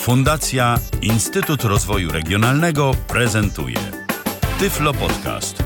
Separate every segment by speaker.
Speaker 1: Fundacja Instytut Rozwoju Regionalnego prezentuje Tyflo Podcast.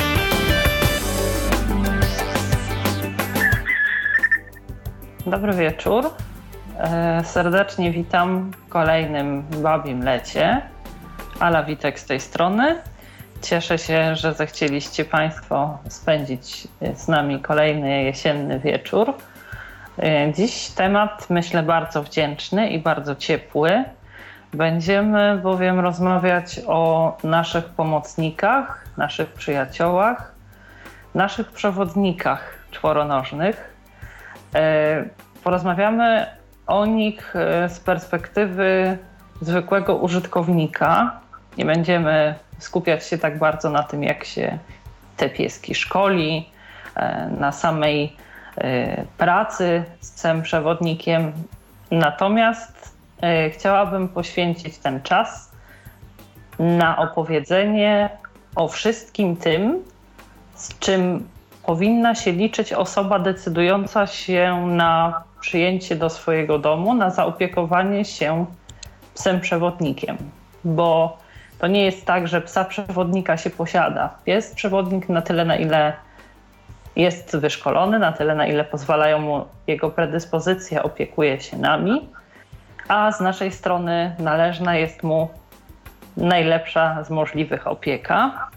Speaker 2: Dobry wieczór. Serdecznie witam w kolejnym Babim Lecie. Ala Witek z tej strony. Cieszę się, że zechcieliście Państwo spędzić z nami kolejny jesienny wieczór. Dziś temat, myślę, bardzo wdzięczny i bardzo ciepły. Będziemy bowiem rozmawiać o naszych pomocnikach, naszych przyjaciołach, naszych przewodnikach czworonożnych. Porozmawiamy o nich z perspektywy zwykłego użytkownika. Nie będziemy skupiać się tak bardzo na tym, jak się te pieski szkoli, na samej pracy z psem przewodnikiem. Natomiast chciałabym poświęcić ten czas na opowiedzenie o wszystkim tym, z czym powinna się liczyć osoba decydująca się na przyjęcie do swojego domu, na zaopiekowanie się psem przewodnikiem. Bo to nie jest tak, że psa przewodnika się posiada. Pies przewodnik na tyle, na ile jest wyszkolony, na tyle, na ile pozwalają mu jego predyspozycje, opiekuje się nami, a z naszej strony należna jest mu najlepsza z możliwych opieka.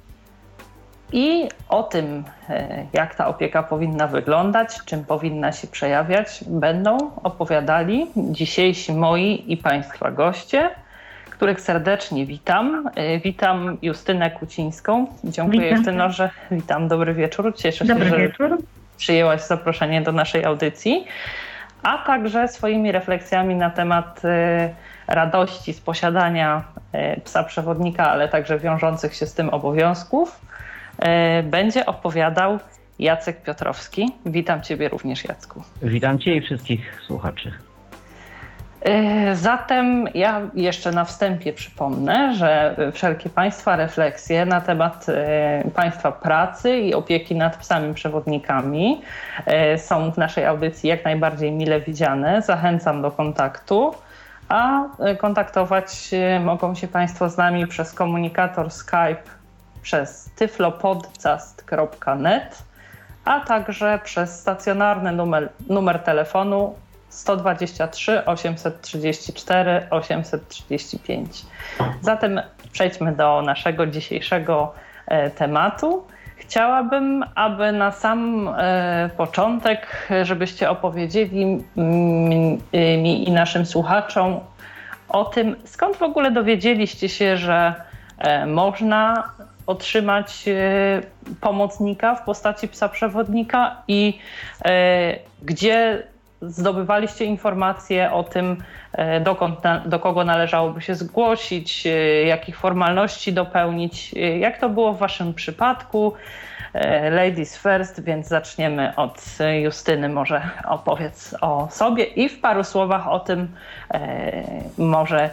Speaker 2: I o tym, jak ta opieka powinna wyglądać, czym powinna się przejawiać, będą opowiadali dzisiejsi moi i Państwa goście, których serdecznie witam. Witam Justynę Kucińską. Dziękuję, Justyno, że witam. Dobry wieczór. Cieszę się, że przyjęłaś zaproszenie do naszej audycji, a także swoimi refleksjami na temat radości z posiadania psa przewodnika, ale także wiążących się z tym obowiązków, będzie opowiadał Jacek Piotrowski. Witam Ciebie również, Jacku.
Speaker 3: Witam Cię i wszystkich słuchaczy.
Speaker 2: Zatem ja jeszcze na wstępie przypomnę, że wszelkie Państwa refleksje na temat Państwa pracy i opieki nad psami przewodnikami są w naszej audycji jak najbardziej mile widziane. Zachęcam do kontaktu, a kontaktować mogą się Państwo z nami przez komunikator Skype, przez tyflopodcast.net, a także przez stacjonarny numer telefonu 123 834 835. Zatem przejdźmy do naszego dzisiejszego tematu. Chciałabym, aby na sam początek, żebyście opowiedzieli mi i naszym słuchaczom o tym, skąd w ogóle dowiedzieliście się, że można otrzymać pomocnika w postaci psa przewodnika i gdzie zdobywaliście informacje o tym, do kogo należałoby się zgłosić, jakich formalności dopełnić. Jak to było w Waszym przypadku? Ladies first, więc zaczniemy od Justyny. Może opowiedz o sobie i w paru słowach o tym może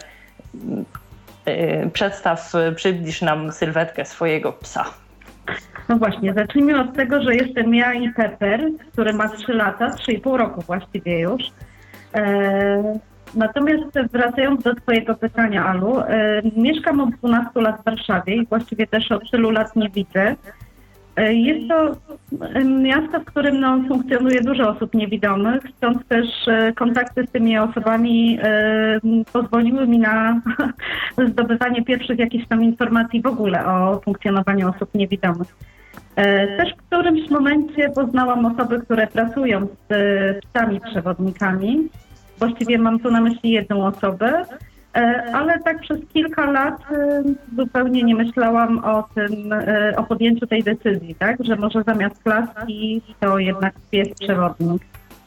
Speaker 2: przybliż nam sylwetkę swojego psa.
Speaker 4: No właśnie, zacznijmy od tego, że jestem ja i Pepper, który ma 3 lata, 3,5 roku właściwie już. Natomiast wracając do Twojego pytania, Alu, mieszkam od 12 lat w Warszawie i właściwie też od tylu lat nie widzę. Jest to miasto, w którym funkcjonuje dużo osób niewidomych, stąd też kontakty z tymi osobami pozwoliły mi na zdobywanie pierwszych jakichś tam informacji w ogóle o funkcjonowaniu osób niewidomych. Też w którymś momencie poznałam osoby, które pracują z psami przewodnikami. Właściwie mam tu na myśli jedną osobę, ale tak przez kilka lat zupełnie nie myślałam o podjęciu tej decyzji, tak? Że może zamiast klaski to jednak pies przewodnik.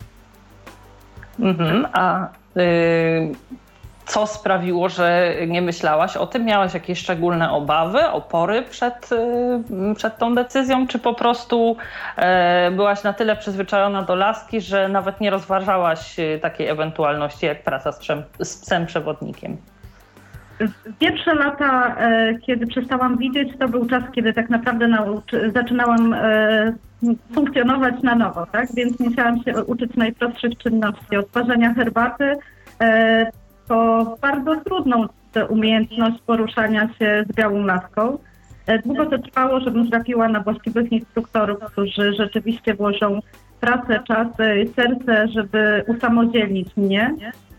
Speaker 2: Co sprawiło, że nie myślałaś o tym? Miałaś jakieś szczególne obawy, opory przed tą decyzją, czy po prostu byłaś na tyle przyzwyczajona do laski, że nawet nie rozważałaś takiej ewentualności jak praca z psem przewodnikiem?
Speaker 4: Pierwsze lata, kiedy przestałam widzieć, to był czas, kiedy tak naprawdę zaczynałam funkcjonować na nowo, tak? Więc musiałam się uczyć najprostszych czynności, odtwarzania herbaty, jako bardzo trudną umiejętność poruszania się z białą laską. Długo to trwało, żebym trafiła na właściwych instruktorów, którzy rzeczywiście włożą pracę, czas, serce, żeby usamodzielnić mnie.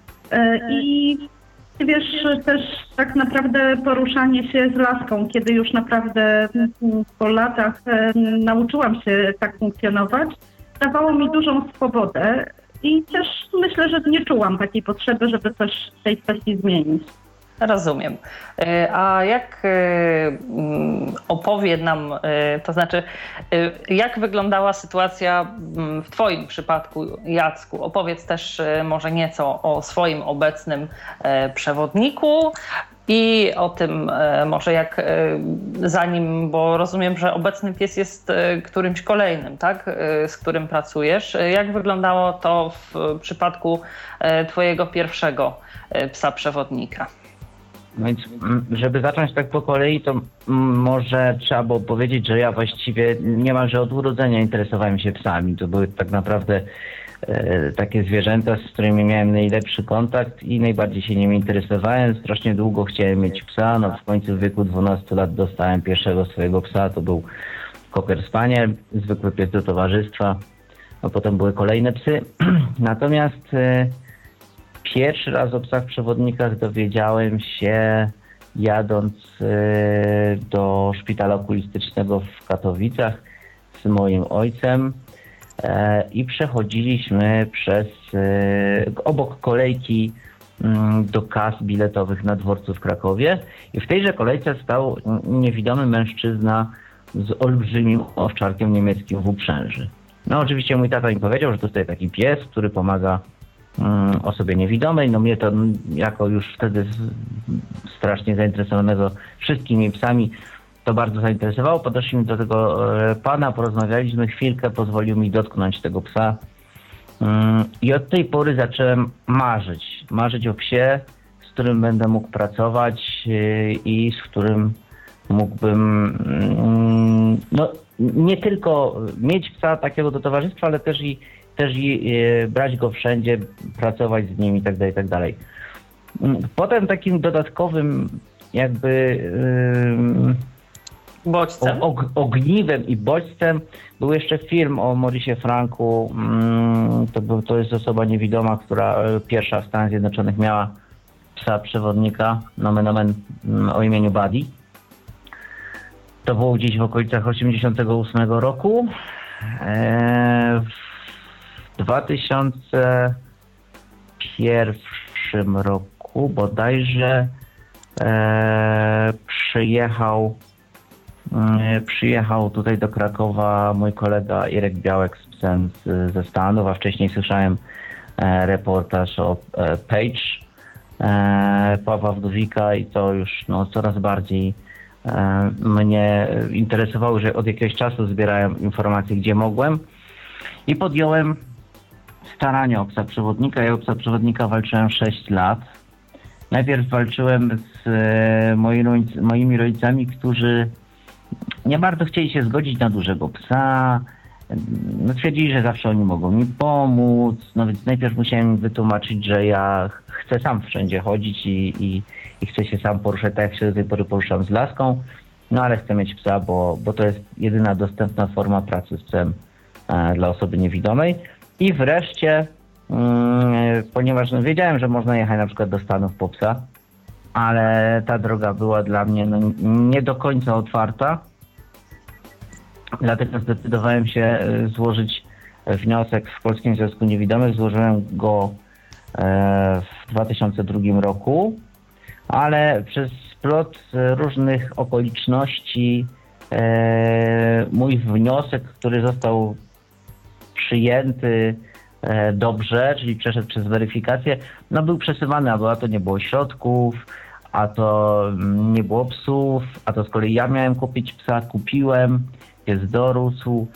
Speaker 4: I wiesz, też tak naprawdę poruszanie się z laską, kiedy już naprawdę po latach nauczyłam się tak funkcjonować, dawało mi dużą swobodę i też myślę, że nie czułam takiej potrzeby, żeby coś w tej kwestii zmienić.
Speaker 2: Rozumiem. A jak opowie nam, to znaczy, jak wyglądała sytuacja w Twoim przypadku, Jacku? Opowiedz też może nieco o swoim obecnym przewodniku i o tym może jak zanim, bo rozumiem, że obecny pies jest którymś kolejnym, tak? Z którym pracujesz. Jak wyglądało to w przypadku Twojego pierwszego psa przewodnika?
Speaker 3: No więc, żeby zacząć tak po kolei, to może trzeba było powiedzieć, że ja właściwie niemalże od urodzenia interesowałem się psami. To były tak naprawdę takie zwierzęta, z którymi miałem najlepszy kontakt i najbardziej się nimi interesowałem. Strasznie długo chciałem mieć psa, no w końcu w wieku 12 lat dostałem pierwszego swojego psa, to był Cocker Spaniel, zwykły pies do towarzystwa, no potem były kolejne psy. Natomiast pierwszy raz o psach przewodnikach dowiedziałem się jadąc do szpitala okulistycznego w Katowicach z moim ojcem i przechodziliśmy przez obok kolejki do kas biletowych na dworcu w Krakowie i w tejże kolejce stał niewidomy mężczyzna z olbrzymim owczarkiem niemieckim w uprzęży. No oczywiście mój tata mi powiedział, że to jest taki pies, który pomaga osobie niewidomej. No mnie to jako już wtedy strasznie zainteresowanego wszystkimi psami to bardzo zainteresowało. Podeszliśmy do tego pana, porozmawialiśmy chwilkę, pozwolił mi dotknąć tego psa i od tej pory zacząłem marzyć o psie, z którym będę mógł pracować i z którym mógłbym no nie tylko mieć psa takiego do towarzystwa, ale też i brać go wszędzie, pracować z nim i tak dalej. Potem takim dodatkowym jakby
Speaker 2: Bodźcem.
Speaker 3: Ogniwem i bodźcem był jeszcze film o Mauricie Franku. To jest osoba niewidoma, która pierwsza w Stanach Zjednoczonych miała psa przewodnika, nomen omen, o imieniu Buddy. To było gdzieś w okolicach 88 roku. W 2001 roku bodajże przyjechał tutaj do Krakowa mój kolega Irek Białek z psem ze Stanów, a wcześniej słyszałem reportaż o Page Pawła Wdówika i to już coraz bardziej mnie interesowało, że od jakiegoś czasu zbierałem informacje, gdzie mogłem i podjąłem starania o psa przewodnika. Ja o psa przewodnika walczyłem 6 lat. Najpierw walczyłem z moimi rodzicami, którzy nie bardzo chcieli się zgodzić na dużego psa. No, twierdzili, że zawsze oni mogą mi pomóc. No więc najpierw musiałem im wytłumaczyć, że ja chcę sam wszędzie chodzić i chcę się sam poruszać tak, jak się do tej pory poruszam z laską. No ale chcę mieć psa, bo to jest jedyna dostępna forma pracy z psem dla osoby niewidomej. I wreszcie, ponieważ wiedziałem, że można jechać na przykład do Stanów po psa, ale ta droga była dla mnie nie do końca otwarta. Dlatego zdecydowałem się złożyć wniosek w Polskim Związku Niewidomych. Złożyłem go w 2002 roku, ale przez splot różnych okoliczności mój wniosek, który został przyjęty dobrze, czyli przeszedł przez weryfikację, był przesuwany, a to nie było środków, a to nie było psów, a to z kolei ja miałem kupić psa, kupiłem, pies dorósł,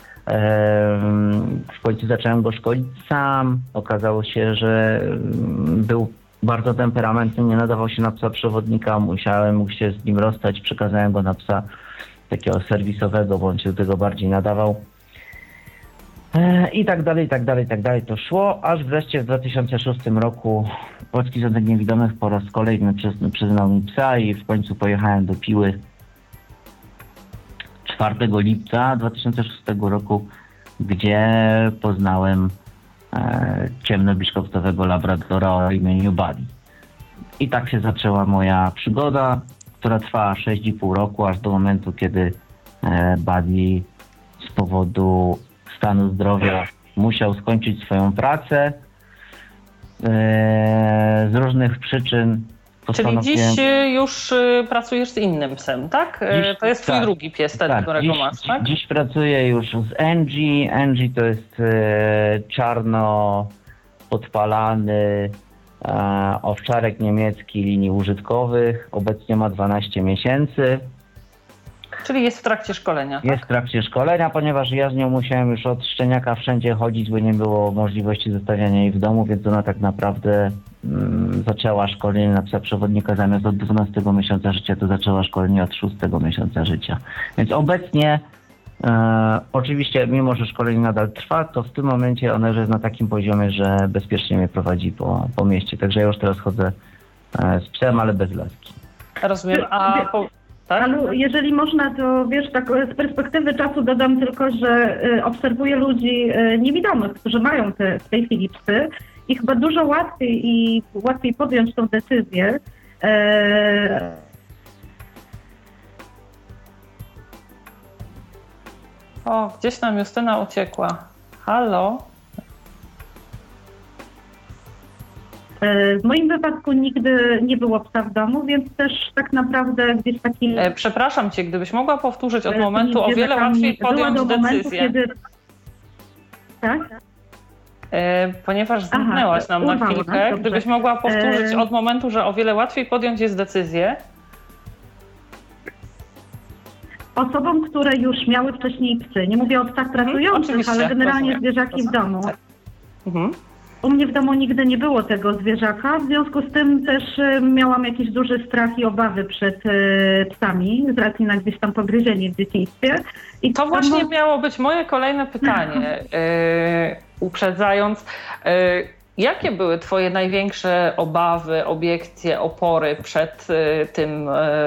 Speaker 3: w końcu zacząłem go szkolić sam, okazało się, że był bardzo temperamentny, nie nadawał się na psa przewodnika, musiałem się z nim rozstać, przekazałem go na psa takiego serwisowego, bo on się do tego bardziej nadawał. I tak dalej to szło, aż wreszcie w 2006 roku Polski Związek Niewidomych po raz kolejny przyznał mi psa i w końcu pojechałem do Piły 4 lipca 2006 roku, gdzie poznałem ciemnobiszkoptowego labradora o imieniu Buddy. I tak się zaczęła moja przygoda, która trwała 6,5 roku, aż do momentu, kiedy Buddy z powodu stanu zdrowia musiał skończyć swoją pracę. Z różnych przyczyn
Speaker 2: Czyli dziś już pracujesz z innym psem, tak? To jest twój drugi pies, ten, którego masz, tak?
Speaker 3: Dziś pracuję już z Angie. Angie to jest czarno podpalany owczarek niemiecki linii użytkowych. Obecnie ma 12 miesięcy.
Speaker 2: Czyli jest w trakcie szkolenia, tak?
Speaker 3: Jest w trakcie szkolenia, ponieważ ja z nią musiałem już od szczeniaka wszędzie chodzić, bo nie było możliwości zostawiania jej w domu, więc ona tak naprawdę zaczęła szkolenie na psa przewodnika zamiast od 12 miesiąca życia, to zaczęła szkolenie od 6 miesiąca życia. Więc obecnie, oczywiście, mimo że szkolenie nadal trwa, to w tym momencie ona już jest na takim poziomie, że bezpiecznie mnie prowadzi po mieście. Także ja już teraz chodzę z psem, ale bez laski.
Speaker 2: Rozumiem. Tak?
Speaker 4: Ale jeżeli można, to wiesz, tak z perspektywy czasu dodam tylko, że obserwuję ludzi niewidomych, którzy mają w tej chwili psy i chyba dużo łatwiej podjąć tą decyzję.
Speaker 2: O, gdzieś nam Justyna uciekła. Halo?
Speaker 4: W moim wypadku nigdy nie było psa w domu, więc też tak naprawdę gdzieś taki...
Speaker 2: Przepraszam cię, gdybyś mogła powtórzyć od momentu, o wiele łatwiej podjąć decyzję.
Speaker 4: Tak?
Speaker 2: Ponieważ zniknęłaś nam na chwilkę, gdybyś mogła powtórzyć od momentu, że o wiele łatwiej podjąć jest decyzję.
Speaker 4: Osobom, które już miały wcześniej psy. Nie mówię o psach pracujących, ale generalnie zwierzaki w domu. U mnie w domu nigdy nie było tego zwierzaka, w związku z tym też miałam jakiś duży strach i obawy przed psami, z racji na gdzieś tam pogryzienie w dzieciństwie. I
Speaker 2: to właśnie miało być moje kolejne pytanie, uprzedzając. Jakie były twoje największe obawy, obiekcje, opory przed tym,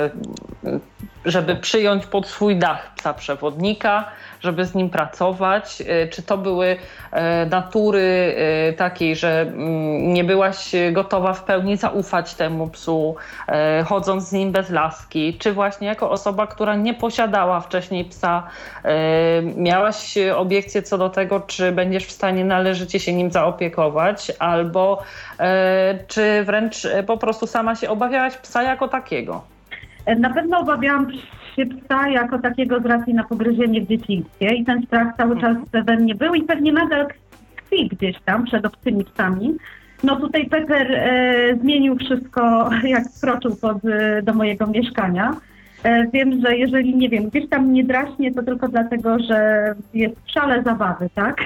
Speaker 2: żeby przyjąć pod swój dach psa przewodnika, żeby z nim pracować? Czy to były natury takiej, że nie byłaś gotowa w pełni zaufać temu psu, chodząc z nim bez laski? Czy właśnie jako osoba, która nie posiadała wcześniej psa, miałaś obiekcje co do tego, czy będziesz w stanie należycie się nim zaopiekować, albo czy wręcz po prostu sama się obawiałaś psa jako takiego?
Speaker 4: Na pewno obawiałam się psa jako takiego z racji na pogryzienie w dzieciństwie i ten strach cały czas we mnie był i pewnie nadal tkwi gdzieś tam przed obcymi psami. No tutaj Peter zmienił wszystko, jak wkroczył do mojego mieszkania. Wiem, że jeżeli, nie wiem, gdzieś tam nie draśnie, to tylko dlatego, że jest w szale zabawy, tak?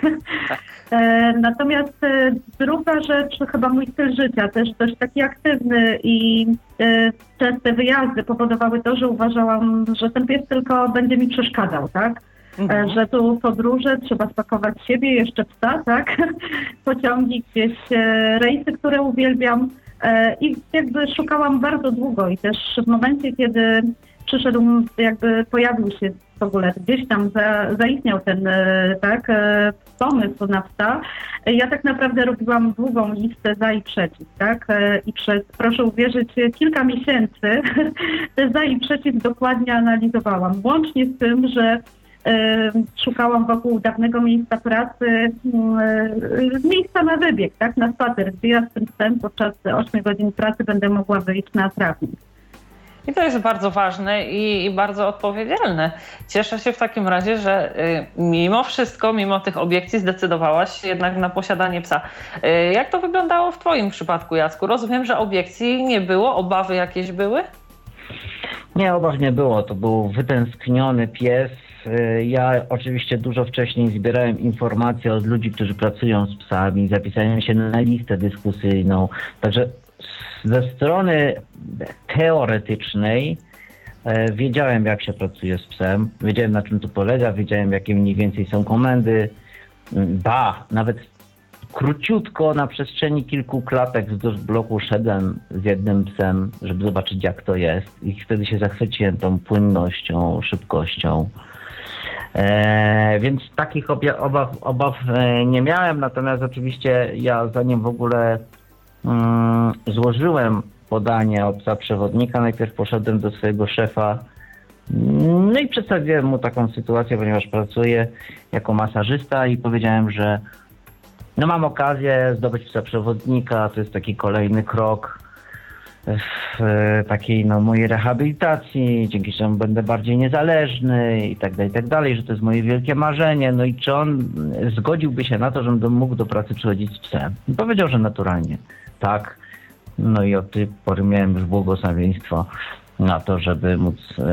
Speaker 4: Natomiast druga rzecz, chyba mój styl życia, też taki aktywny i częste wyjazdy powodowały to, że uważałam, że ten pies tylko będzie mi przeszkadzał, tak? Że tu podróże, trzeba spakować siebie, jeszcze psa, tak? Pociągi, gdzieś rejsy, które uwielbiam i jakby szukałam bardzo długo i też w momencie, kiedy pojawił się w ogóle gdzieś tam, zaistniał ten pomysł na psa. Ja tak naprawdę robiłam długą listę za i przeciw, tak? I proszę uwierzyć, kilka miesięcy te za i przeciw dokładnie analizowałam. Łącznie z tym, że szukałam wokół dawnego miejsca pracy miejsca na wybieg, tak? Na spacer, gdzie ja z tym psem podczas 8 godzin pracy będę mogła wyjść na trawnik.
Speaker 2: I to jest bardzo ważne i bardzo odpowiedzialne. Cieszę się w takim razie, że mimo wszystko, mimo tych obiekcji zdecydowałaś się jednak na posiadanie psa. Jak to wyglądało w twoim przypadku, Jacku? Rozumiem, że obiekcji nie było, obawy jakieś były?
Speaker 3: Nie, obaw nie było. To był wytęskniony pies. Ja oczywiście dużo wcześniej zbierałem informacje od ludzi, którzy pracują z psami, zapisałem się na listę dyskusyjną. Także ze strony teoretycznej wiedziałem, jak się pracuje z psem, wiedziałem, na czym to polega, wiedziałem, jakie mniej więcej są komendy, nawet króciutko na przestrzeni kilku klatek wzdłuż bloku szedłem z jednym psem, żeby zobaczyć, jak to jest. I wtedy się zachwyciłem tą płynnością, szybkością. Więc takich obaw nie miałem, natomiast oczywiście ja zanim w ogóle złożyłem podanie o psa przewodnika, najpierw poszedłem do swojego szefa, no i przedstawiłem mu taką sytuację, ponieważ pracuję jako masażysta i powiedziałem, że no mam okazję zdobyć psa przewodnika, to jest taki kolejny krok w takiej mojej rehabilitacji, dzięki czemu będę bardziej niezależny i tak dalej, że to jest moje wielkie marzenie. No i czy on zgodziłby się na to, żebym mógł do pracy przychodzić z psem? I powiedział, że naturalnie. Tak. No i od tej pory miałem już błogosławieństwo na to, żeby móc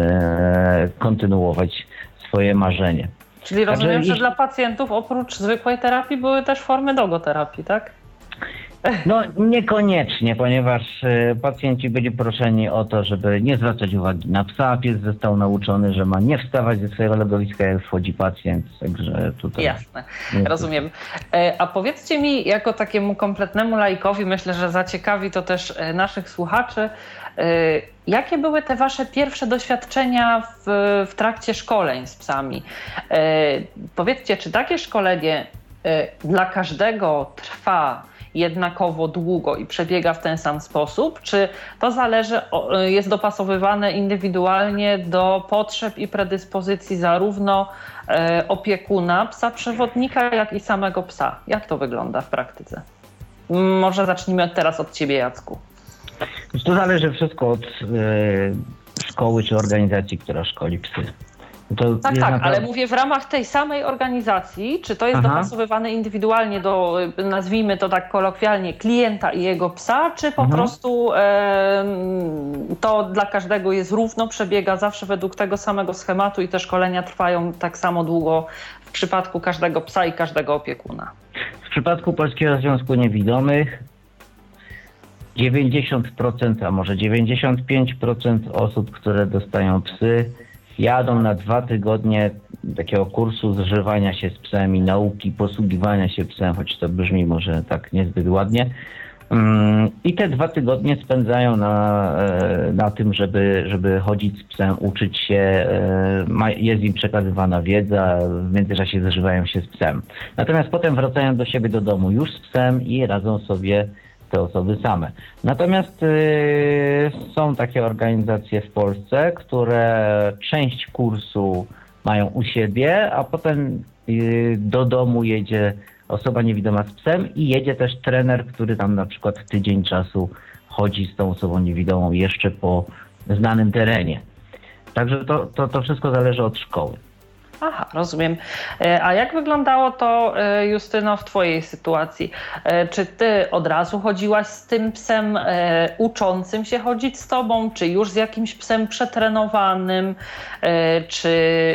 Speaker 3: kontynuować swoje marzenie.
Speaker 2: Czyli rozumiem, że dla pacjentów oprócz zwykłej terapii były też formy dogoterapii, tak?
Speaker 3: No niekoniecznie, ponieważ pacjenci byli proszeni o to, żeby nie zwracać uwagi na psa. Pies został nauczony, że ma nie wstawać ze swojego legowiska, jak wchodzi pacjent, także tutaj...
Speaker 2: Jasne, rozumiem. A powiedzcie mi, jako takiemu kompletnemu laikowi, myślę, że zaciekawi to też naszych słuchaczy, jakie były te wasze pierwsze doświadczenia w trakcie szkoleń z psami? Powiedzcie, czy takie szkolenie dla każdego trwa jednakowo długo i przebiega w ten sam sposób, czy to zależy, jest dopasowywane indywidualnie do potrzeb i predyspozycji zarówno opiekuna, psa przewodnika, jak i samego psa? Jak to wygląda w praktyce? Może zacznijmy teraz od ciebie, Jacku.
Speaker 3: To zależy wszystko od szkoły czy organizacji, która szkoli psy. To
Speaker 2: tak, naprawdę... ale mówię w ramach tej samej organizacji, czy to jest dopasowywane indywidualnie do, nazwijmy to tak kolokwialnie, klienta i jego psa, czy po prostu to dla każdego jest równo, przebiega zawsze według tego samego schematu i te szkolenia trwają tak samo długo w przypadku każdego psa i każdego opiekuna?
Speaker 3: W przypadku Polskiego Związku Niewidomych 90%, a może 95% osób, które dostają psy, jadą na 2 tygodnie takiego kursu zżywania się z psem i nauki posługiwania się psem, choć to brzmi może tak niezbyt ładnie. I te 2 tygodnie spędzają na tym, żeby chodzić z psem, uczyć się, jest im przekazywana wiedza, w międzyczasie zżywają się z psem. Natomiast potem wracają do siebie do domu już z psem i radzą sobie te osoby same. Natomiast są takie organizacje w Polsce, które część kursu mają u siebie, a potem do domu jedzie osoba niewidoma z psem i jedzie też trener, który tam na przykład tydzień czasu chodzi z tą osobą niewidomą jeszcze po znanym terenie. Także to wszystko zależy od szkoły.
Speaker 2: Aha, rozumiem. A jak wyglądało to, Justyno, w twojej sytuacji? Czy ty od razu chodziłaś z tym psem uczącym się chodzić z tobą, czy już z jakimś psem przetrenowanym? Czy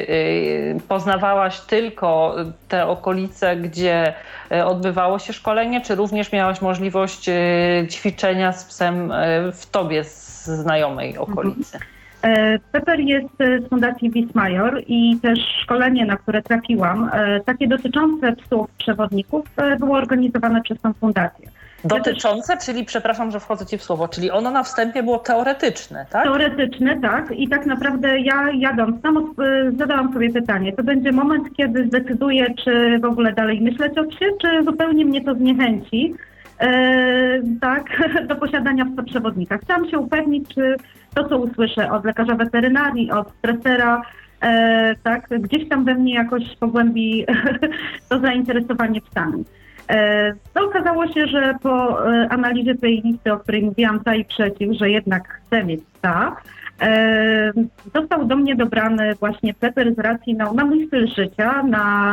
Speaker 2: poznawałaś tylko te okolice, gdzie odbywało się szkolenie, czy również miałaś możliwość ćwiczenia z psem w tobie z znajomej okolicy?
Speaker 4: Pepper jest z Fundacji Wismajor i też szkolenie, na które trafiłam, takie dotyczące psów przewodników, było organizowane przez tą fundację.
Speaker 2: Dotyczące, czyli przepraszam, że wchodzę ci w słowo, czyli ono na wstępie było teoretyczne, tak?
Speaker 4: Teoretyczne, tak. I tak naprawdę ja jadąc tam zadałam sobie pytanie, to będzie moment, kiedy zdecyduję, czy w ogóle dalej myśleć o psie, czy zupełnie mnie to zniechęci, tak, do posiadania psa przewodnika. Chciałam się upewnić, czy to, co usłyszę od lekarza weterynarii, od stresera, tak, gdzieś tam we mnie jakoś pogłębi to zainteresowanie psami. To okazało się, że po analizie tej listy, o której mówiłam, za i przeciw, że jednak chcę mieć psa, został do mnie dobrany właśnie Pepper z racji na mój styl życia,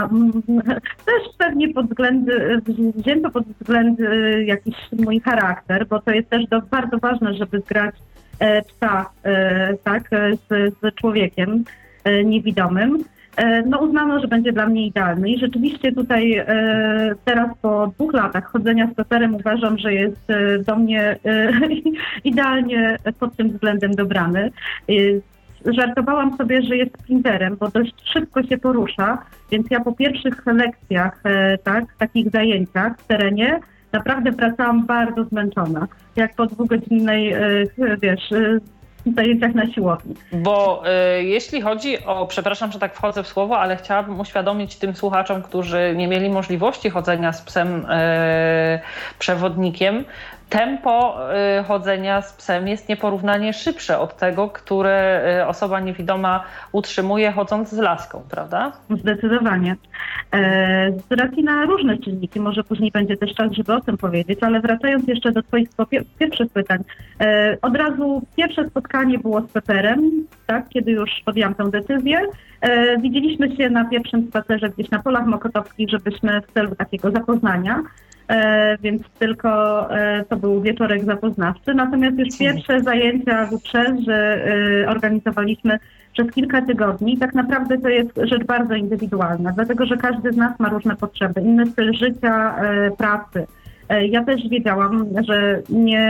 Speaker 4: też pewnie wzięto pod względy jakiś mój charakter, bo to jest też bardzo ważne, żeby zgrać psa tak, z człowiekiem niewidomym. No uznano, że będzie dla mnie idealny i rzeczywiście tutaj teraz po 2 latach chodzenia z Pepperem uważam, że jest do mnie idealnie pod tym względem dobrany. żartowałam sobie, że jest sprinterem, bo dość szybko się porusza, więc ja po pierwszych lekcjach, takich zajęciach w terenie, naprawdę wracałam bardzo zmęczona, jak po 2-godzinnej, zajęciach na siłowni.
Speaker 2: Bo jeśli chodzi o, przepraszam, że tak wchodzę w słowo, ale chciałabym uświadomić tym słuchaczom, którzy nie mieli możliwości chodzenia z psem przewodnikiem, tempo chodzenia z psem jest nieporównanie szybsze od tego, które osoba niewidoma utrzymuje chodząc z laską, prawda?
Speaker 4: Zdecydowanie. Z racji na różne czynniki, może później będzie też czas, żeby o tym powiedzieć, ale wracając jeszcze do Twoich pierwszych pytań. Od razu pierwsze spotkanie było z Peperem, tak, kiedy już podjęłam tę decyzję. Widzieliśmy się na pierwszym spacerze gdzieś na Polach Mokotowskich, żebyśmy w celu takiego zapoznania, więc tylko to był wieczorek zapoznawczy. Natomiast już pierwsze zajęcia w Uprzeży organizowaliśmy przez kilka tygodni. Tak naprawdę to jest rzecz bardzo indywidualna, dlatego że każdy z nas ma różne potrzeby, inny styl życia, pracy. Ja też wiedziałam, że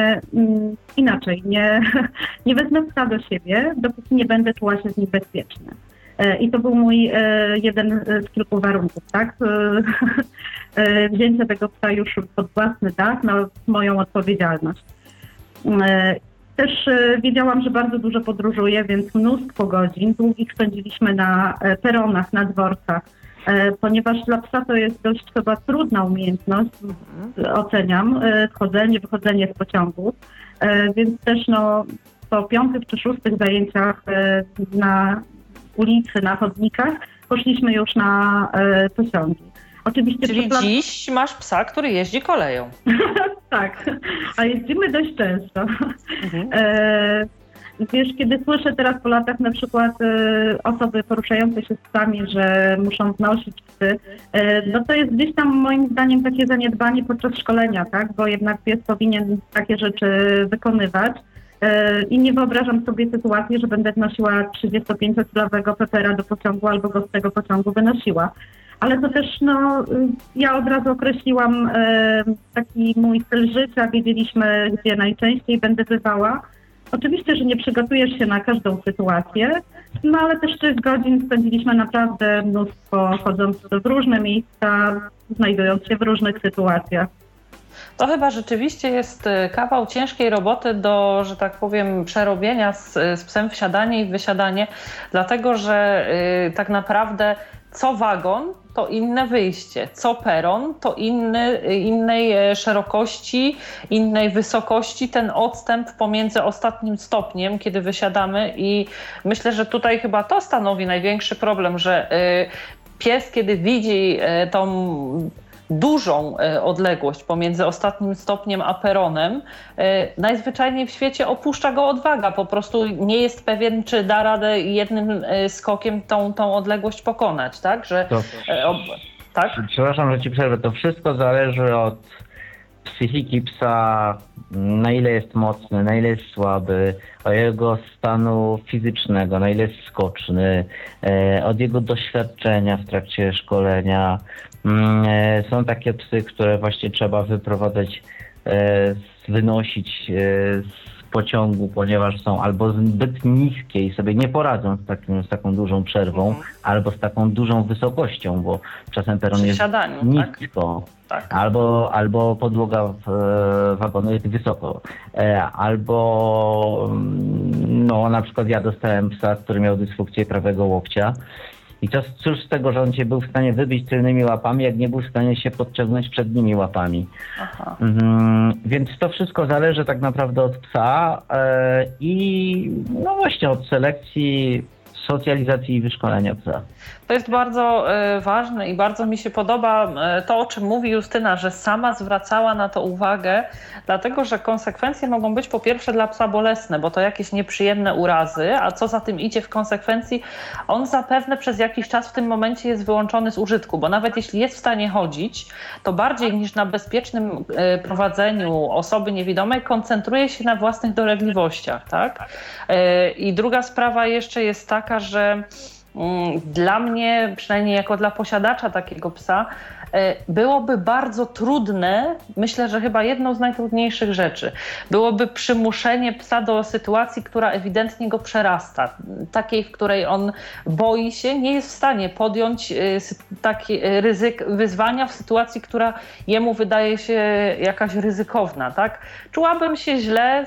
Speaker 4: nie wezmę psa do siebie, dopóki nie będę czuła się z nim bezpiecznie. I to był mój jeden z kilku warunków, tak? Wzięcie tego psa już pod własny dach na moją odpowiedzialność. Też wiedziałam, że bardzo dużo podróżuję, więc mnóstwo godzin długich spędziliśmy na peronach, na dworcach, ponieważ dla psa to jest dość chyba trudna umiejętność, oceniam, wchodzenie, wychodzenie z pociągu, więc też po 5. czy 6. zajęciach na ulicy, na chodnikach poszliśmy już na pociągi. Oczywiście
Speaker 2: czyli dziś masz psa, który jeździ koleją.
Speaker 4: Tak, a jeździmy dość często. Wiesz, kiedy słyszę teraz po latach na przykład osoby poruszające się z psami, że muszą wnosić psy, no to jest gdzieś tam moim zdaniem takie zaniedbanie podczas szkolenia, tak? Bo jednak pies powinien takie rzeczy wykonywać. I nie wyobrażam sobie sytuacji, że będę wnosiła 35-kilowego Pepera do pociągu albo go z tego pociągu wynosiła. Ale to też, ja od razu określiłam taki mój styl życia, wiedzieliśmy, gdzie najczęściej będę bywała. Oczywiście, że nie przygotujesz się na każdą sytuację, ale też 6 godzin spędziliśmy naprawdę mnóstwo, chodząc w różne miejsca, znajdując się w różnych sytuacjach.
Speaker 2: To chyba rzeczywiście jest kawał ciężkiej roboty do, że tak powiem, przerobienia z psem wsiadanie i wysiadanie, dlatego że tak naprawdę co wagon to inne wyjście, co peron to innej szerokości, innej wysokości ten odstęp pomiędzy ostatnim stopniem, kiedy wysiadamy, i myślę, że tutaj chyba to stanowi największy problem, że pies, kiedy widzi tą dużą odległość pomiędzy ostatnim stopniem a peronem, najzwyczajniej w świecie opuszcza go odwaga. Po prostu nie jest pewien, czy da radę jednym skokiem tą odległość pokonać, tak? Tak?
Speaker 3: Przepraszam, że ci przerwę. To wszystko zależy od psychiki psa, na ile jest mocny, na ile jest słaby, od jego stanu fizycznego, na ile jest skoczny, od jego doświadczenia w trakcie szkolenia. Są takie psy, które właśnie trzeba wyprowadzać, wynosić z pociągu, ponieważ są albo zbyt niskie i sobie nie poradzą z taką dużą przerwą, albo z taką dużą wysokością, bo czasem peron jest nisko, tak. Albo podłoga wagonu jest wysoko, albo na przykład ja dostałem psa, który miał dysfunkcję prawego łokcia. I to cóż z tego, że on się był w stanie wybić tylnymi łapami, jak nie był w stanie się podciągnąć przednimi łapami. Więc to wszystko zależy tak naprawdę od psa i właśnie od selekcji, socjalizacji i wyszkolenia psa.
Speaker 2: To jest bardzo ważne i bardzo mi się podoba to, o czym mówi Justyna, że sama zwracała na to uwagę, dlatego że konsekwencje mogą być po pierwsze dla psa bolesne, bo to jakieś nieprzyjemne urazy, a co za tym idzie w konsekwencji, on zapewne przez jakiś czas w tym momencie jest wyłączony z użytku, bo nawet jeśli jest w stanie chodzić, to bardziej niż na bezpiecznym prowadzeniu osoby niewidomej koncentruje się na własnych dolegliwościach, tak? I druga sprawa jeszcze jest taka, że dla mnie, przynajmniej jako dla posiadacza takiego psa, byłoby bardzo trudne, myślę, że chyba jedną z najtrudniejszych rzeczy, byłoby przymuszenie psa do sytuacji, która ewidentnie go przerasta. Takiej, w której on boi się, nie jest w stanie podjąć wyzwania w sytuacji, która jemu wydaje się jakaś ryzykowna. Tak? Czułabym się źle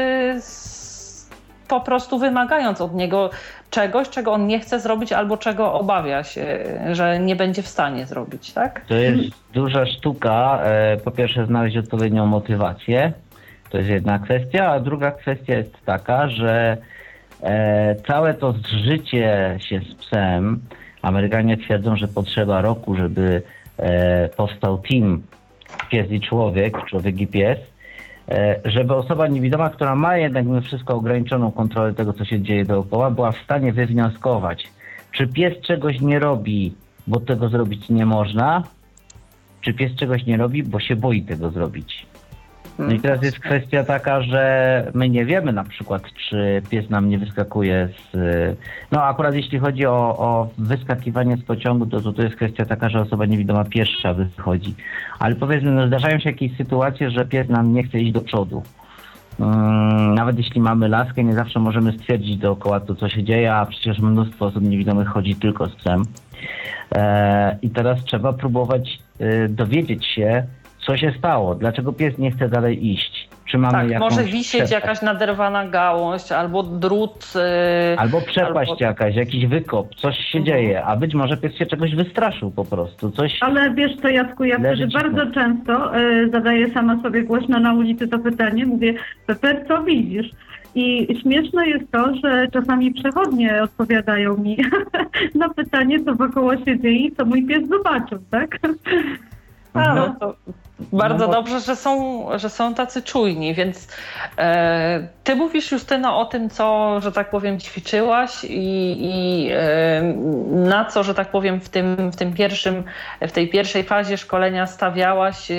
Speaker 2: po prostu wymagając od niego czegoś, czego on nie chce zrobić albo czego obawia się, że nie będzie w stanie zrobić, tak?
Speaker 3: To jest duża sztuka, po pierwsze znaleźć odpowiednią motywację, to jest jedna kwestia, a druga kwestia jest taka, że całe to zżycie się z psem, Amerykanie twierdzą, że potrzeba roku, żeby powstał team pies i człowiek i pies, żeby osoba niewidoma, która ma jednak mimo wszystko ograniczoną kontrolę tego, co się dzieje dookoła, była w stanie wywnioskować, czy pies czegoś nie robi, bo tego zrobić nie można, czy pies czegoś nie robi, bo się boi tego zrobić. No i teraz jest kwestia taka, że my nie wiemy na przykład, czy pies nam nie wyskakuje No akurat jeśli chodzi o wyskakiwanie z pociągu, to jest kwestia taka, że osoba niewidoma pierwsza wychodzi. Ale powiedzmy, no zdarzają się jakieś sytuacje, że pies nam nie chce iść do przodu. Nawet jeśli mamy laskę, nie zawsze możemy stwierdzić dookoła to, co się dzieje, a przecież mnóstwo osób niewidomych chodzi tylko z psem. I teraz trzeba próbować dowiedzieć się, co się stało, dlaczego pies nie chce dalej iść. Czy mamy jakąś
Speaker 2: może wisieć jakaś naderwana gałąź, albo drut.
Speaker 3: Albo przepaść jakaś, jakiś wykop, coś się dzieje, a być może pies się czegoś wystraszył po prostu.
Speaker 4: Ale wiesz co, Jacku, ja wtedy bardzo często zadaję sama sobie głośno na ulicy to pytanie, mówię, Pepe, co widzisz? I śmieszne jest to, że czasami przechodnie odpowiadają mi na pytanie, co wokoło się dzieje i co mój pies zobaczył, tak?
Speaker 2: No to bardzo dobrze, że są tacy czujni, więc ty mówisz, Justyno, o tym, co, że tak powiem, ćwiczyłaś i na co, że tak powiem, w tej pierwszej fazie szkolenia stawiałaś,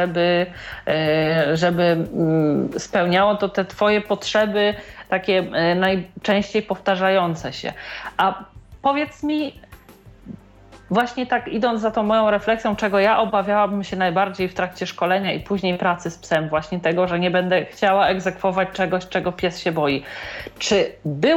Speaker 2: żeby spełniało to te twoje potrzeby, takie najczęściej powtarzające się. A powiedz mi, właśnie tak idąc za tą moją refleksją, czego ja obawiałabym się najbardziej w trakcie szkolenia i później pracy z psem, właśnie tego, że nie będę chciała egzekwować czegoś, czego pies się boi. Czy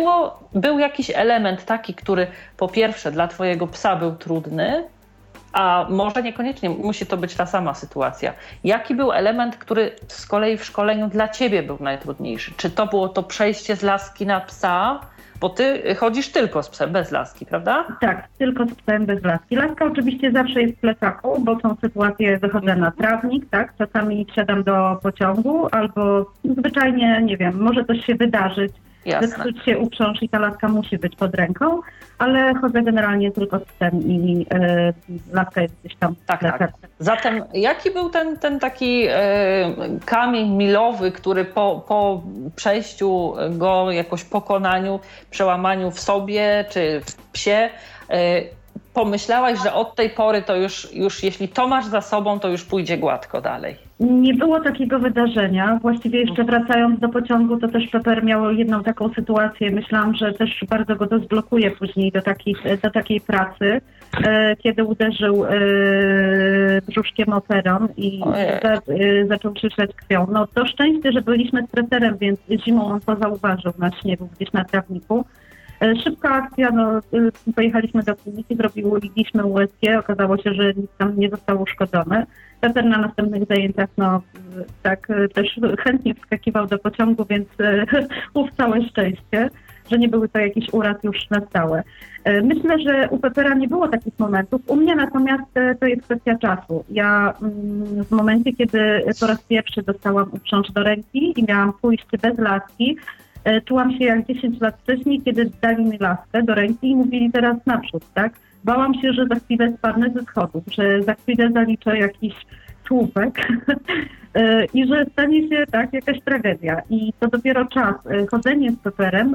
Speaker 2: był jakiś element taki, który po pierwsze dla twojego psa był trudny, a może niekoniecznie musi to być ta sama sytuacja. Jaki był element, który z kolei w szkoleniu dla ciebie był najtrudniejszy? Czy to było to przejście z laski na psa? Bo ty chodzisz tylko z psem, bez laski, prawda?
Speaker 4: Tak, tylko z psem, bez laski. Laska oczywiście zawsze jest w plecaku, bo są sytuacje, wychodzę na trawnik, tak? Czasami wsiadam do pociągu albo zwyczajnie, nie wiem, może coś się wydarzyć. Zepsuć się uprząż i ta laska musi być pod ręką, ale chodzę generalnie tylko z psem i laska jest gdzieś tam.
Speaker 2: Tak. Zatem jaki był ten taki kamień milowy, który po przejściu go, jakoś pokonaniu, przełamaniu w sobie czy w psie, pomyślałaś, że od tej pory to już jeśli to masz za sobą, to już pójdzie gładko dalej?
Speaker 4: Nie było takiego wydarzenia. Właściwie jeszcze wracając do pociągu, to też Pepper miał jedną taką sytuację. Myślałam, że też bardzo go to zblokuje później do takiej pracy, kiedy uderzył brzuszkiem o peron i zaczął krzyczeć krwią. No to szczęście, że byliśmy z treserem, więc zimą on to zauważył na śniegu, gdzieś na trawniku. Szybka akcja, pojechaliśmy do kliniki, zrobiliśmy USG, okazało się, że nic tam nie zostało uszkodzone. Peter na następnych zajęciach, tak też chętnie wskakiwał do pociągu, więc całe szczęście, że nie były to jakiś uraz już na stałe. Myślę, że u Pepera nie było takich momentów. U mnie natomiast to jest kwestia czasu. Ja w momencie, kiedy po raz pierwszy dostałam uprząż do ręki i miałam pójść bez laski, czułam się jak 10 lat wcześniej, kiedy dali mi laskę do ręki i mówili teraz naprzód, tak? Bałam się, że za chwilę spadnę ze schodów, że za chwilę zaliczę jakiś słupek i że stanie się tak jakaś tragedia. I to dopiero czas, chodzenie z Pepperem,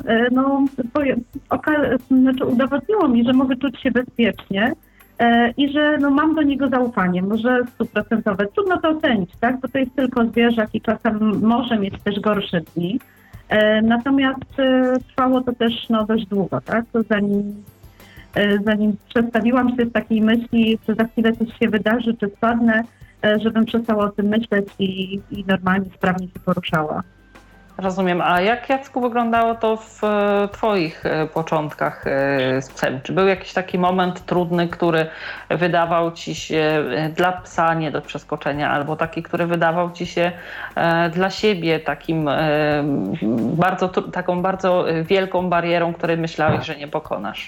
Speaker 4: udowodniło mi, że mogę czuć się bezpiecznie i że mam do niego zaufanie, może 100%. Trudno to ocenić, tak? Bo to jest tylko zwierzak i czasem może mieć też gorsze dni. Natomiast trwało to też dość długo, tak? zanim przestawiłam się z takiej myśli, że za chwilę coś się wydarzy, czy spadnę, żebym przestała o tym myśleć i normalnie, sprawnie się poruszała.
Speaker 2: Rozumiem. A jak, Jacku, wyglądało to w twoich początkach z psem? Czy był jakiś taki moment trudny, który wydawał ci się dla psa nie do przeskoczenia, albo taki, który wydawał ci się dla siebie taką bardzo wielką barierą, której myślałeś, że nie pokonasz?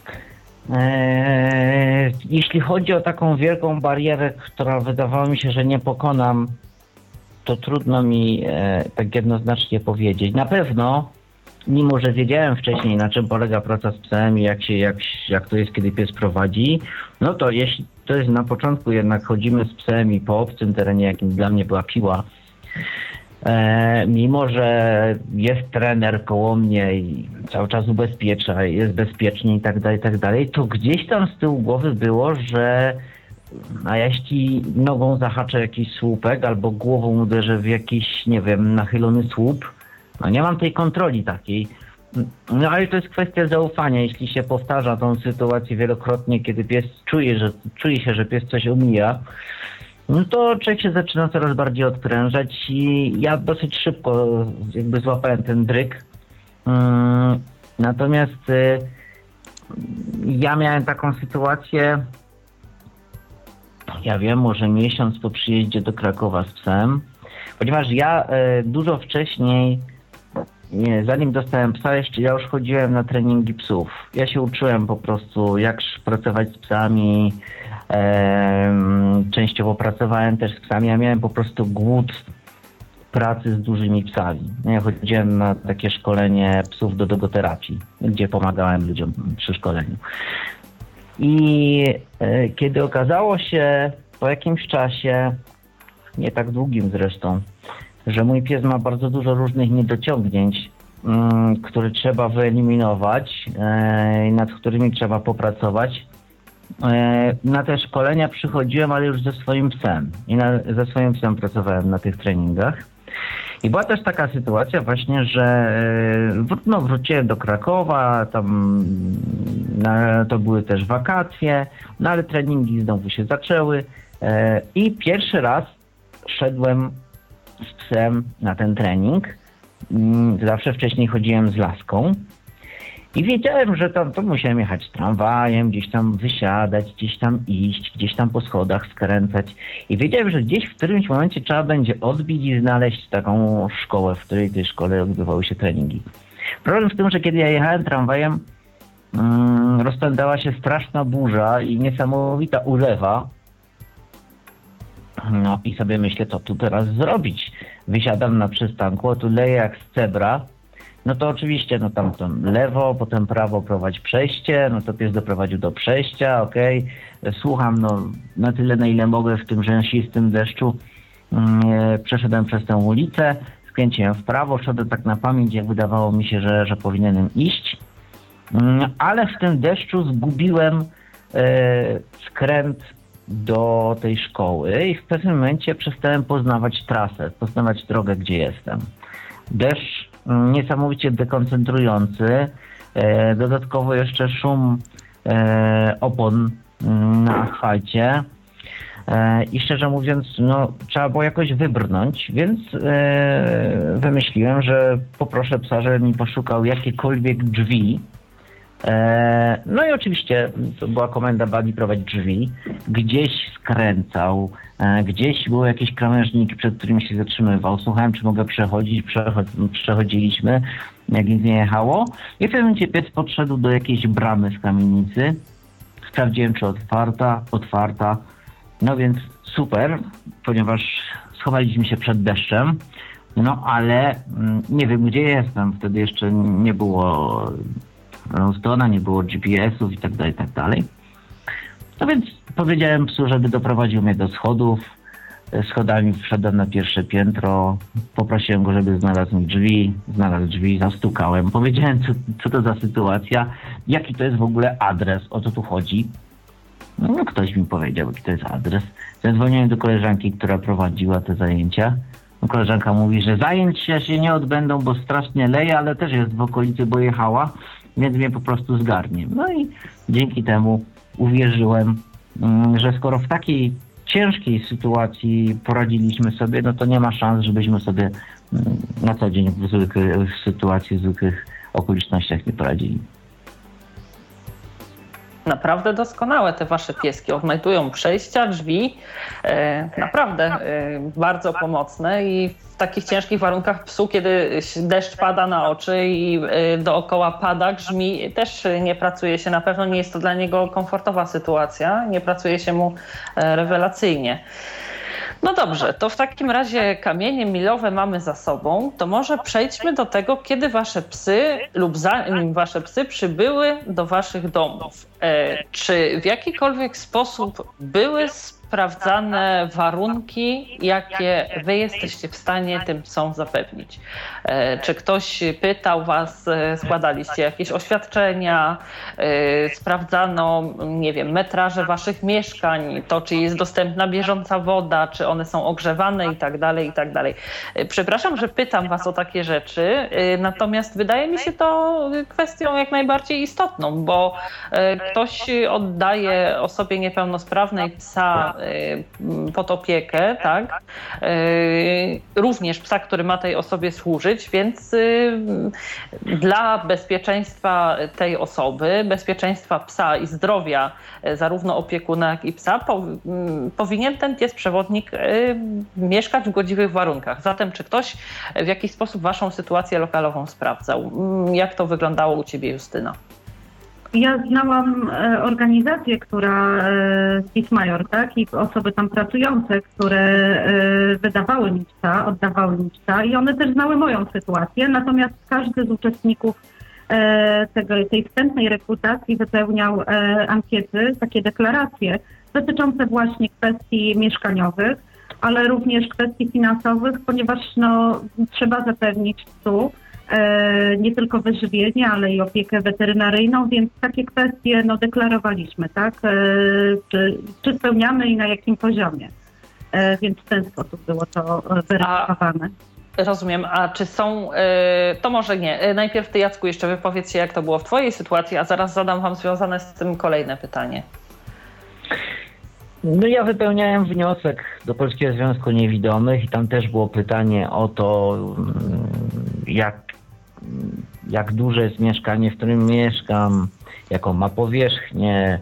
Speaker 3: Jeśli chodzi o taką wielką barierę, która wydawało mi się, że nie pokonam, to trudno mi tak jednoznacznie powiedzieć. Na pewno, mimo że wiedziałem wcześniej, na czym polega praca z psem i jak to jest, kiedy pies prowadzi, no to jeśli to jest na początku, jednak chodzimy z psem i po obcym terenie, jakim dla mnie była Piła, mimo że jest trener koło mnie i cały czas ubezpiecza, jest bezpiecznie i tak dalej, to gdzieś tam z tyłu głowy było, że a jeśli nogą zahaczę jakiś słupek albo głową uderzę w jakiś, nie wiem, nachylony słup, no nie mam tej kontroli takiej. No ale to jest kwestia zaufania. Jeśli się powtarza tą sytuację wielokrotnie, kiedy pies czuje się, że pies coś omija, no to człowiek się zaczyna coraz bardziej odprężać i ja dosyć szybko jakby złapałem ten dryg. Natomiast ja miałem taką sytuację, ja wiem, może miesiąc po przyjeździe do Krakowa z psem, ponieważ ja dużo wcześniej, zanim dostałem psa, ja już chodziłem na treningi psów. Ja się uczyłem po prostu, jak pracować z psami, częściowo pracowałem też z psami, ja miałem po prostu głód pracy z dużymi psami. Ja chodziłem na takie szkolenie psów do dogoterapii, gdzie pomagałem ludziom przy szkoleniu. I kiedy okazało się po jakimś czasie, nie tak długim zresztą, że mój pies ma bardzo dużo różnych niedociągnięć, które trzeba wyeliminować, nad którymi trzeba popracować. Na te szkolenia przychodziłem, ale już ze swoim psem. I ze swoim psem pracowałem na tych treningach. I była też taka sytuacja właśnie, że wróciłem do Krakowa, tam to były też wakacje, no ale treningi znowu się zaczęły i pierwszy raz szedłem z psem na ten trening. Zawsze wcześniej chodziłem z laską i wiedziałem, że to musiałem jechać tramwajem, gdzieś tam wysiadać, gdzieś tam iść, gdzieś tam po schodach skręcać i wiedziałem, że gdzieś w którymś momencie trzeba będzie odbić i znaleźć taką szkołę, w której tej szkole odbywały się treningi. Problem w tym, że kiedy ja jechałem tramwajem, rozpędzała się straszna burza i niesamowita ulewa. No i sobie myślę, co tu teraz zrobić? Wysiadam na przystanku, a tu leje jak z cebra. No to oczywiście, no tam lewo, potem prawo prowadź przejście, no to pies doprowadził do przejścia, okej. Słucham, no na tyle, na ile mogę w tym rzęsistym deszczu. Przeszedłem przez tę ulicę, skręciłem w prawo, szedłem tak na pamięć, jak wydawało mi się, że powinienem iść. Ale w tym deszczu zgubiłem skręt do tej szkoły i w pewnym momencie przestałem poznawać trasę, poznawać drogę, gdzie jestem. Deszcz niesamowicie dekoncentrujący, dodatkowo jeszcze szum opon na asfalcie i szczerze mówiąc, no trzeba było jakoś wybrnąć, więc wymyśliłem, że poproszę psa, żeby mi poszukał jakiekolwiek drzwi. No i oczywiście to była komenda Buddy prowadź drzwi, gdzieś skręcał, gdzieś były jakieś krawężniki, przed którymi się zatrzymywał. Słuchałem, czy mogę przechodzić, przechodziliśmy, jak nic nie jechało. I w pewnym momencie pies podszedł do jakiejś bramy z kamienicy. Sprawdziłem, czy otwarta. No więc super, ponieważ schowaliśmy się przed deszczem. No ale nie wiem, gdzie jestem. Wtedy jeszcze nie było Rostona, nie było GPS-ów i tak dalej. No więc powiedziałem psu, żeby doprowadził mnie do schodów. Schodami wszedłem na pierwsze piętro, poprosiłem go, żeby znalazł mi drzwi, znalazł drzwi, zastukałem. Powiedziałem, co to za sytuacja, jaki to jest w ogóle adres, o co tu chodzi. No ktoś mi powiedział, jaki to jest adres. Zadzwoniłem do koleżanki, która prowadziła te zajęcia. No, koleżanka mówi, że zajęcia się nie odbędą, bo strasznie leje, ale też jest w okolicy, bo jechała. więc mnie po prostu zgarnie. No i dzięki temu uwierzyłem, że skoro w takiej ciężkiej sytuacji poradziliśmy sobie, no to nie ma szans, żebyśmy sobie na co dzień w sytuacji, w zwykłych okolicznościach nie poradzili.
Speaker 2: Naprawdę doskonałe te wasze pieski. Odnajdują przejścia, drzwi. Naprawdę bardzo pomocne i w takich ciężkich warunkach psu, kiedy deszcz pada na oczy i dookoła pada, grzmi, też nie pracuje się. Na pewno nie jest to dla niego komfortowa sytuacja. Nie pracuje się mu rewelacyjnie. No dobrze, to w takim razie kamienie milowe mamy za sobą, to może przejdźmy do tego, kiedy wasze psy lub zanim wasze psy przybyły do waszych domów. Czy w jakikolwiek sposób były sprawdzane warunki, jakie wy jesteście w stanie tym psom zapewnić? Czy ktoś pytał was, składaliście jakieś oświadczenia, sprawdzano, nie wiem, metraże waszych mieszkań, to czy jest dostępna bieżąca woda, czy one są ogrzewane i tak dalej, i tak dalej. Przepraszam, że pytam was o takie rzeczy, natomiast wydaje mi się to kwestią jak najbardziej istotną, bo ktoś oddaje osobie niepełnosprawnej psa pod opiekę, tak? Również psa, który ma tej osobie służyć, więc dla bezpieczeństwa tej osoby, bezpieczeństwa psa i zdrowia zarówno opiekuna, jak i psa, powinien ten pies przewodnik mieszkać w godziwych warunkach. Zatem czy ktoś w jakiś sposób waszą sytuację lokalową sprawdzał? Jak to wyglądało u ciebie, Justyna?
Speaker 4: Ja znałam organizację, która PiS Major, tak, i osoby tam pracujące, które wydawały mi psa, oddawały mi psa i one też znały moją sytuację, natomiast każdy z uczestników tej wstępnej rekrutacji wypełniał ankiety, takie deklaracje dotyczące właśnie kwestii mieszkaniowych, ale również kwestii finansowych, ponieważ trzeba zapewnić psu nie tylko wyżywienie, ale i opiekę weterynaryjną, więc takie kwestie deklarowaliśmy, tak? Czy spełniamy i na jakim poziomie. Więc w ten sposób było to weryfikowane.
Speaker 2: Rozumiem. A czy są, to może nie. Najpierw ty, Jacku, jeszcze wypowiedz się, jak to było w twojej sytuacji, a zaraz zadam wam związane z tym kolejne pytanie.
Speaker 3: No ja wypełniałem wniosek do Polskiego Związku Niewidomych i tam też było pytanie o to, jak duże jest mieszkanie, w którym mieszkam, jaką ma powierzchnię,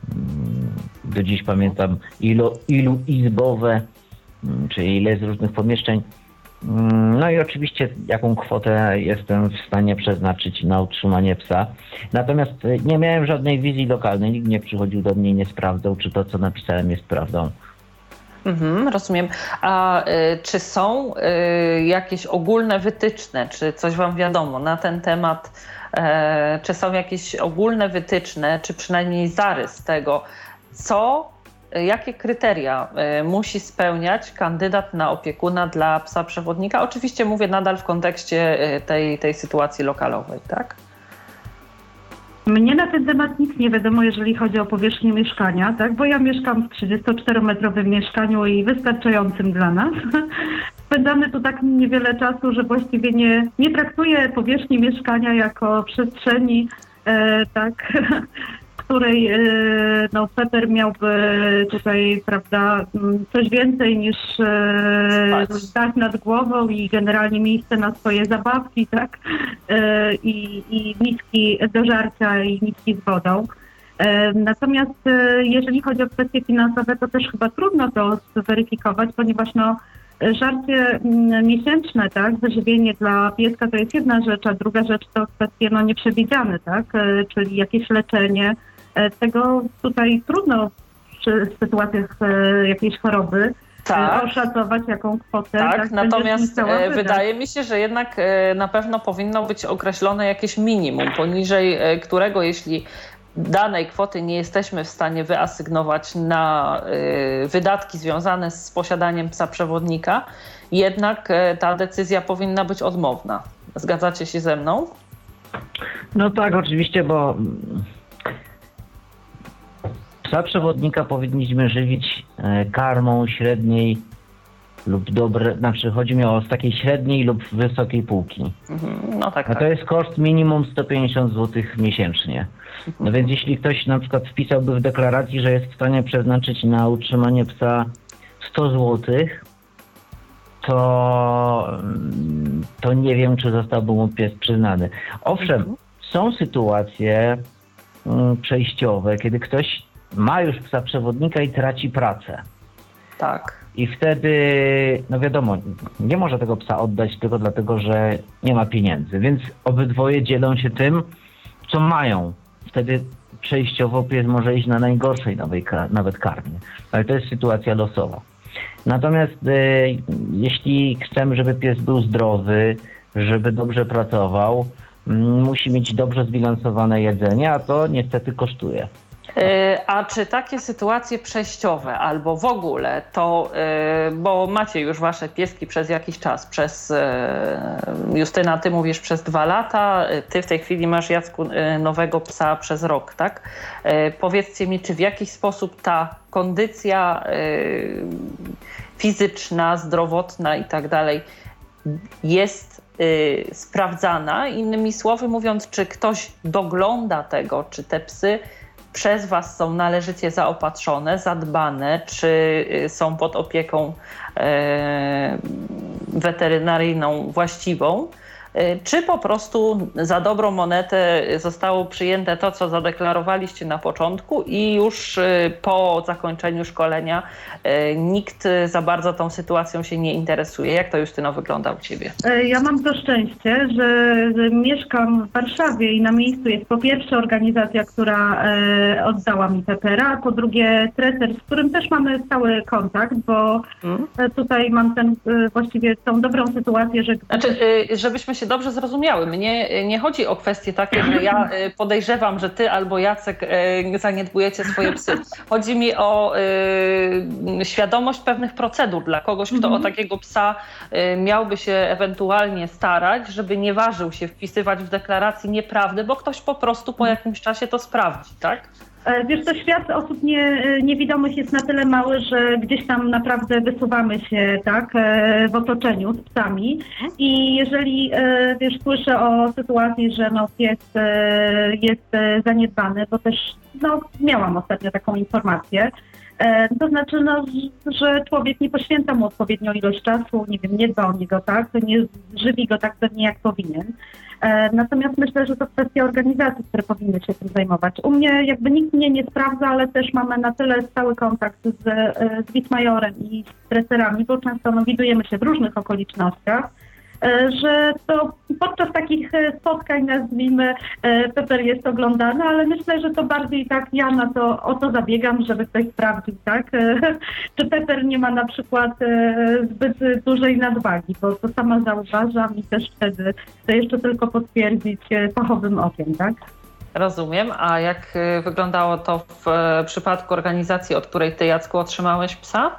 Speaker 3: do dziś pamiętam ilu izbowe, czyli ile jest różnych pomieszczeń. No i oczywiście jaką kwotę jestem w stanie przeznaczyć na utrzymanie psa. Natomiast nie miałem żadnej wizji lokalnej, nikt nie przychodził do mnie i nie sprawdzał, czy to, co napisałem, jest prawdą.
Speaker 2: Rozumiem. A czy są jakieś ogólne wytyczne, czy coś wam wiadomo na ten temat? Czy są jakieś ogólne wytyczne, czy przynajmniej zarys tego, jakie kryteria musi spełniać kandydat na opiekuna dla psa przewodnika? Oczywiście mówię nadal w kontekście tej sytuacji lokalowej, tak?
Speaker 4: Mnie na ten temat nic nie wiadomo, jeżeli chodzi o powierzchnię mieszkania, tak? Bo ja mieszkam w 34-metrowym mieszkaniu i wystarczającym dla nas. Spędzamy tu tak niewiele czasu, że właściwie nie traktuję powierzchni mieszkania jako przestrzeni, tak, w której Peter miałby tutaj, prawda, coś więcej niż dach nad głową i generalnie miejsce na swoje zabawki, tak, i miski do żarcia i miski z wodą. Natomiast jeżeli chodzi o kwestie finansowe, to też chyba trudno to zweryfikować, ponieważ żarcie miesięczne, tak, wyżywienie dla pieska to jest jedna rzecz, a druga rzecz to kwestie nieprzewidziane, tak, czyli jakieś leczenie. Tego tutaj trudno przy sytuacjach jakiejś choroby oszacować, jaką kwotę.
Speaker 2: Tak, natomiast wydaje mi się, że jednak na pewno powinno być określone jakieś minimum, poniżej którego, jeśli danej kwoty nie jesteśmy w stanie wyasygnować na wydatki związane z posiadaniem psa przewodnika, jednak ta decyzja powinna być odmowna. Zgadzacie się ze mną?
Speaker 3: No tak, oczywiście, bo psa przewodnika powinniśmy żywić karmą średniej lub dobre, znaczy chodzi mi o z takiej średniej lub wysokiej półki.
Speaker 2: No tak,
Speaker 3: A to jest koszt minimum 150 zł miesięcznie. No więc jeśli ktoś na przykład wpisałby w deklaracji, że jest w stanie przeznaczyć na utrzymanie psa 100 zł, to nie wiem, czy zostałby mu pies przyznany. Owszem, są sytuacje przejściowe, kiedy ktoś ma już psa przewodnika i traci pracę.
Speaker 2: Tak.
Speaker 3: I wtedy, no wiadomo, nie może tego psa oddać tylko dlatego, że nie ma pieniędzy, więc obydwoje dzielą się tym, co mają. Wtedy przejściowo pies może iść na najgorszej nawet karmie, ale to jest sytuacja losowa. Natomiast jeśli chcemy, żeby pies był zdrowy, żeby dobrze pracował, musi mieć dobrze zbilansowane jedzenie, a to niestety kosztuje.
Speaker 2: A czy takie sytuacje przejściowe albo w ogóle to, bo macie już wasze pieski przez jakiś czas, Justyna, ty mówisz przez 2 lata, ty w tej chwili masz, Jacku, nowego psa przez rok, tak? Powiedzcie mi, czy w jakiś sposób ta kondycja fizyczna, zdrowotna i tak dalej jest sprawdzana? Innymi słowy mówiąc, czy ktoś dogląda tego, czy te psy przez was są należycie zaopatrzone, zadbane, czy są pod opieką weterynaryjną właściwą, czy po prostu za dobrą monetę zostało przyjęte to, co zadeklarowaliście na początku i już po zakończeniu szkolenia nikt za bardzo tą sytuacją się nie interesuje. Jak to, Justyno, wygląda u ciebie?
Speaker 4: Ja mam to szczęście, że mieszkam w Warszawie i na miejscu jest po pierwsze organizacja, która oddała mi Pepera, a po drugie treser, z którym też mamy stały kontakt, bo tutaj mam właściwie tą dobrą sytuację, że...
Speaker 2: Znaczy, żebyśmy się dobrze zrozumiały, mnie nie chodzi o kwestie takie, że ja podejrzewam, że ty albo Jacek zaniedbujecie swoje psy. Chodzi mi o świadomość pewnych procedur dla kogoś, kto o takiego psa miałby się ewentualnie starać, żeby nie ważył się wpisywać w deklaracji nieprawdy, bo ktoś po prostu po jakimś czasie to sprawdzi, tak?
Speaker 4: Wiesz co, świat osób niewidomych jest na tyle mały, że gdzieś tam naprawdę wysuwamy się, tak, w otoczeniu z psami i jeżeli, wiesz, słyszę o sytuacji, że no, pies jest zaniedbany, bo też, no, miałam ostatnio taką informację, to znaczy, no, że człowiek nie poświęca mu odpowiednią ilość czasu, nie wiem, nie dba o niego, tak, nie żywi go tak pewnie, jak powinien. Natomiast myślę, że to kwestia organizacji, które powinny się tym zajmować. U mnie jakby nikt mnie nie sprawdza, ale też mamy na tyle stały kontakt z Witmajorem i z treserami, bo często no, widujemy się w różnych okolicznościach, że to podczas takich spotkań, nazwijmy, Pepper jest oglądany, ale myślę, że to bardziej tak ja o to zabiegam, żeby ktoś sprawdził, tak? Czy Pepper nie ma na przykład zbyt dużej nadwagi, bo to sama zauważam i też wtedy chcę jeszcze tylko potwierdzić fachowym okiem, tak?
Speaker 2: Rozumiem. A jak wyglądało to w przypadku organizacji, od której ty, Jacku, otrzymałeś psa?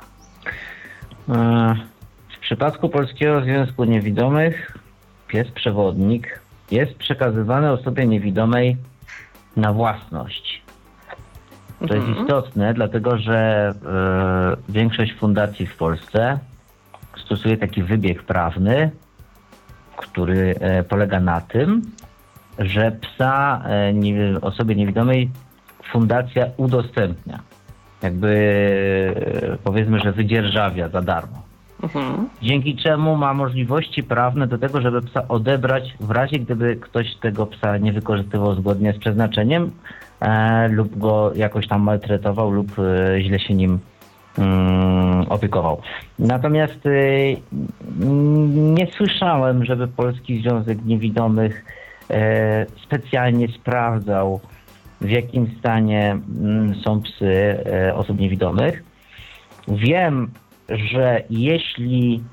Speaker 3: W przypadku Polskiego Związku Niewidomych pies przewodnik jest przekazywany osobie niewidomej na własność. To jest istotne, dlatego że większość fundacji w Polsce stosuje taki wybieg prawny, który polega na tym, że psa osobie niewidomej fundacja udostępnia. Jakby powiedzmy, że wydzierżawia za darmo. Dzięki czemu ma możliwości prawne do tego, żeby psa odebrać w razie, gdyby ktoś tego psa nie wykorzystywał zgodnie z przeznaczeniem lub go jakoś tam maltretował lub źle się nim opiekował. Natomiast nie słyszałem, żeby Polski Związek Niewidomych specjalnie sprawdzał, w jakim stanie są psy osób niewidomych. Wiem, że jeśli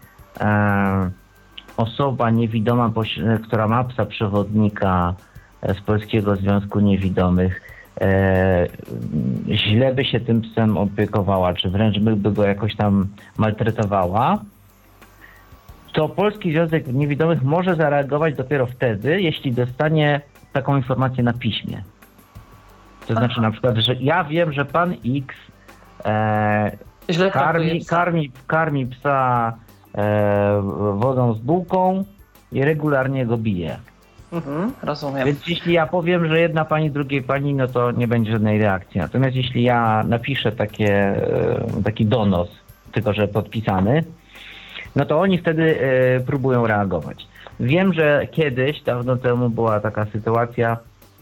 Speaker 3: osoba niewidoma, która ma psa przewodnika z Polskiego Związku Niewidomych, źle by się tym psem opiekowała, czy wręcz by go jakoś tam maltretowała, to Polski Związek Niewidomych może zareagować dopiero wtedy, jeśli dostanie taką informację na piśmie. To znaczy na przykład, że ja wiem, że pan X
Speaker 2: źle traktuje psa.
Speaker 3: Karmi psa wodą z bułką i regularnie go bije.
Speaker 2: Rozumiem.
Speaker 3: Więc jeśli ja powiem, że jedna pani, drugiej pani, no to nie będzie żadnej reakcji. Natomiast jeśli ja napiszę taki donos, tylko że podpisany, no to oni wtedy próbują reagować. Wiem, że kiedyś, dawno temu była taka sytuacja,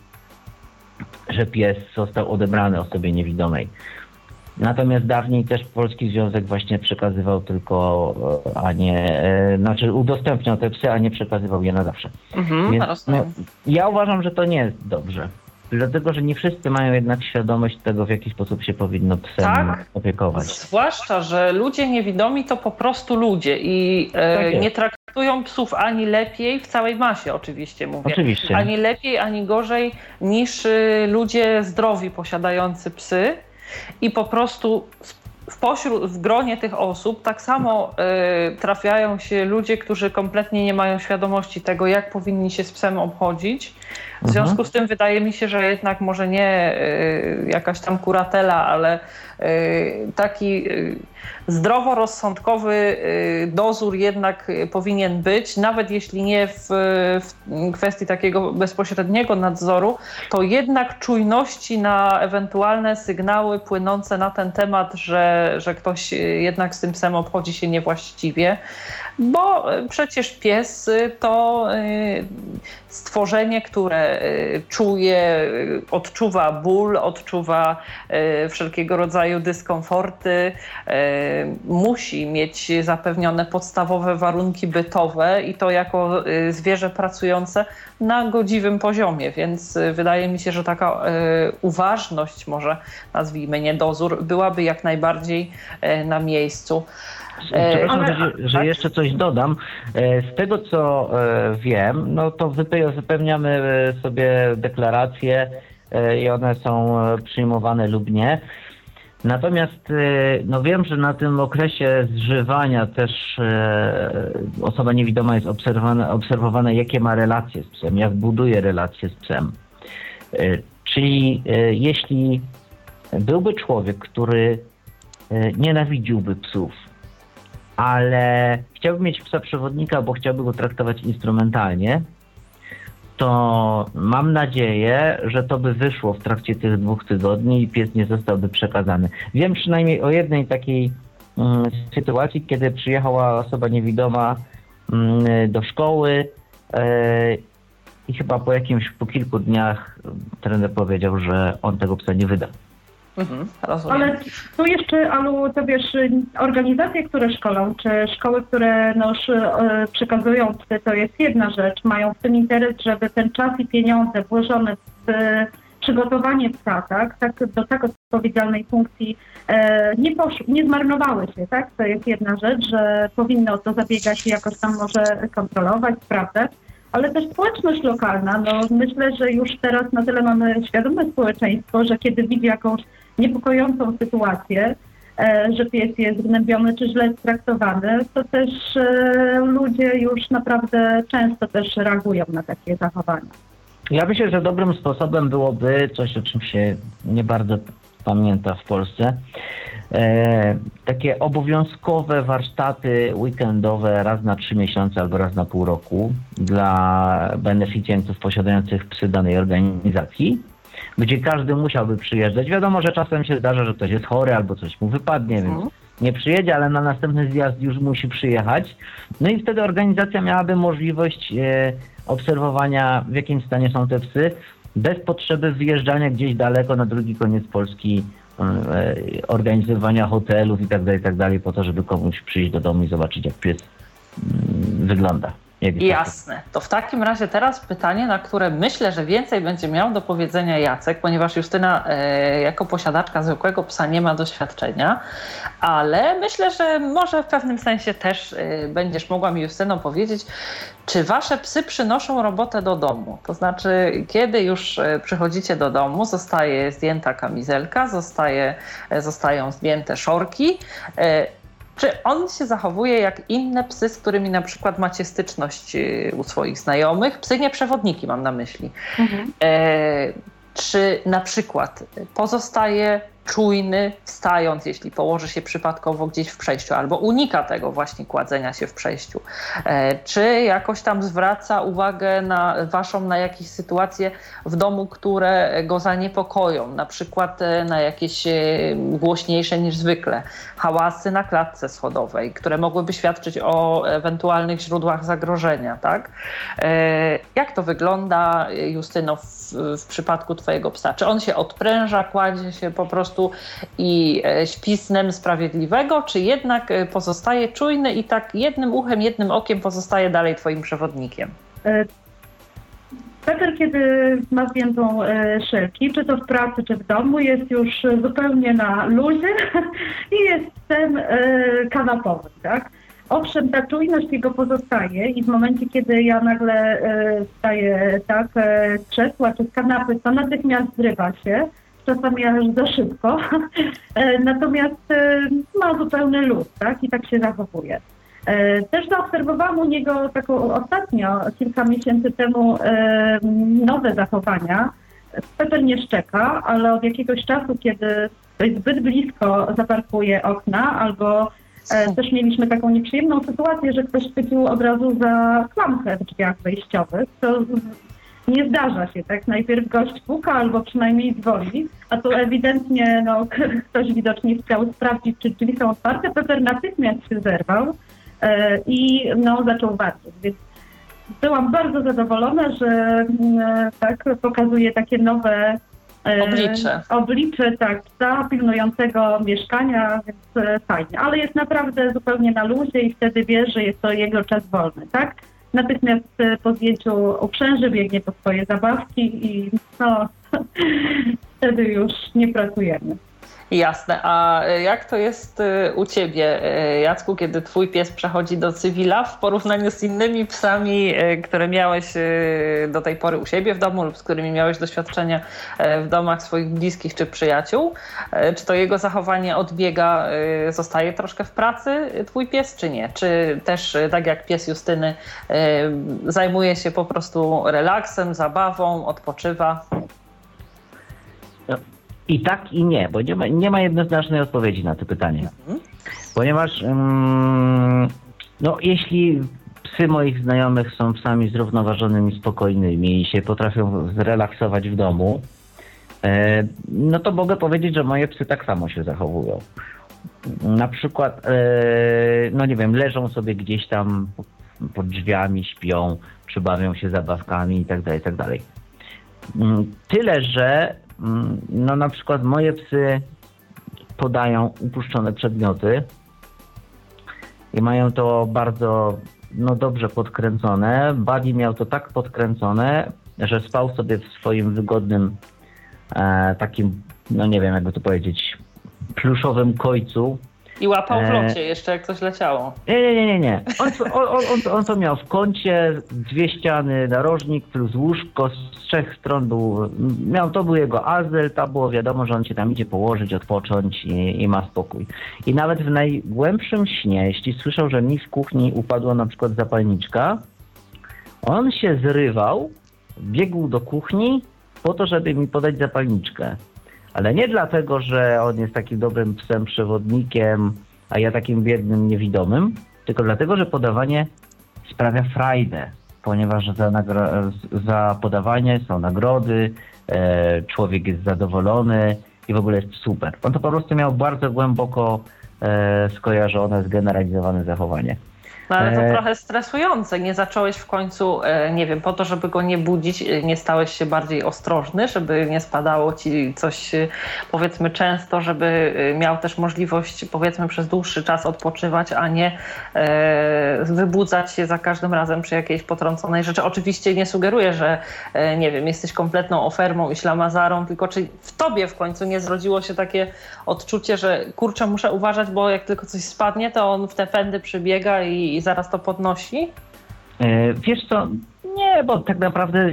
Speaker 3: że pies został odebrany osobie niewidomej. Natomiast dawniej też Polski Związek właśnie przekazywał tylko, udostępniał te psy, a nie przekazywał je na zawsze. Więc ja uważam, że to nie jest dobrze. Dlatego, że nie wszyscy mają jednak świadomość tego, w jaki sposób się powinno psem opiekować.
Speaker 2: Zwłaszcza, że ludzie niewidomi to po prostu ludzie i nie traktują psów ani lepiej, w całej masie oczywiście mówię, ani lepiej, ani gorzej niż ludzie zdrowi posiadający psy. I po prostu w gronie tych osób tak samo trafiają się ludzie, którzy kompletnie nie mają świadomości tego, jak powinni się z psem obchodzić. W związku z tym wydaje mi się, że jednak może nie jakaś tam kuratela, ale taki zdroworozsądkowy dozór jednak powinien być, nawet jeśli nie w kwestii takiego bezpośredniego nadzoru, to jednak czujności na ewentualne sygnały płynące na ten temat, że ktoś jednak z tym psem obchodzi się niewłaściwie, bo przecież pies to stworzenie, które czuje, odczuwa ból, odczuwa wszelkiego rodzaju dyskomforty, musi mieć zapewnione podstawowe warunki bytowe i to jako zwierzę pracujące na godziwym poziomie, więc wydaje mi się, że taka uważność, może nazwijmy niedozór, byłaby jak najbardziej na miejscu.
Speaker 3: Przepraszam, że jeszcze coś dodam. Z tego, co wiem, no to wypełniamy sobie deklaracje i one są przyjmowane lub nie. Natomiast no wiem, że na tym okresie zżywania też osoba niewidoma jest obserwowana, jakie ma relacje z psem, jak buduje relacje z psem. Czyli jeśli byłby człowiek, który nienawidziłby psów, ale chciałby mieć psa przewodnika, bo chciałby go traktować instrumentalnie, to mam nadzieję, że to by wyszło w trakcie tych 2 tygodni i pies nie zostałby przekazany. Wiem przynajmniej o jednej takiej sytuacji, kiedy przyjechała osoba niewidoma do szkoły i chyba po kilku dniach trener powiedział, że on tego psa nie wyda.
Speaker 4: Ale tu jeszcze, Alu, to wiesz, organizacje, które szkolą, czy szkoły, które przekazują psy, to jest jedna rzecz. Mają w tym interes, żeby ten czas i pieniądze włożone w przygotowanie psa, do tak odpowiedzialnej funkcji nie zmarnowały się, tak? To jest jedna rzecz, że powinno o to zabiegać i jakoś tam może kontrolować, sprawdzać. Ale też społeczność lokalna, no myślę, że już teraz na tyle mamy świadome społeczeństwo, że kiedy widzi jakąś niepokojącą sytuację, że pies jest gnębiony czy źle traktowany, to też ludzie już naprawdę często też reagują na takie zachowania.
Speaker 3: Ja myślę, że dobrym sposobem byłoby coś, o czym się nie bardzo pamięta w Polsce, takie obowiązkowe warsztaty weekendowe raz na 3 miesiące albo raz na pół roku dla beneficjentów posiadających psy danej organizacji, gdzie każdy musiałby przyjeżdżać. Wiadomo, że czasem się zdarza, że ktoś jest chory albo coś mu wypadnie, więc nie przyjedzie, ale na następny zjazd już musi przyjechać. No i wtedy organizacja miałaby możliwość obserwowania, w jakim stanie są te psy, bez potrzeby wyjeżdżania gdzieś daleko na drugi koniec Polski, organizowania hotelów i tak dalej, po to, żeby komuś przyjść do domu i zobaczyć, jak pies wygląda.
Speaker 2: Jasne. To w takim razie teraz pytanie, na które myślę, że więcej będzie miał do powiedzenia Jacek, ponieważ Justyna jako posiadaczka zwykłego psa nie ma doświadczenia, ale myślę, że może w pewnym sensie też będziesz mogła mi, Justyno, powiedzieć, czy wasze psy przynoszą robotę do domu? To znaczy, kiedy już przychodzicie do domu, zostaje zdjęta kamizelka, zostają zdjęte szorki, czy on się zachowuje jak inne psy, z którymi na przykład macie styczność u swoich znajomych? Psy nieprzewodniki mam na myśli. Czy na przykład pozostaje czujny, wstając, jeśli położy się przypadkowo gdzieś w przejściu, albo unika tego właśnie kładzenia się w przejściu. Czy jakoś tam zwraca uwagę na jakieś sytuacje w domu, które go zaniepokoją, na przykład na jakieś głośniejsze niż zwykle hałasy na klatce schodowej, które mogłyby świadczyć o ewentualnych źródłach zagrożenia, tak? Jak to wygląda, Justyno, w przypadku twojego psa? Czy on się odpręża, kładzie się po prostu i śpi snem sprawiedliwego, czy jednak pozostaje czujny i tak jednym uchem, jednym okiem pozostaje dalej twoim przewodnikiem?
Speaker 4: Peter, kiedy ma zdjętą szelki, czy to w pracy, czy w domu, jest już zupełnie na luzie i jest psem kanapowym, tak? Owszem, ta czujność jego pozostaje i w momencie, kiedy ja nagle wstaję z krzesła czy z kanapy, to natychmiast zrywa się, czasami aż za szybko, natomiast ma zupełny luz, tak? I tak się zachowuje. Też zaobserwowałam u niego taką ostatnio, kilka miesięcy temu, nowe zachowania. Peter nie szczeka, ale od jakiegoś czasu, kiedy zbyt blisko zaparkuje okna, albo też mieliśmy taką nieprzyjemną sytuację, że ktoś chwycił od razu za klamkę w drzwiach wejściowych. To nie zdarza się, tak? Najpierw gość puka albo przynajmniej dzwoni, a tu ewidentnie ktoś widocznie chciał sprawdzić, czy drzwi są otwarte. Peter natychmiast się zerwał i zaczął warczeć. Więc byłam bardzo zadowolona, że tak pokazuje takie nowe oblicze tak, psa pilnującego mieszkania, więc fajnie. Ale jest naprawdę zupełnie na luzie i wtedy wie, że jest to jego czas wolny, tak? Natychmiast po zdjęciu uprzęży, biegnie po swoje zabawki i wtedy już nie pracujemy.
Speaker 2: Jasne. A jak to jest u ciebie, Jacku, kiedy twój pies przechodzi do cywila w porównaniu z innymi psami, które miałeś do tej pory u siebie w domu lub z którymi miałeś doświadczenia w domach swoich bliskich czy przyjaciół? Czy to jego zachowanie odbiega, zostaje troszkę w pracy twój pies, czy nie? Czy też, tak jak pies Justyny, zajmuje się po prostu relaksem, zabawą, odpoczywa?
Speaker 3: I tak, i nie, bo nie ma jednoznacznej odpowiedzi na to pytanie. Ponieważ jeśli psy moich znajomych są psami zrównoważonymi, spokojnymi i się potrafią zrelaksować w domu, to mogę powiedzieć, że moje psy tak samo się zachowują. Na przykład, leżą sobie gdzieś tam pod drzwiami, śpią, czy bawią się zabawkami itd. Tyle, że na przykład moje psy podają upuszczone przedmioty i mają to bardzo dobrze podkręcone. Buddy miał to tak podkręcone, że spał sobie w swoim wygodnym takim, nie wiem jakby to powiedzieć, pluszowym kojcu.
Speaker 2: I łapał w locie jeszcze, jak coś leciało.
Speaker 3: Nie. On to miał w kącie, 2 ściany, narożnik plus łóżko, z 3 stron to był jego azyl, tam było wiadomo, że on się tam idzie położyć, odpocząć i ma spokój. I nawet w najgłębszym śnie, jeśli słyszał, że mi w kuchni upadła na przykład zapalniczka, on się zrywał, biegł do kuchni po to, żeby mi podać zapalniczkę. Ale nie dlatego, że on jest takim dobrym psem przewodnikiem, a ja takim biednym niewidomym, tylko dlatego, że podawanie sprawia frajdę, ponieważ za podawanie są nagrody, człowiek jest zadowolony i w ogóle jest super. On to po prostu miał bardzo głęboko skojarzone, zgeneralizowane zachowanie.
Speaker 2: Ale to trochę stresujące. Nie zacząłeś w końcu, po to, żeby go nie budzić, nie stałeś się bardziej ostrożny, żeby nie spadało ci coś, powiedzmy, często, żeby miał też możliwość, powiedzmy, przez dłuższy czas odpoczywać, a nie wybudzać się za każdym razem przy jakiejś potrąconej rzeczy. Oczywiście nie sugeruję, że, jesteś kompletną ofermą i ślamazarą, tylko czy w tobie w końcu nie zrodziło się takie odczucie, że kurczę, muszę uważać, bo jak tylko coś spadnie, to on w te pędy przybiega i zaraz to podnosi?
Speaker 3: Wiesz co, nie, bo tak naprawdę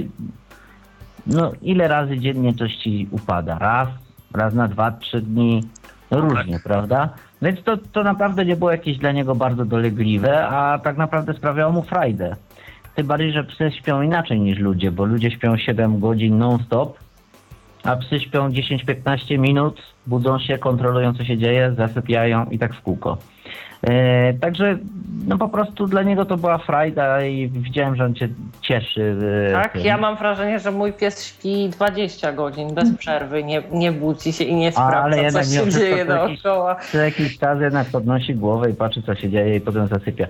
Speaker 3: ile razy dziennie coś ci upada? Raz na 2-3 dni, różnie, prawda? Więc to naprawdę nie było jakieś dla niego bardzo dolegliwe, a tak naprawdę sprawiało mu frajdę. Tym bardziej, że psy śpią inaczej niż ludzie, bo ludzie śpią 7 godzin non-stop, a psy śpią 10-15 minut, budzą się, kontrolują co się dzieje, zasypiają i tak w kółko. Także no po prostu dla niego to była frajda i widziałem, że on się cieszy.
Speaker 2: Tak, ja mam wrażenie, że mój pies śpi 20 godzin bez przerwy, nie budzi się i nie sprawdza, co się dzieje dookoła.
Speaker 3: Co jakiś czas jednak podnosi głowę i patrzy, co się dzieje i potem zasypia.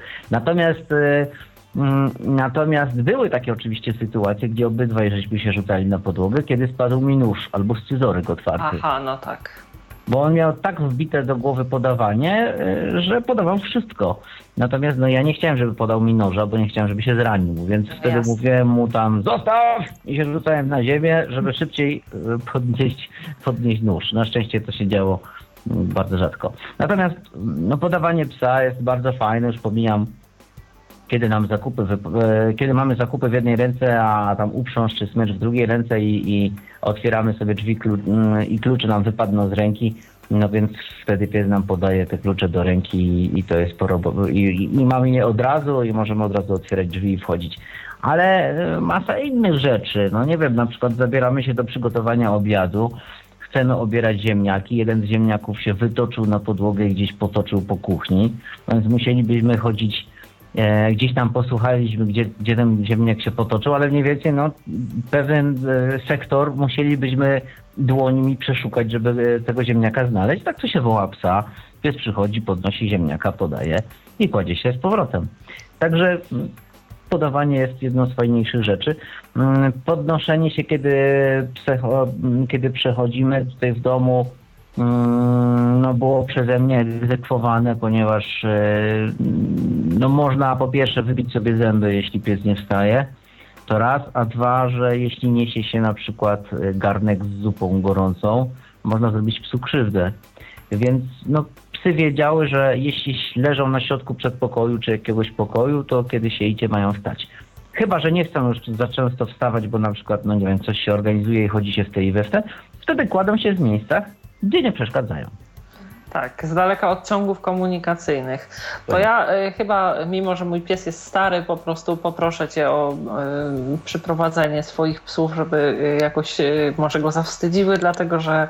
Speaker 3: Natomiast były takie oczywiście sytuacje, gdzie obydwaj żeśmy się rzucali na podłogę, kiedy spadł mi nóż albo scyzoryk otwarty.
Speaker 2: Aha, no tak.
Speaker 3: Bo on miał tak wbite do głowy podawanie, że podawał wszystko. Natomiast ja nie chciałem, żeby podał mi noża, bo nie chciałem, żeby się zranił. Więc wtedy mówiłem mu tam zostaw! I się rzucałem na ziemię, żeby szybciej podnieść nóż. Na szczęście to się działo bardzo rzadko. Natomiast podawanie psa jest bardzo fajne. Już pomijam, kiedy mamy zakupy w jednej ręce, a tam uprząż czy smycz w drugiej ręce i otwieramy sobie drzwi i klucze nam wypadną z ręki, no więc wtedy pies nam podaje te klucze do ręki i to jest i mamy je od razu i możemy od razu otwierać drzwi i wchodzić. Ale masa innych rzeczy, nie wiem, na przykład zabieramy się do przygotowania obiadu, chcemy obierać ziemniaki, jeden z ziemniaków się wytoczył na podłogę i gdzieś potoczył po kuchni, więc musielibyśmy chodzić. Gdzieś tam posłuchaliśmy, gdzie ten ziemniak się potoczył, ale mniej więcej pewien sektor musielibyśmy dłońmi przeszukać, żeby tego ziemniaka znaleźć. Tak to się woła psa. Pies przychodzi, podnosi ziemniaka, podaje i kładzie się z powrotem. Także podawanie jest jedną z fajniejszych rzeczy. Podnoszenie się, kiedy przechodzimy tutaj w domu, było przeze mnie egzekwowane, ponieważ można po pierwsze wybić sobie zęby, jeśli pies nie wstaje, to raz, a dwa, że jeśli niesie się na przykład garnek z zupą gorącą, można zrobić psu krzywdę. Więc psy wiedziały, że jeśli leżą na środku przedpokoju czy jakiegoś pokoju, to kiedy się idzie, mają wstać. Chyba że nie chcą już za często wstawać, bo na przykład, coś się organizuje i chodzi się w tej i we w te, wtedy kładą się w miejscach, gdzie nie przeszkadzają.
Speaker 2: Tak, z daleka od ciągów komunikacyjnych. To ja chyba, mimo że mój pies jest stary, po prostu poproszę Cię o przyprowadzenie swoich psów, żeby jakoś może go zawstydziły, dlatego że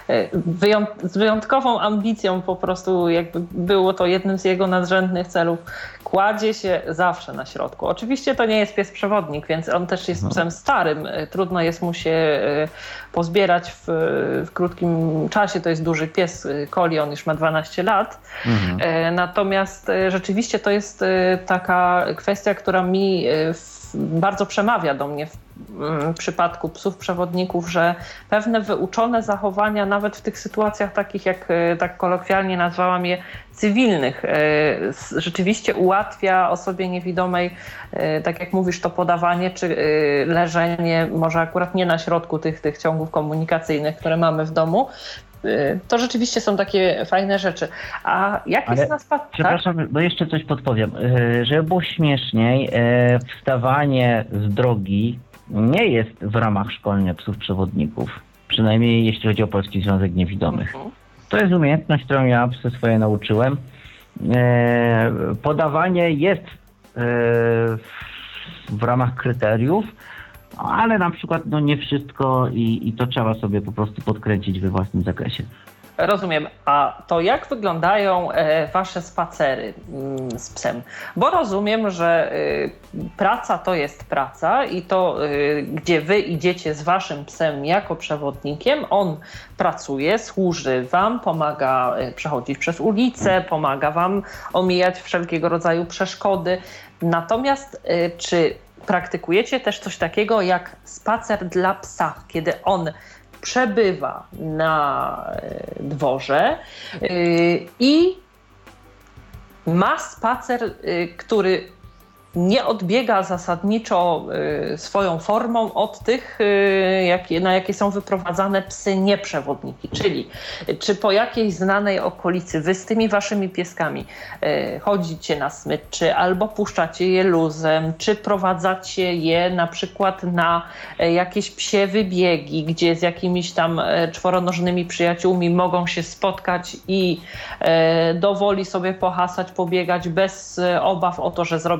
Speaker 2: z wyjątkową ambicją po prostu jakby było to jednym z jego nadrzędnych celów. Kładzie się zawsze na środku. Oczywiście to nie jest pies przewodnik, więc on też jest psem starym. Trudno jest mu się pozbierać w krótkim czasie. To jest duży pies, Collie, on już ma 12 lat. Natomiast rzeczywiście to jest taka kwestia, która mi bardzo przemawia do mnie w przypadku psów przewodników, że pewne wyuczone zachowania, nawet w tych sytuacjach takich, jak tak kolokwialnie nazwałam je, cywilnych, rzeczywiście ułatwia osobie niewidomej, tak jak mówisz, to podawanie czy leżenie, może akurat nie na środku tych ciągów komunikacyjnych, które mamy w domu. To rzeczywiście są takie fajne rzeczy. A jak jest na spacerze?
Speaker 3: Przepraszam, bo jeszcze coś podpowiem. Żeby było śmieszniej, wstawanie z drogi nie jest w ramach szkolenia psów przewodników. Przynajmniej jeśli chodzi o Polski Związek Niewidomych. To jest umiejętność, którą ja psy swoje nauczyłem. Podawanie jest w ramach kryteriów, ale na przykład nie wszystko i to trzeba sobie po prostu podkręcić we własnym zakresie.
Speaker 2: Rozumiem. A to jak wyglądają wasze spacery z psem? Bo rozumiem, że praca to jest praca i to, gdzie wy idziecie z waszym psem jako przewodnikiem, on pracuje, służy wam, pomaga przechodzić przez ulicę, pomaga wam omijać wszelkiego rodzaju przeszkody. Natomiast czy praktykujecie też coś takiego jak spacer dla psa, kiedy on przebywa na dworze i ma spacer, który nie odbiega zasadniczo swoją formą od tych, na jakie są wyprowadzane psy nieprzewodniki. Czyli czy po jakiejś znanej okolicy wy z tymi waszymi pieskami chodzicie na smyczy albo puszczacie je luzem, czy prowadzacie je na przykład na jakieś psie wybiegi, gdzie z jakimiś tam czworonożnymi przyjaciółmi mogą się spotkać i dowoli sobie pohasać, pobiegać bez obaw o to, że zrobią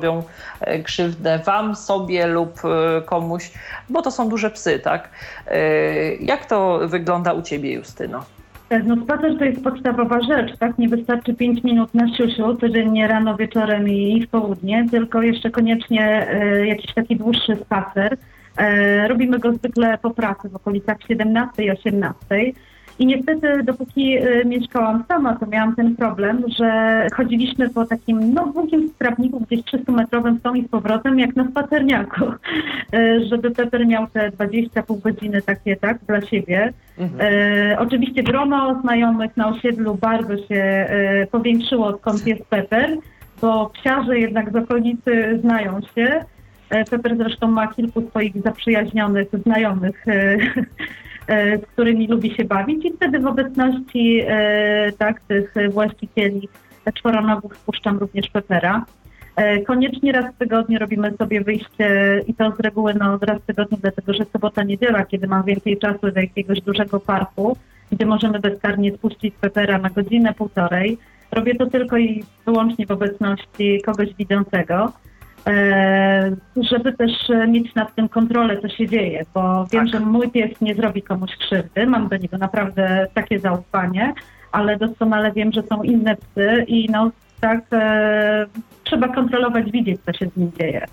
Speaker 2: krzywdę wam, sobie lub komuś, bo to są duże psy, tak? Jak to wygląda u ciebie, Justyno?
Speaker 4: No spacer to jest podstawowa rzecz, tak? Nie wystarczy 5 minut na siusiu, codziennie rano, wieczorem i w południe, tylko jeszcze koniecznie jakiś taki dłuższy spacer. Robimy go zwykle po pracy w okolicach 17 i 18. I niestety dopóki mieszkałam sama, to miałam ten problem, że chodziliśmy po takim długim trawniku, gdzieś 300-metrowym z tą i z powrotem, jak na spacerniaku, żeby Pepper miał te 20 pół godziny takie, tak, dla siebie. Oczywiście grono znajomych na osiedlu bardzo się powiększyło, odkąd jest Pepper, bo psiarze jednak z okolicy znają się. Pepper zresztą ma kilku swoich zaprzyjaźnionych znajomych, z którymi lubi się bawić i wtedy w obecności tych właścicieli czworonogów spuszczam również Peppera. Koniecznie raz w tygodniu robimy sobie wyjście i to z reguły raz w tygodniu, dlatego że sobota, niedziela, kiedy mam więcej czasu do jakiegoś dużego parku, gdzie możemy bezkarnie spuścić Peppera na godzinę, półtorej. Robię to tylko i wyłącznie w obecności kogoś widzącego, żeby też mieć nad tym kontrolę, co się dzieje, bo wiem, że mój pies nie zrobi komuś krzywdy, mam do niego naprawdę takie zaufanie, ale doskonale wiem, że są inne psy i trzeba kontrolować, widzieć, co się z nim dzieje.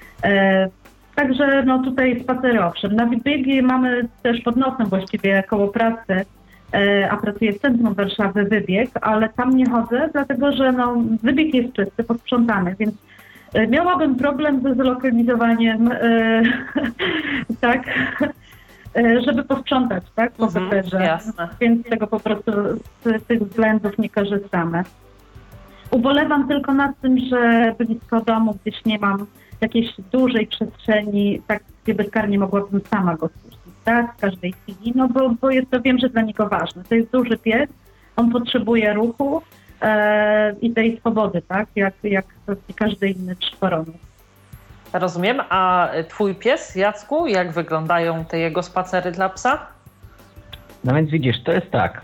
Speaker 4: Także tutaj spacery owszem. Na biegi mamy też pod nosem właściwie koło pracy, a pracuję w centrum Warszawy, wybieg, ale tam nie chodzę, dlatego że wybieg jest czysty, posprzątany, więc miałabym problem ze zlokalizowaniem, tak, żeby posprzątać, tak, po Pepperze, więc tego po prostu z tych względów nie korzystamy. Ubolewam tylko nad tym, że blisko domu gdzieś nie mam jakiejś dużej przestrzeni, tak, gdzie bezkarnie mogłabym sama go spuścić, tak, w każdej chwili, bo jest to, wiem, że dla niego ważne. To jest duży pies, on potrzebuje ruchu i tej swobody, tak, jak każdy inny czworonóg.
Speaker 2: Rozumiem, a twój pies, Jacku, jak wyglądają te jego spacery dla psa?
Speaker 3: No więc widzisz, to jest tak.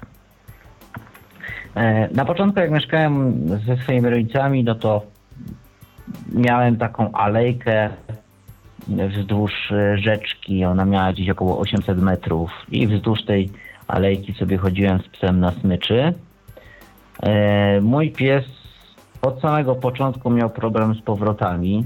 Speaker 3: Na początku, jak mieszkałem ze swoimi rodzicami, to miałem taką alejkę wzdłuż rzeczki. Ona miała gdzieś około 800 metrów i wzdłuż tej alejki sobie chodziłem z psem na smyczy. Mój pies od samego początku miał problem z powrotami.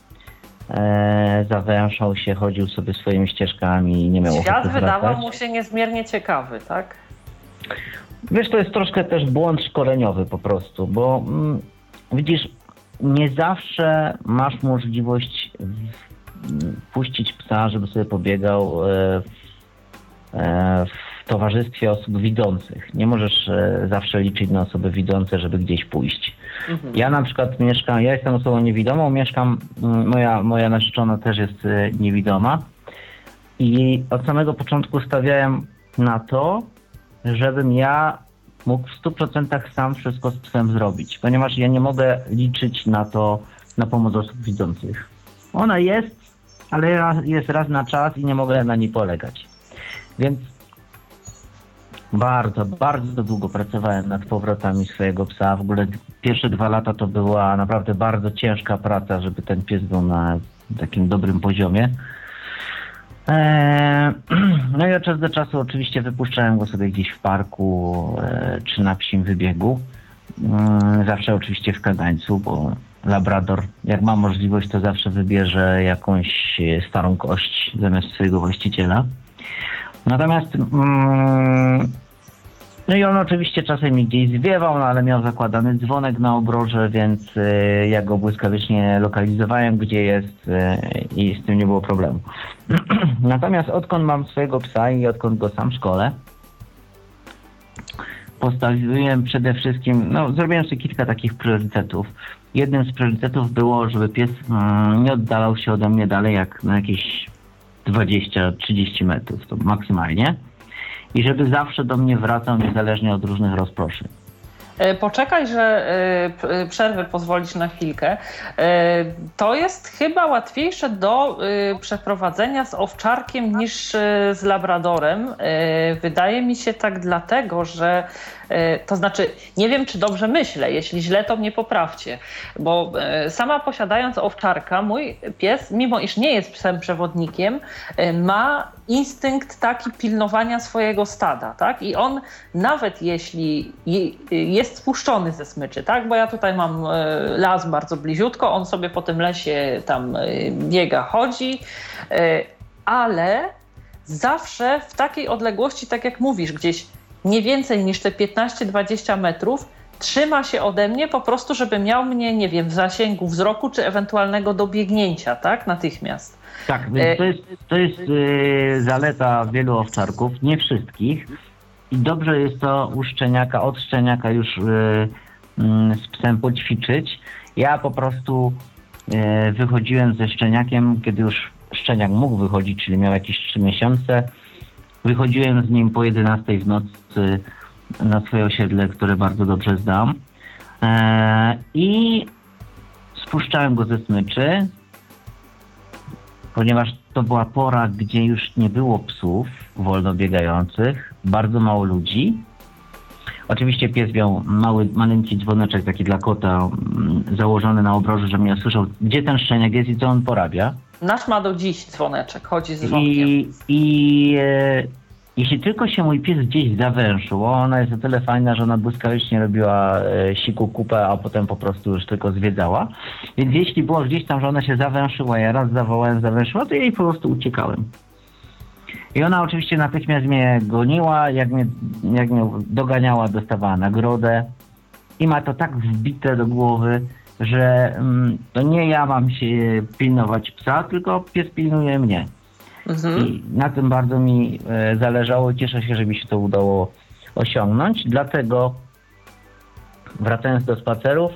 Speaker 3: Zawęszał się, chodził sobie swoimi ścieżkami i nie miał ochoty wracać.
Speaker 2: Świat wydawał mu się niezmiernie ciekawy, tak?
Speaker 3: Wiesz, to jest troszkę też błąd szkoleniowy po prostu, bo widzisz, nie zawsze masz możliwość puścić psa, żeby sobie pobiegał w towarzystwie osób widzących. Nie możesz zawsze liczyć na osoby widzące, żeby gdzieś pójść. Ja na przykład mieszkam, ja jestem osobą niewidomą, moja narzeczona też jest niewidoma i od samego początku stawiałem na to, żebym ja mógł w 100% sam wszystko z psem zrobić, ponieważ ja nie mogę liczyć na pomoc osób widzących. Ona jest, ale jest raz na czas i nie mogę na niej polegać. Więc bardzo, bardzo długo pracowałem nad powrotami swojego psa. W ogóle pierwsze 2 lata to była naprawdę bardzo ciężka praca, żeby ten pies był na takim dobrym poziomie. No i od czasu do czasu oczywiście wypuszczałem go sobie gdzieś w parku czy na psim wybiegu. Zawsze oczywiście w kagańcu, bo labrador, jak ma możliwość, to zawsze wybierze jakąś starą kość zamiast swojego właściciela. Natomiast no i on oczywiście czasem mi gdzieś zwiewał, ale miał zakładany dzwonek na obroże, więc ja go błyskawicznie lokalizowałem, gdzie jest i z tym nie było problemu. Natomiast odkąd mam swojego psa i odkąd go sam szkolę, postawiłem przede wszystkim, zrobiłem sobie kilka takich priorytetów. Jednym z priorytetów było, żeby pies nie oddalał się ode mnie dalej jak na jakieś 20-30 metrów, to maksymalnie. I żeby zawsze do mnie wracał niezależnie od różnych rozproszeń.
Speaker 2: Poczekaj, że przerwę pozwolić na chwilkę. To jest chyba łatwiejsze do przeprowadzenia z owczarkiem niż z labradorem. Wydaje mi się tak dlatego, że To znaczy, nie wiem, czy dobrze myślę, jeśli źle, to mnie poprawcie, bo sama posiadając owczarka, mój pies, mimo iż nie jest psem przewodnikiem, ma instynkt taki pilnowania swojego stada, tak? I on nawet jeśli jest spuszczony ze smyczy, tak? Bo ja tutaj mam las bardzo bliziutko, on sobie po tym lesie tam biega, chodzi, ale zawsze w takiej odległości, tak jak mówisz, gdzieś nie więcej niż te 15-20 metrów, trzyma się ode mnie po prostu, żeby miał mnie, nie wiem, w zasięgu wzroku, czy ewentualnego dobiegnięcia, tak? Natychmiast.
Speaker 3: Tak, to jest zaleta wielu owczarków, nie wszystkich. I dobrze jest to u szczeniaka, od szczeniaka już z psem poćwiczyć. Ja po prostu wychodziłem ze szczeniakiem, kiedy już szczeniak mógł wychodzić, czyli miał jakieś 3 miesiące. Wychodziłem z nim po 11 w nocy na swoje osiedle, które bardzo dobrze znam. I spuszczałem go ze smyczy, ponieważ to była pora, gdzie już nie było psów wolno biegających, bardzo mało ludzi. Oczywiście pies miał maleńki dzwoneczek taki dla kota założony na obroży, żebym nie słyszał, gdzie ten szczeniak jest i co on porabia.
Speaker 2: Nasz ma do dziś dzwoneczek, chodzi z dzwonkiem.
Speaker 3: Jeśli tylko się mój pies gdzieś zawęszył, ona jest o tyle fajna, że ona błyskawicznie robiła siku kupę, a potem po prostu już tylko zwiedzała. Więc jeśli było gdzieś tam, że ona się zawęszyła, ja raz zawołałem, zawęszyła, to jej po prostu uciekałem. I ona oczywiście natychmiast mnie goniła, jak mnie doganiała, dostawała nagrodę. I ma to tak wbite do głowy, że to nie ja mam się pilnować psa, tylko pies pilnuje mnie. I na tym bardzo mi zależało. Cieszę się, że mi się to udało osiągnąć. Dlatego, wracając do spacerów,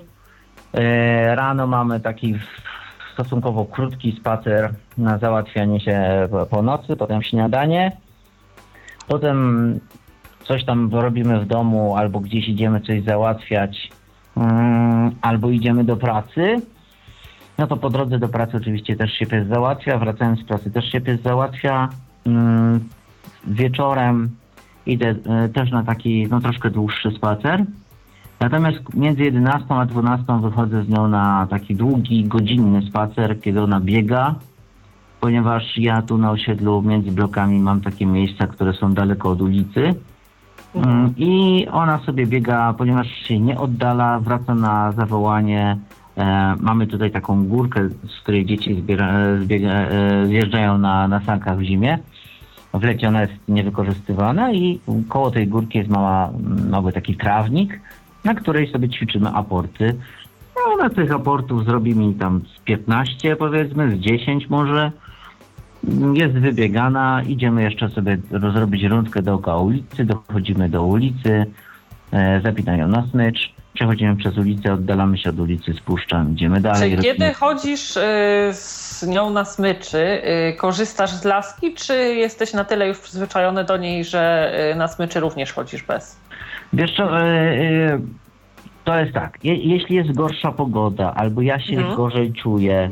Speaker 3: rano mamy taki stosunkowo krótki spacer na załatwianie się po nocy, potem śniadanie, potem coś tam robimy w domu, albo gdzieś idziemy coś załatwiać, albo idziemy do pracy. No to po drodze do pracy oczywiście też się pies załatwia, wracając z pracy też się pies załatwia. Wieczorem idę też na taki troszkę dłuższy spacer. Natomiast między 11 a 12 wychodzę z nią na taki długi, godzinny spacer, kiedy ona biega, ponieważ ja tu na osiedlu między blokami mam takie miejsca, które są daleko od ulicy. I ona sobie biega, ponieważ się nie oddala, wraca na zawołanie. Mamy tutaj taką górkę, z której dzieci zjeżdżają na sankach w zimie. W lecie ona jest niewykorzystywana i koło tej górki jest mały taki trawnik, na której sobie ćwiczymy aporty. No, na tych aportów zrobi mi tam z 15 powiedzmy, z 10 może. Jest wybiegana, idziemy jeszcze sobie zrobić rundkę dookoła ulicy, dochodzimy do ulicy, zapinają na smycz, przechodzimy przez ulicę, oddalamy się od ulicy, spuszczam, idziemy dalej.
Speaker 2: Czy kiedy chodzisz z nią na smyczy, korzystasz z laski, czy jesteś na tyle już przyzwyczajony do niej, że na smyczy również chodzisz bez?
Speaker 3: Wiesz co, to jest tak, jeśli jest gorsza pogoda, albo ja się gorzej czuję,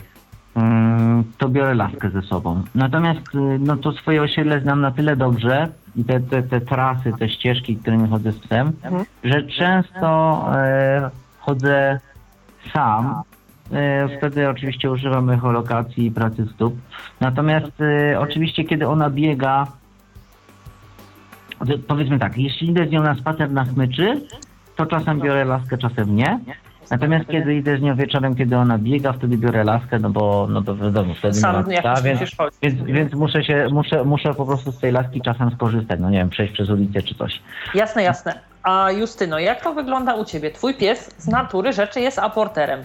Speaker 3: to biorę laskę ze sobą. Natomiast to swoje osiedle znam na tyle dobrze, te trasy, te ścieżki, którymi chodzę z psem, że często chodzę sam. Wtedy oczywiście używam echolokacji i pracy stóp. Natomiast oczywiście kiedy ona biega, powiedzmy tak, jeśli idę z nią na spacer na smyczy, to czasem biorę laskę, czasem nie. Natomiast kiedy idę z nią wieczorem, kiedy ona biega, wtedy biorę laskę, no bo wiadomo, wtedy
Speaker 2: sam
Speaker 3: nie ma więc muszę po prostu z tej laski czasem skorzystać, no nie wiem, przejść przez ulicę czy coś.
Speaker 2: Jasne. A Justyno, jak to wygląda u ciebie? Twój pies z natury rzeczy jest aporterem.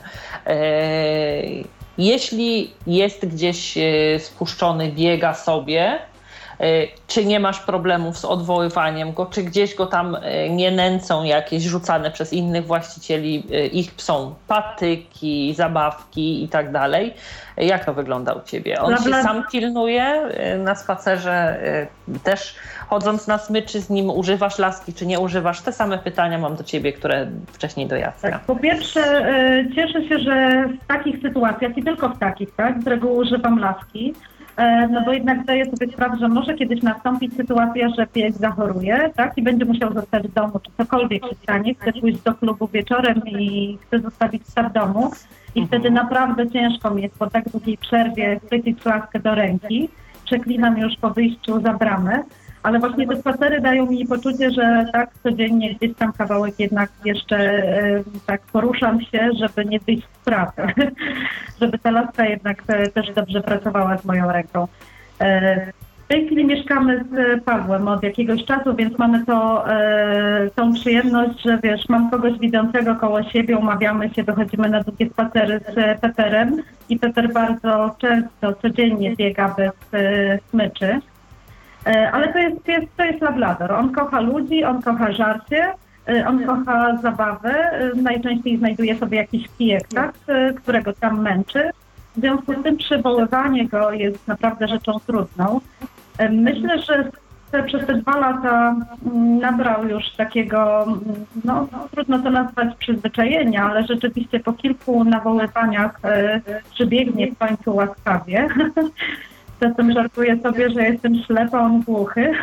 Speaker 2: Jeśli jest gdzieś spuszczony, biega sobie, czy nie masz problemów z odwoływaniem go, czy gdzieś go tam nie nęcą jakieś rzucane przez innych właścicieli ich psom patyki, zabawki i tak dalej. Jak to wygląda u ciebie? On się sam pilnuje na spacerze, też chodząc na smyczy z nim, używasz laski, czy nie używasz? Te same pytania mam do ciebie, które wcześniej do Jacka.
Speaker 4: Tak, po pierwsze cieszę się, że w takich sytuacjach i tylko w takich, tak, z reguły używam laski. no bo jednak zdaję sobie sprawę, że może kiedyś nastąpić sytuacja, że pies zachoruje, tak, i będzie musiał zostać w domu, czy cokolwiek się stanie, chce pójść do klubu wieczorem i chce zostawić psa w domu i wtedy naprawdę ciężko mi jest po tak długiej przerwie chwycić laskę do ręki, przeklinam już po wyjściu za bramę, ale właśnie te spacery dają mi poczucie, że tak codziennie gdzieś tam kawałek jednak jeszcze tak poruszam się, żeby nie wyjść z pracy, żeby ta laska jednak też dobrze pracowała z moją ręką. W tej chwili mieszkamy z Pawłem od jakiegoś czasu, więc mamy tą przyjemność, że wiesz, mam kogoś widzącego koło siebie, umawiamy się, wychodzimy na długie spacery z Peterem i Peter bardzo często, codziennie biega bez smyczy. Ale to jest labrador. On kocha ludzi, on kocha żarcie, on kocha zabawę. Najczęściej znajduje sobie jakiś kijek, tak, którego tam męczy. W związku z tym przywoływanie go jest naprawdę rzeczą trudną. Myślę, że przez te 2 lata nabrał już takiego, no trudno to nazwać przyzwyczajenia, ale rzeczywiście po kilku nawoływaniach przybiegnie w końcu łaskawie. Czasem żartuję sobie, że jestem ślepa, on głuchy,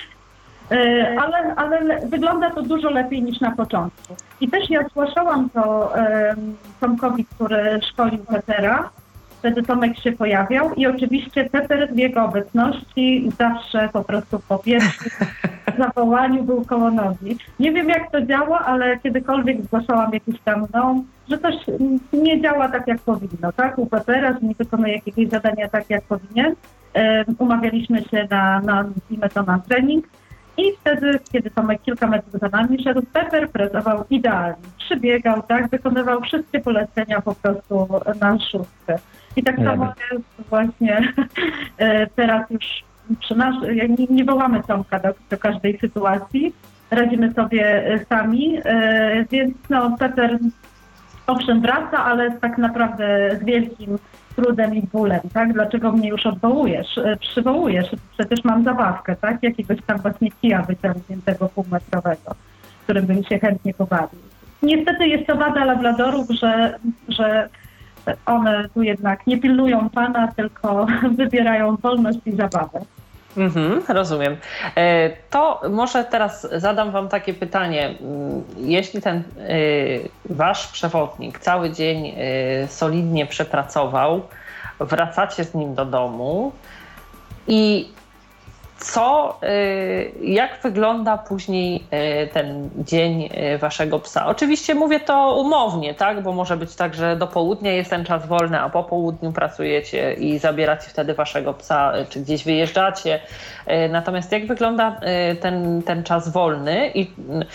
Speaker 4: ale wygląda to dużo lepiej niż na początku. I też ja zgłaszałam to Tomkowi, który szkolił Petera. Wtedy Tomek się pojawiał i oczywiście Peter w jego obecności zawsze po prostu po pierwszym zawołaniu był koło nogi. Nie wiem jak to działa, ale kiedykolwiek zgłaszałam jakiś tam, że coś nie działa tak jak powinno, tak? U Petera, że nie wykonuje jakiegoś zadania tak jak powinien. Umawialiśmy się nazwijmy to na trening i wtedy, kiedy Tomek kilka metrów za nami szedł, Peter pracował idealnie. Przybiegał, tak? Wykonywał wszystkie polecenia po prostu na szóstkę. I tak samo jest właśnie teraz już nie wołamy Tomka do każdej sytuacji, radzimy sobie sami, więc Peter owszem wraca, ale tak naprawdę z wielkim trudem i bólem, tak? Dlaczego mnie już przywołujesz? Przecież mam zabawkę, tak? Jakiegoś tam właśnie kija wyciągniętego półmetrowego, którym bym się chętnie pobawił. Niestety jest to wada labradorów, że one tu jednak nie pilnują pana, tylko wybierają wolność i zabawę.
Speaker 2: Rozumiem. To może teraz zadam wam takie pytanie. Jeśli ten wasz przewodnik cały dzień solidnie przepracował, wracacie z nim do domu i jak wygląda później ten dzień waszego psa? Oczywiście mówię to umownie, tak? Bo może być tak, że do południa jest ten czas wolny, a po południu pracujecie i zabieracie wtedy waszego psa, czy gdzieś wyjeżdżacie. Natomiast jak wygląda ten czas wolny i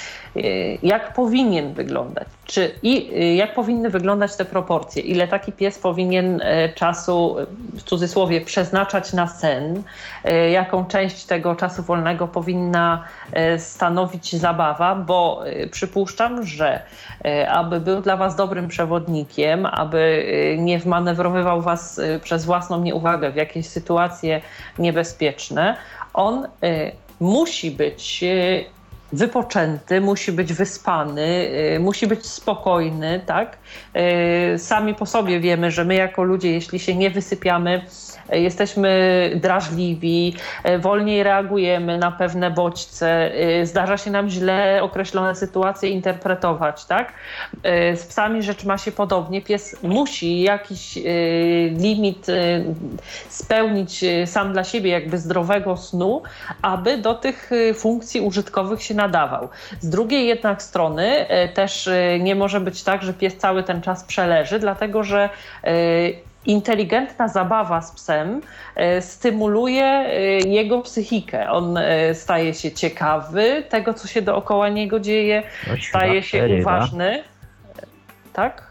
Speaker 2: jak powinien wyglądać? Jak powinny wyglądać te proporcje? Ile taki pies powinien czasu, w cudzysłowie, przeznaczać na sen? Jaką część tego czasu wolnego powinna stanowić zabawa? Bo przypuszczam, że aby był dla was dobrym przewodnikiem, aby nie wmanewrowywał was przez własną nieuwagę w jakieś sytuacje niebezpieczne, on musi być wypoczęty, musi być wyspany, musi być spokojny, tak? Sami po sobie wiemy, że my jako ludzie, jeśli się nie wysypiamy, jesteśmy drażliwi, wolniej reagujemy na pewne bodźce, zdarza się nam źle określone sytuacje interpretować, tak? Z psami rzecz ma się podobnie. Pies musi jakiś limit spełnić sam dla siebie, jakby zdrowego snu, aby do tych funkcji użytkowych się nadawał. Z drugiej jednak strony też nie może być tak, że pies cały ten czas przeleży, dlatego że inteligentna zabawa z psem stymuluje jego psychikę. On staje się ciekawy tego, co się dookoła niego dzieje, staje się uważny. Tak?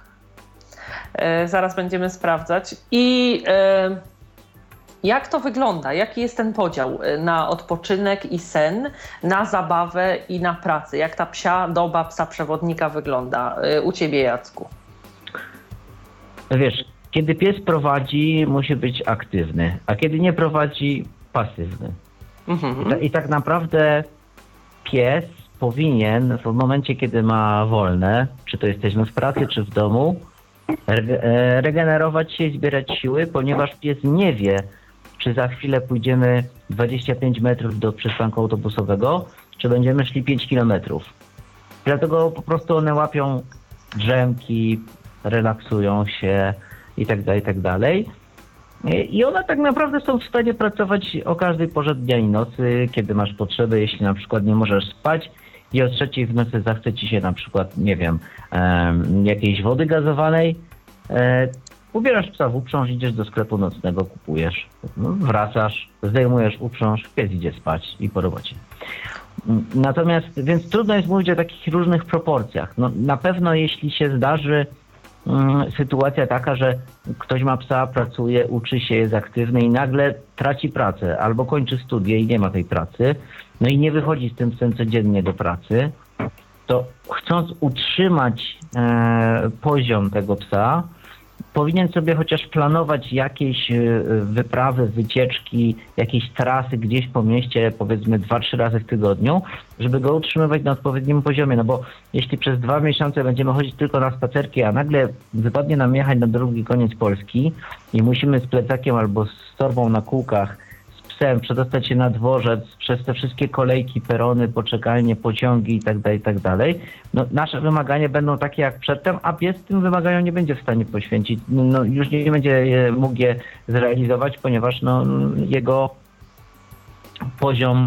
Speaker 2: Zaraz będziemy sprawdzać. I jak to wygląda? Jaki jest ten podział na odpoczynek i sen, na zabawę i na pracę? Jak ta doba psa przewodnika wygląda u ciebie, Jacku?
Speaker 3: Wiesz, kiedy pies prowadzi, musi być aktywny, a kiedy nie prowadzi, pasywny. I tak naprawdę pies powinien w momencie, kiedy ma wolne, czy to jesteśmy w pracy, czy w domu, regenerować się i zbierać siły, ponieważ pies nie wie, czy za chwilę pójdziemy 25 metrów do przystanku autobusowego, czy będziemy szli 5 kilometrów. Dlatego po prostu one łapią drzemki, relaksują się i tak dalej. I one tak naprawdę są w stanie pracować o każdej porze dnia i nocy, kiedy masz potrzeby, jeśli na przykład nie możesz spać i o 3:00 w nocy zachce ci się na przykład, nie wiem, jakiejś wody gazowanej, ubierasz psa w uprząż, idziesz do sklepu nocnego, kupujesz, wracasz, zdejmujesz uprząż, pies idzie spać i po robocie. Natomiast, więc trudno jest mówić o takich różnych proporcjach. No, na pewno jeśli się zdarzy sytuacja taka, że ktoś ma psa, pracuje, uczy się, jest aktywny i nagle traci pracę albo kończy studia i nie ma tej pracy, no i nie wychodzi z tym psem codziennie do pracy, to chcąc utrzymać poziom tego psa, powinien sobie chociaż planować jakieś wyprawy, wycieczki, jakieś trasy gdzieś po mieście, powiedzmy 2-3 razy w tygodniu, żeby go utrzymywać na odpowiednim poziomie. No bo jeśli przez 2 miesiące będziemy chodzić tylko na spacerki, a nagle wypadnie nam jechać na drugi koniec Polski i musimy z plecakiem albo z torbą na kółkach, z psem przedostać się na dworzec, przez te wszystkie kolejki, perony, poczekalnie, pociągi i tak dalej, no nasze wymagania będą takie jak przedtem, a pies tym wymaganiom nie będzie w stanie poświęcić. No już nie będzie mógł je zrealizować, ponieważ no, jego poziom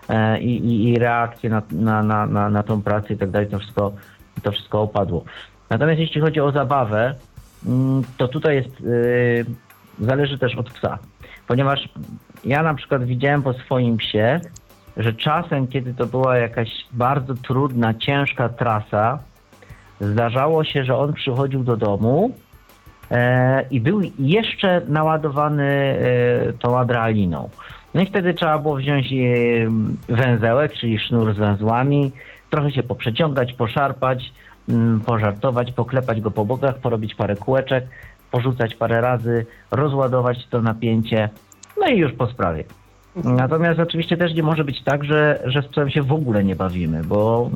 Speaker 3: i reakcje na tą pracę i tak dalej, to wszystko opadło. Natomiast jeśli chodzi o zabawę, to tutaj jest, zależy też od psa. Ponieważ ja na przykład widziałem po swoim psie, że czasem, kiedy to była jakaś bardzo trudna, ciężka trasa, zdarzało się, że on przychodził do domu i był jeszcze naładowany tą adrenaliną. No i wtedy trzeba było wziąć węzełek, czyli sznur z węzłami, trochę się poprzeciągać, poszarpać, pożartować, poklepać go po bokach, porobić parę kółeczek, porzucać parę razy, rozładować to napięcie, no i już po sprawie. Natomiast oczywiście też nie może być tak, że z psem się w ogóle nie bawimy, bo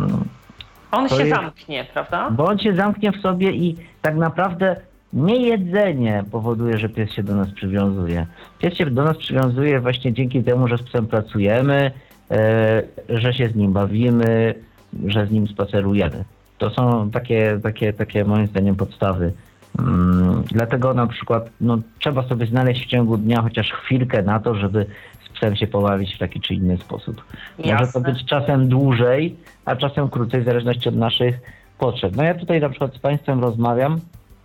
Speaker 2: on się zamknie, prawda?
Speaker 3: Bo on się zamknie w sobie i tak naprawdę nie jedzenie powoduje, że pies się do nas przywiązuje. Pies się do nas przywiązuje właśnie dzięki temu, że z psem pracujemy, że się z nim bawimy, że z nim spacerujemy. To są takie moim zdaniem podstawy. Dlatego na przykład trzeba sobie znaleźć w ciągu dnia chociaż chwilkę na to, żeby z psem się pobawić w taki czy inny sposób.
Speaker 2: Jasne.
Speaker 3: Może to być czasem dłużej, a czasem krócej, w zależności od naszych potrzeb. No ja tutaj na przykład z Państwem rozmawiam.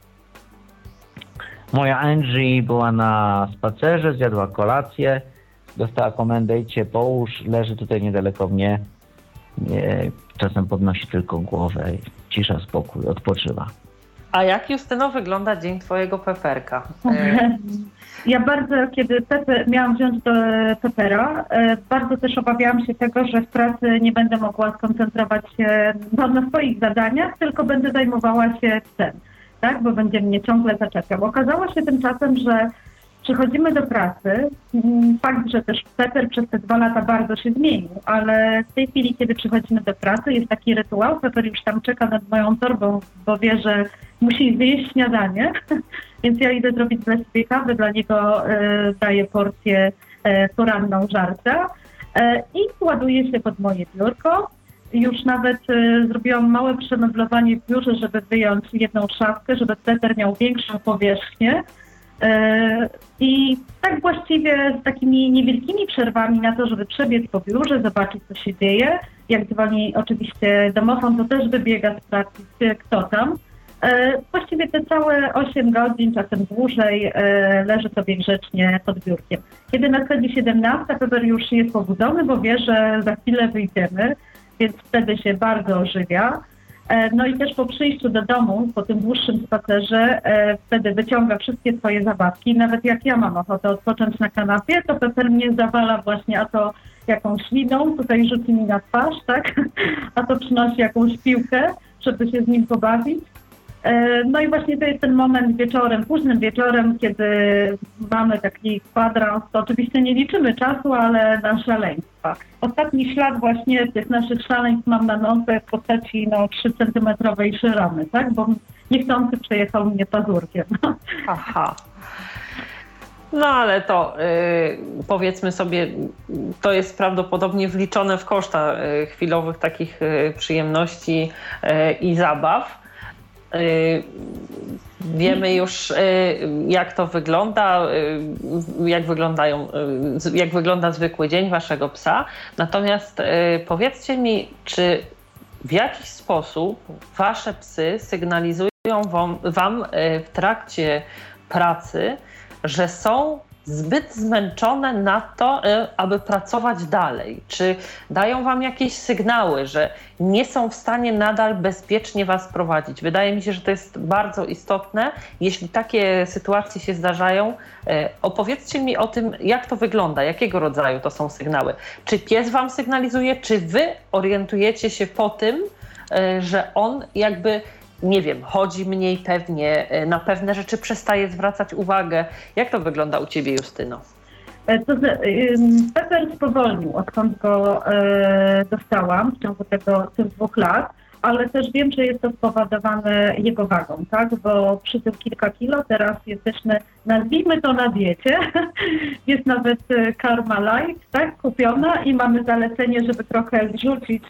Speaker 3: Moja Angie była na spacerze, zjadła kolację, dostała komendę, idź się połóż, leży tutaj niedaleko mnie. Czasem podnosi tylko głowę, cisza, spokój, odpoczywa.
Speaker 2: A jak, Justyno, wygląda dzień twojego Peperka?
Speaker 4: Ja bardzo, kiedy miałam wziąć do Pepera, bardzo też obawiałam się tego, że w pracy nie będę mogła skoncentrować się na swoich zadaniach, tylko będę zajmowała się psem, tak? Bo będzie mnie ciągle zaczepiał. Okazało się tymczasem, że przychodzimy do pracy, fakt, że też Pepper przez te 2 lata bardzo się zmienił, ale w tej chwili, kiedy przychodzimy do pracy, jest taki rytuał, Pepper już tam czeka nad moją torbą, bo wie, że musi zjeść śniadanie, więc ja idę zrobić dla siebie kawę, dla niego daję porcję poranną żarcia i ładuję się pod moje biurko. Już nawet zrobiłam małe przemeblowanie w biurze, żeby wyjąć jedną szafkę, żeby Pepper miał większą powierzchnię. I tak właściwie z takimi niewielkimi przerwami na to, żeby przebiec po biurze, zobaczyć, co się dzieje. Jak dzwoni oczywiście domofon, to też wybiega sprawdzić, kto tam. Właściwie te całe 8 godzin, czasem dłużej, leży sobie grzecznie pod biurkiem. Kiedy nadchodzi 17, Pepper już jest pobudzony, bo wie, że za chwilę wyjdziemy, więc wtedy się bardzo ożywia. No i też po przyjściu do domu, po tym dłuższym spacerze, wtedy wyciąga wszystkie swoje zabawki. Nawet jak ja mam ochotę odpocząć na kanapie, to Pepper mnie zawala właśnie, a to jakąś liną, tutaj rzuci mi na twarz, tak? A to przynosi jakąś piłkę, żeby się z nim pobawić. No i właśnie to jest ten moment wieczorem, późnym wieczorem, kiedy mamy taki kwadrans, to oczywiście nie liczymy czasu, ale na szaleństwa. Ostatni ślad właśnie tych naszych szaleństw mam na nodze w postaci 3-centymetrowej szyramy, tak? Bo niechcący przejechał mnie pazurkiem.
Speaker 2: Aha. No ale to powiedzmy sobie, to jest prawdopodobnie wliczone w koszta chwilowych takich przyjemności i zabaw. Wiemy już, jak to wygląda, jak wygląda zwykły dzień waszego psa. Natomiast powiedzcie mi, czy w jakiś sposób wasze psy sygnalizują wam w trakcie pracy, że są zbyt zmęczone na to, aby pracować dalej? Czy dają wam jakieś sygnały, że nie są w stanie nadal bezpiecznie was prowadzić? Wydaje mi się, że to jest bardzo istotne. Jeśli takie sytuacje się zdarzają, opowiedzcie mi o tym, jak to wygląda, jakiego rodzaju to są sygnały. Czy pies wam sygnalizuje, czy wy orientujecie się po tym, że on jakby, nie wiem, chodzi mniej pewnie, na pewne rzeczy przestaje zwracać uwagę. Jak to wygląda u ciebie, Justyno?
Speaker 4: Pepper spowolnił, odkąd go dostałam w ciągu tych 2 lat, ale też wiem, że jest to spowodowane jego wagą, tak? Bo przytył kilka kilo, teraz jesteśmy, nazwijmy to, na diecie. Jest nawet Karma Light, tak? Kupiona i mamy zalecenie, żeby trochę zrzucić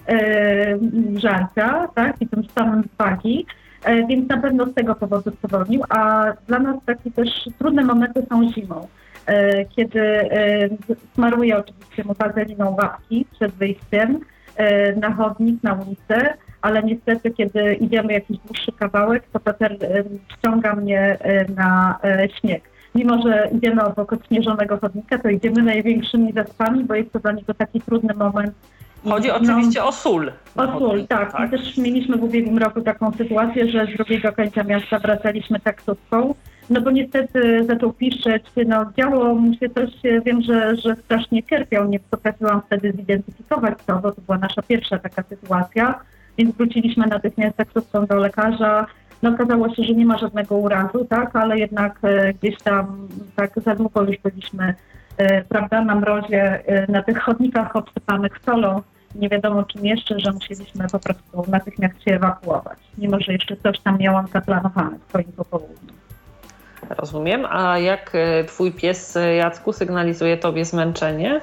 Speaker 4: żarcia, tak, i tym samym wagi, więc na pewno z tego powodu spowolnił, a dla nas takie też trudne momenty są zimą, kiedy smaruję oczywiście mu wazeliną łapki przed wyjściem na chodnik, na ulicę, ale niestety, kiedy idziemy jakiś dłuższy kawałek, to Peter ściąga mnie na śnieg. Mimo że idziemy obok odśnieżonego chodnika, to idziemy największymi zaspami, bo jest to dla niego taki trudny moment.
Speaker 2: Chodzi oczywiście o sól.
Speaker 4: O sól, tak. I też mieliśmy w ubiegłym roku taką sytuację, że z drugiego końca miasta wracaliśmy taksówką, no bo niestety zaczął piszczeć, no działo mu się coś, wiem, że strasznie cierpiał, nie potrafiłam wtedy zidentyfikować to, bo to była nasza pierwsza taka sytuacja, więc wróciliśmy natychmiast taksówką do lekarza. No okazało się, że nie ma żadnego urazu, tak, ale jednak gdzieś tam tak za długo już byliśmy, prawda, na mrozie, na tych chodnikach obsypanych solą. Nie wiadomo czym jeszcze, że musieliśmy po prostu natychmiast się ewakuować, mimo że jeszcze coś tam miałam zaplanowane w swoim popołudniu.
Speaker 2: Rozumiem. A jak twój pies, Jacku, sygnalizuje tobie zmęczenie?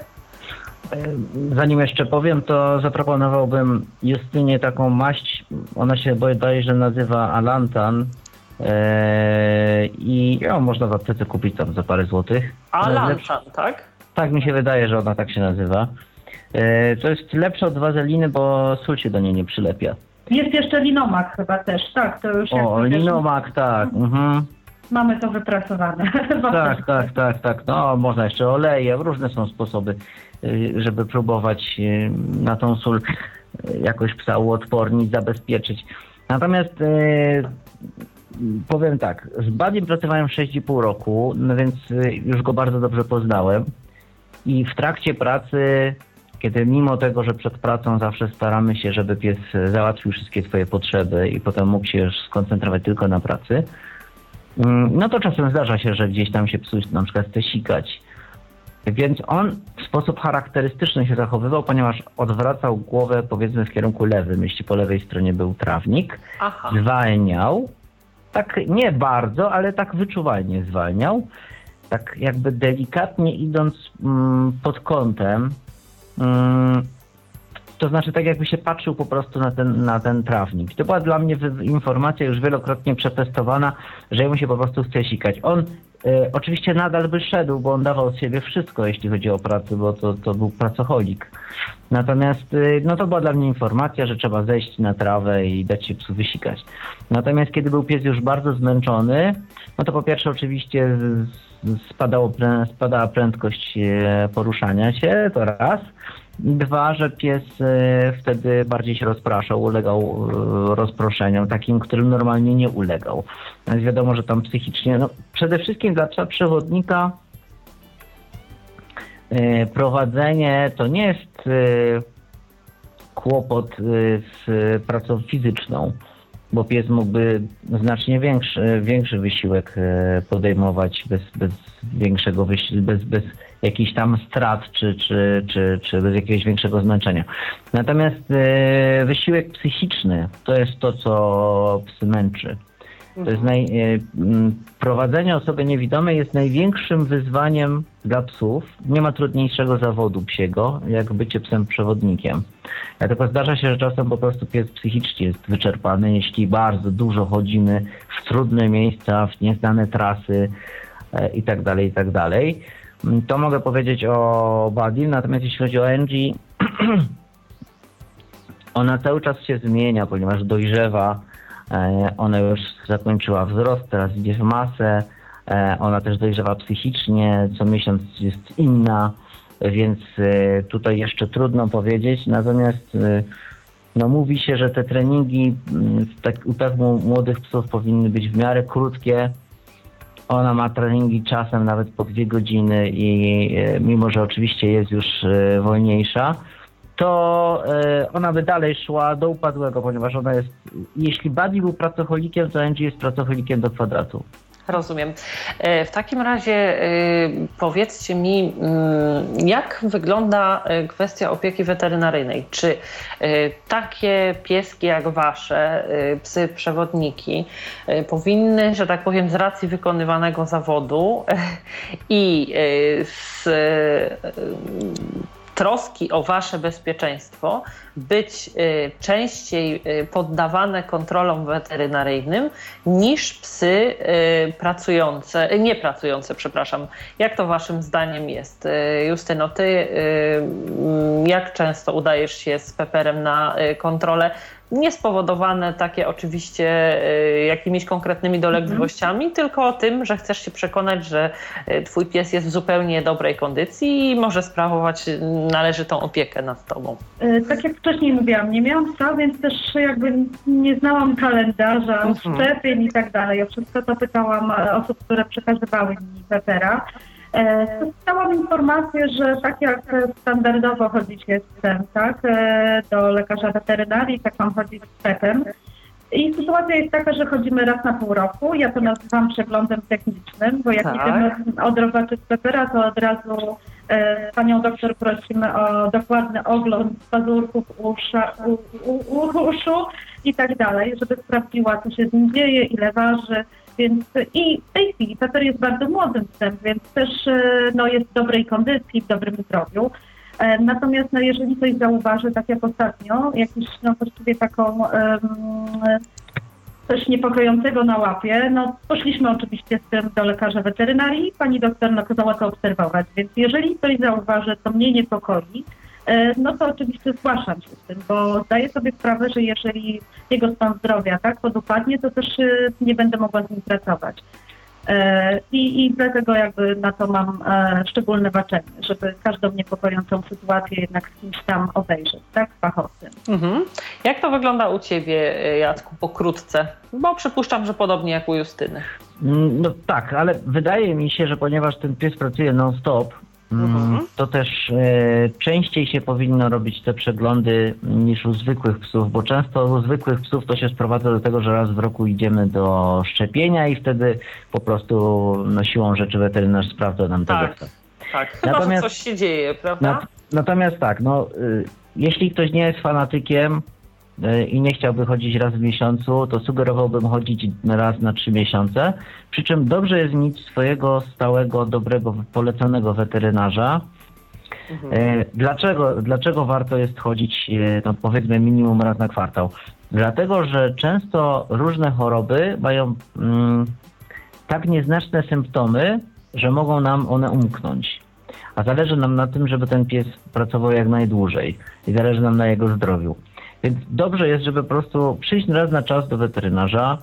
Speaker 3: Zanim jeszcze powiem, to zaproponowałbym Justynie taką maść, ona się bodajże nazywa Alantan i ją można w aptece kupić tam za parę złotych.
Speaker 2: Alantan, tak?
Speaker 3: Tak, mi się wydaje, że ona tak się nazywa. To jest lepsze od wazeliny, bo sól się do niej nie przylepia.
Speaker 4: Jest jeszcze linomak chyba też, tak? To już
Speaker 3: linomak, tak. Mhm.
Speaker 4: Mamy to wypracowane.
Speaker 3: Tak. No, można jeszcze oleje, różne są sposoby, żeby próbować na tą sól jakoś psa uodpornić, zabezpieczyć. Natomiast powiem tak, z Badim pracowałem 6,5 roku, no więc już go bardzo dobrze poznałem i w trakcie pracy, kiedy mimo tego, że przed pracą zawsze staramy się, żeby pies załatwił wszystkie swoje potrzeby i potem mógł się już skoncentrować tylko na pracy, no to czasem zdarza się, że gdzieś tam się psu na przykład chce sikać. Więc on w sposób charakterystyczny się zachowywał, ponieważ odwracał głowę powiedzmy w kierunku lewym, jeśli po lewej stronie był trawnik.
Speaker 2: Aha.
Speaker 3: Zwalniał, tak nie bardzo, ale tak wyczuwalnie zwalniał, tak jakby delikatnie idąc pod kątem, to znaczy tak jakby się patrzył po prostu na ten trawnik. To była dla mnie informacja już wielokrotnie przetestowana, że mu się po prostu chce sikać. On oczywiście nadal by szedł, bo on dawał z siebie wszystko, jeśli chodzi o pracę, bo to był pracoholik. Natomiast no to była dla mnie informacja, że trzeba zejść na trawę i dać się psu wysikać. Natomiast kiedy był pies już bardzo zmęczony, no to po pierwsze oczywiście spadała prędkość poruszania się, to raz. 2, że pies wtedy bardziej się rozpraszał, ulegał rozproszeniom, takim, którym normalnie nie ulegał. Więc wiadomo, że tam psychicznie, no przede wszystkim dla psa przewodnika prowadzenie to nie jest kłopot z pracą fizyczną, bo pies mógłby znacznie większy wysiłek podejmować bez większego bez jakichś tam strat czy bez jakiegoś większego zmęczenia. Natomiast wysiłek psychiczny to jest to, co psy męczy. To jest prowadzenie osoby niewidomej jest największym wyzwaniem dla psów. Nie ma trudniejszego zawodu psiego, jak bycie psem przewodnikiem. Tylko zdarza się, że czasem po prostu pies psychicznie jest wyczerpany, jeśli bardzo dużo chodzimy w trudne miejsca, w nieznane trasy i tak dalej. To mogę powiedzieć o Buddy, natomiast jeśli chodzi o Angie, ona cały czas się zmienia, ponieważ dojrzewa. Ona już zakończyła wzrost, teraz idzie w masę. Ona też dojrzewa psychicznie, co miesiąc jest inna, więc tutaj jeszcze trudno powiedzieć. Natomiast mówi się, że te treningi u tak młodych psów powinny być w miarę krótkie. Ona ma treningi czasem nawet po 2 godziny i mimo, że oczywiście jest już wolniejsza, to ona by dalej szła do upadłego, ponieważ ona jest, jeśli Buddy był pracocholikiem, to Angie jest pracocholikiem do kwadratu.
Speaker 2: Rozumiem. W takim razie powiedzcie mi, jak wygląda kwestia opieki weterynaryjnej? Czy takie pieski jak wasze, psy przewodniki, powinny, że tak powiem, z racji wykonywanego zawodu i z troski o wasze bezpieczeństwo być częściej poddawane kontrolom weterynaryjnym niż psy niepracujące, przepraszam. Jak to waszym zdaniem jest? Justyno, ty jak często udajesz się z Pepperem na kontrolę? Niespowodowane takie oczywiście jakimiś konkretnymi dolegliwościami, tylko o tym, że chcesz się przekonać, że twój pies jest w zupełnie dobrej kondycji i może sprawować należytą opiekę nad tobą.
Speaker 4: Tak jak wcześniej mówiłam, nie miałam psa, więc też jakby nie znałam kalendarza, szczepień i tak dalej. O wszystko to pytałam osób, które przekazywały mi Peppera. Dostałam informację, że tak jak standardowo chodzi się z psem, tak, do lekarza weterynarii, tak mam chodzić z Pepem. I sytuacja jest taka, że chodzimy raz na pół roku. Ja to nazywam przeglądem technicznym, bo jak idziemy odrobaczyć Peppera, to od razu panią doktor prosimy o dokładny ogląd pazurków uszu i tak dalej, żeby sprawdziła, co się z nim dzieje, ile waży. Więc i w tej chwili Pepper jest bardzo młodym psem, więc też jest w dobrej kondycji, w dobrym zdrowiu. Natomiast jeżeli coś zauważy, tak jak ostatnio, jakieś właściwie taką coś niepokojącego na łapie, poszliśmy oczywiście z tym do lekarza weterynarii, pani doktor nakazała to obserwować, więc jeżeli coś zauważy, co mnie niepokoi, to oczywiście zgłaszam się z tym, bo zdaję sobie sprawę, że jeżeli jego stan zdrowia podupadnie, to też nie będę mogła z nim pracować. I dlatego jakby na to mam szczególne baczenie, żeby każdą niepokojącą sytuację jednak z kimś tam obejrzeć, z fachowcem.
Speaker 2: Jak to wygląda u ciebie, Jacku, pokrótce? Bo przypuszczam, że podobnie jak u Justyny.
Speaker 3: Tak, ale wydaje mi się, że ponieważ ten pies pracuje non-stop, to też częściej się powinno robić te przeglądy niż u zwykłych psów, bo często u zwykłych psów to się sprowadza do tego, że raz w roku idziemy do szczepienia i wtedy po prostu siłą rzeczy weterynarz sprawdza nam tego.
Speaker 2: Tak, chyba że coś się dzieje, prawda?
Speaker 3: Natomiast tak, jeśli ktoś nie jest fanatykiem i nie chciałby chodzić raz w miesiącu, to sugerowałbym chodzić raz na 3 miesiące. Przy czym dobrze jest mieć swojego stałego, dobrego, poleconego weterynarza. Dlaczego warto jest chodzić, powiedzmy, minimum raz na kwartał? Dlatego, że często różne choroby mają tak nieznaczne symptomy, że mogą nam one umknąć. A zależy nam na tym, żeby ten pies pracował jak najdłużej i zależy nam na jego zdrowiu. Więc dobrze jest, żeby po prostu przyjść raz na czas do weterynarza,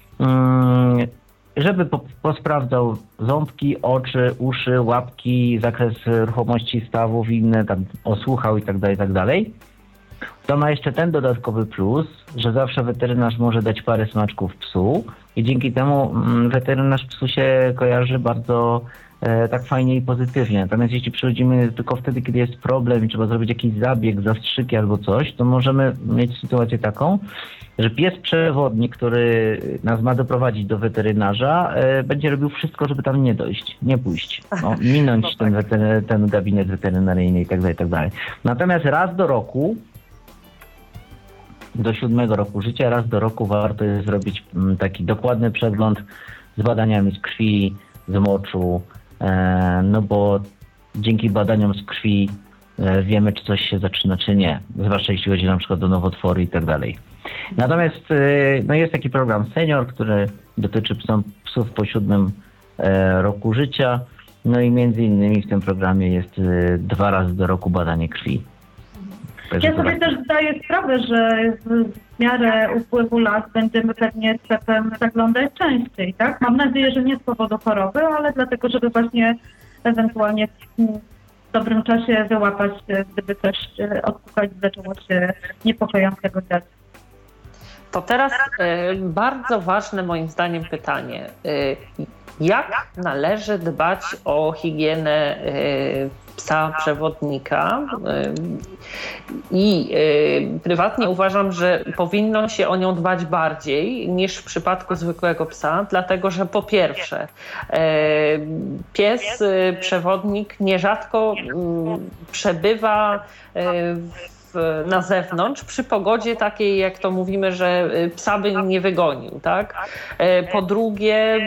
Speaker 3: żeby posprawdzał ząbki, oczy, uszy, łapki, zakres ruchomości stawów i inne, osłuchał i tak dalej. To ma jeszcze ten dodatkowy plus, że zawsze weterynarz może dać parę smaczków psu i dzięki temu weterynarz psu się kojarzy bardzo tak fajnie i pozytywnie. Natomiast jeśli przychodzimy tylko wtedy, kiedy jest problem i trzeba zrobić jakiś zabieg, zastrzyki albo coś, to możemy mieć sytuację taką, że pies przewodnik, który nas ma doprowadzić do weterynarza, będzie robił wszystko, żeby tam nie dojść, nie pójść, minąć ten gabinet weterynaryjny i tak dalej. Natomiast raz do roku do 7 roku życia. Raz do roku warto jest zrobić taki dokładny przegląd z badaniami z krwi, z moczu, no bo dzięki badaniom z krwi wiemy, czy coś się zaczyna, czy nie. Zwłaszcza jeśli chodzi na przykład o nowotwory i tak dalej. Natomiast no jest taki program Senior, który dotyczy psów po 7 roku życia. No i między innymi w tym programie jest 2 razy do roku badanie krwi. Także
Speaker 4: ja sobie też zdaję sprawę, że w miarę upływu lat będziemy pewnie z psem zaglądać częściej, tak? Mam nadzieję, że nie z powodu choroby, ale dlatego, żeby właśnie ewentualnie w dobrym czasie wyłapać, gdyby coś odpukać zaczęło się niepokojącego dziać.
Speaker 2: To teraz bardzo ważne moim zdaniem pytanie. Jak należy dbać o higienę psa przewodnika? I prywatnie uważam, że powinno się o nią dbać bardziej niż w przypadku zwykłego psa, dlatego że po pierwsze pies przewodnik nierzadko przebywa na zewnątrz przy pogodzie takiej, jak to mówimy, że psa by nie wygonił, tak? Po drugie,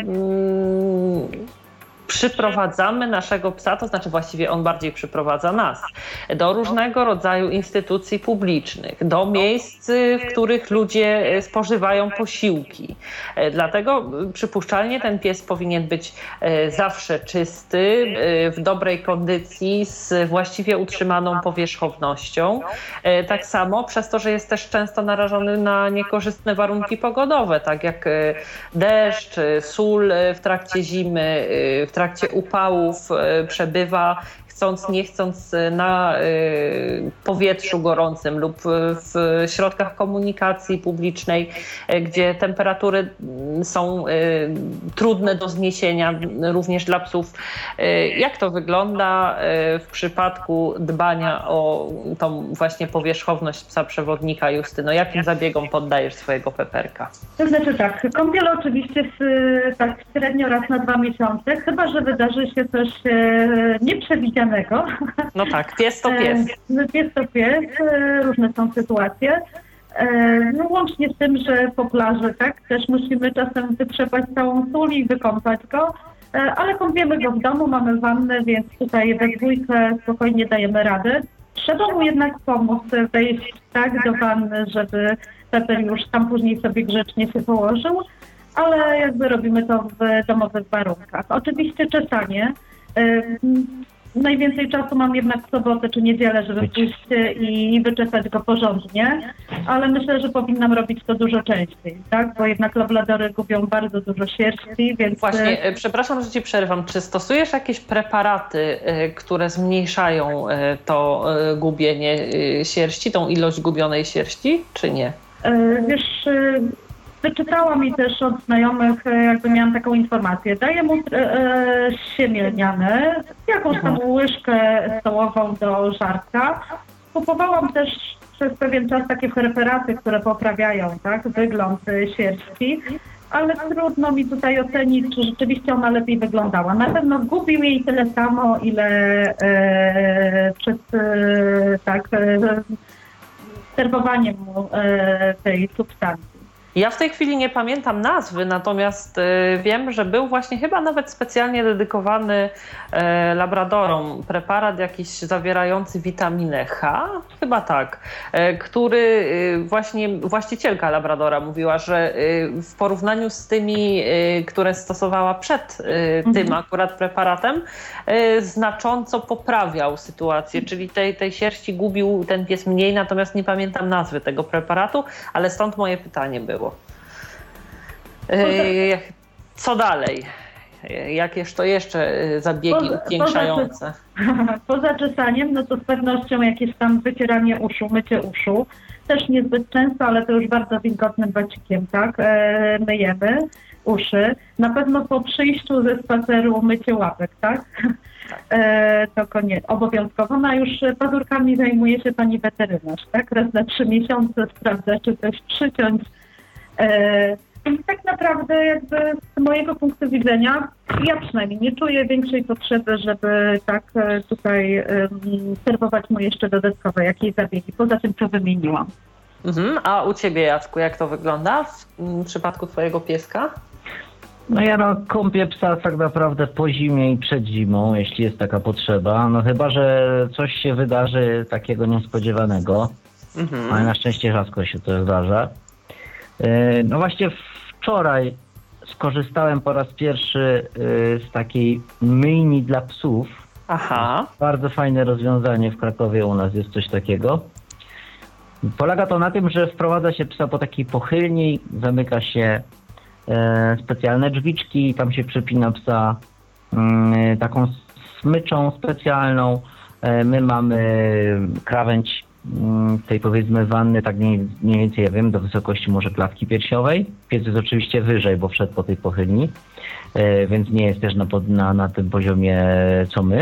Speaker 2: przyprowadzamy naszego psa, to znaczy właściwie on bardziej przyprowadza nas, do różnego rodzaju instytucji publicznych, do miejsc, w których ludzie spożywają posiłki. Dlatego przypuszczalnie ten pies powinien być zawsze czysty, w dobrej kondycji, z właściwie utrzymaną powierzchownością. Tak samo przez to, że jest też często narażony na niekorzystne warunki pogodowe, tak jak deszcz, sól w trakcie zimy, w trakcie upałów przebywa chcąc nie chcąc na powietrzu gorącym lub w środkach komunikacji publicznej, gdzie temperatury są trudne do zniesienia również dla psów. Jak to wygląda w przypadku dbania o tą właśnie powierzchowność psa przewodnika, Justyno? Jakim zabiegom poddajesz swojego peperka?
Speaker 4: To znaczy tak, kąpiel oczywiście tak średnio raz na 2 miesiące, chyba że wydarzy się coś nieprzewidzianego.
Speaker 2: No tak, pies to pies.
Speaker 4: Pies to pies, różne są sytuacje. No, łącznie z tym, że po plaży tak, też musimy czasem wytrzepać całą sól i wykąpać go, ale kąpiemy go w domu, mamy wannę, więc tutaj we dwójkę spokojnie dajemy radę. Trzeba mu jednak pomóc wejść tak do wanny, żeby Peper już tam później sobie grzecznie się położył, ale jakby robimy to w domowych warunkach. Oczywiście czesanie. Najwięcej czasu mam jednak w sobotę czy niedzielę, żeby pójść i wyczesać go porządnie, ale myślę, że powinnam robić to dużo częściej, tak? Bo jednak labladory gubią bardzo dużo sierści, więc...
Speaker 2: Właśnie, przepraszam, że ci przerwam. Czy stosujesz jakieś preparaty, które zmniejszają to gubienie sierści, tą ilość gubionej sierści, czy nie?
Speaker 4: Wiesz... Wyczytałam i też od znajomych, jakby miałam taką informację. Daję mu siemię lniane, jakąś tam łyżkę stołową do żarcia. Kupowałam też przez pewien czas takie preparaty, które poprawiają tak, wygląd sierści, ale trudno mi tutaj ocenić, czy rzeczywiście ona lepiej wyglądała. Na pewno gubił jej tyle samo, ile przez serwowanie mu tej substancji.
Speaker 2: Ja w tej chwili nie pamiętam nazwy, natomiast wiem, że był właśnie chyba nawet specjalnie dedykowany labradorom preparat jakiś zawierający witaminę H, chyba tak, który właśnie właścicielka labradora mówiła, że w porównaniu z tymi, które stosowała przed tym akurat preparatem, znacząco poprawiał sytuację, czyli tej sierści gubił ten pies mniej, natomiast nie pamiętam nazwy tego preparatu, ale stąd moje pytanie było. Co dalej? Jakież to jeszcze zabiegi upiększające?
Speaker 4: Poza czesaniem, no to z pewnością jakieś tam wycieranie uszu, mycie uszu. Też niezbyt często, ale to już bardzo wilgotnym wacikiem, tak? Myjemy uszy. Na pewno po przyjściu ze spaceru mycie łapek, tak? To koniec, obowiązkowo. No a już pazurkami zajmuje się pani weterynarz, tak? Raz na 3 miesiące sprawdza, czy coś przyciąć. I tak naprawdę jakby z mojego punktu widzenia, ja przynajmniej nie czuję większej potrzeby, żeby tak tutaj serwować mu jeszcze dodatkowe jakieś zabiegi, poza tym, co wymieniłam.
Speaker 2: A u Ciebie, Jacku, jak to wygląda w przypadku Twojego pieska?
Speaker 3: No ja kąpię psa tak naprawdę po zimie i przed zimą, jeśli jest taka potrzeba. No chyba, że coś się wydarzy takiego niespodziewanego, ale na szczęście rzadko się to zdarza. No właśnie wczoraj skorzystałem po raz pierwszy z takiej myjni dla psów.
Speaker 2: Aha.
Speaker 3: Bardzo fajne rozwiązanie, w Krakowie u nas jest coś takiego. Polega to na tym, że wprowadza się psa po takiej pochylni, zamyka się specjalne drzwiczki, tam się przypina psa taką smyczą specjalną. My mamy krawędź tej, powiedzmy, wanny, tak mniej więcej, ja wiem, do wysokości może klatki piersiowej. Pies jest oczywiście wyżej, bo wszedł po tej pochylni, więc nie jest też na tym poziomie co my.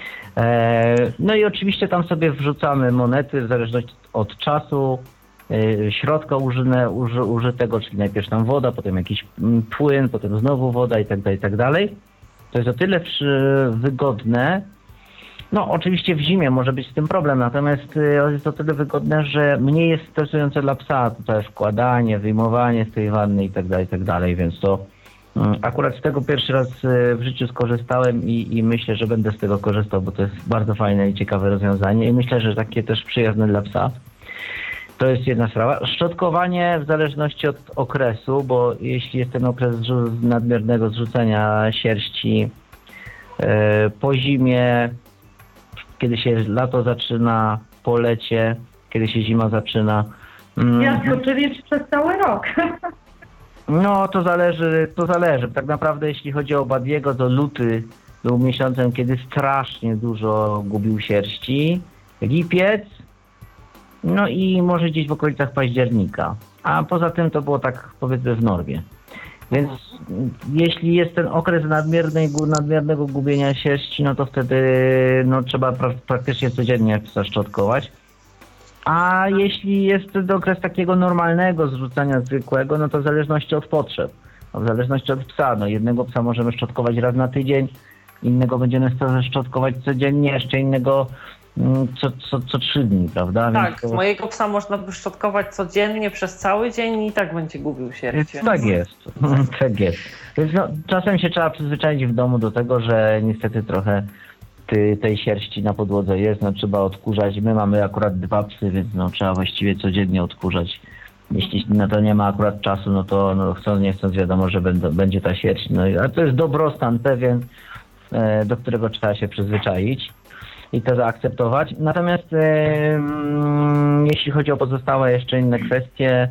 Speaker 3: No i oczywiście tam sobie wrzucamy monety w zależności od czasu, środka użytego, czyli najpierw tam woda, potem jakiś płyn, potem znowu woda i tak dalej. To jest o tyle wygodne. No oczywiście w zimie może być z tym problem, natomiast jest o tyle wygodne, że mniej jest stresujące dla psa tutaj wkładanie, wyjmowanie z tej wanny i tak dalej, więc to akurat z tego pierwszy raz w życiu skorzystałem i myślę, że będę z tego korzystał, bo to jest bardzo fajne i ciekawe rozwiązanie i myślę, że takie też przyjazne dla psa. To jest jedna sprawa. Szczotkowanie w zależności od okresu, bo jeśli jest ten okres nadmiernego zrzucenia sierści po zimie, kiedy się lato zaczyna, po lecie, kiedy się zima zaczyna.
Speaker 4: Jasno, czyli przez cały rok.
Speaker 3: No to zależy. Tak naprawdę jeśli chodzi o Badiego, to luty był miesiącem, kiedy strasznie dużo gubił sierści. Lipiec, no i może gdzieś w okolicach października. A poza tym to było tak, powiedzmy, w normie. Więc jeśli jest ten okres nadmiernego gubienia sierści, no to wtedy trzeba praktycznie codziennie psa szczotkować. A jeśli jest to okres takiego normalnego zrzucania zwykłego, no to w zależności od potrzeb. W zależności od psa. No jednego psa możemy szczotkować raz na tydzień, innego będziemy szczotkować codziennie, jeszcze innego co 3 dni, prawda?
Speaker 2: Tak, więc mojego psa można by szczotkować codziennie przez cały dzień i tak będzie gubił sierść.
Speaker 3: Tak jest. Tak jest. Więc czasem się trzeba przyzwyczaić w domu do tego, że niestety trochę tej sierści na podłodze jest, trzeba odkurzać. My mamy akurat 2 psy, więc trzeba właściwie codziennie odkurzać. Jeśli na to nie ma akurat czasu, no to chcąc nie chcąc wiadomo, że będzie ta sierść. A to jest dobrostan pewien, do którego trzeba się przyzwyczaić i to zaakceptować. Natomiast jeśli chodzi o pozostałe jeszcze inne kwestie,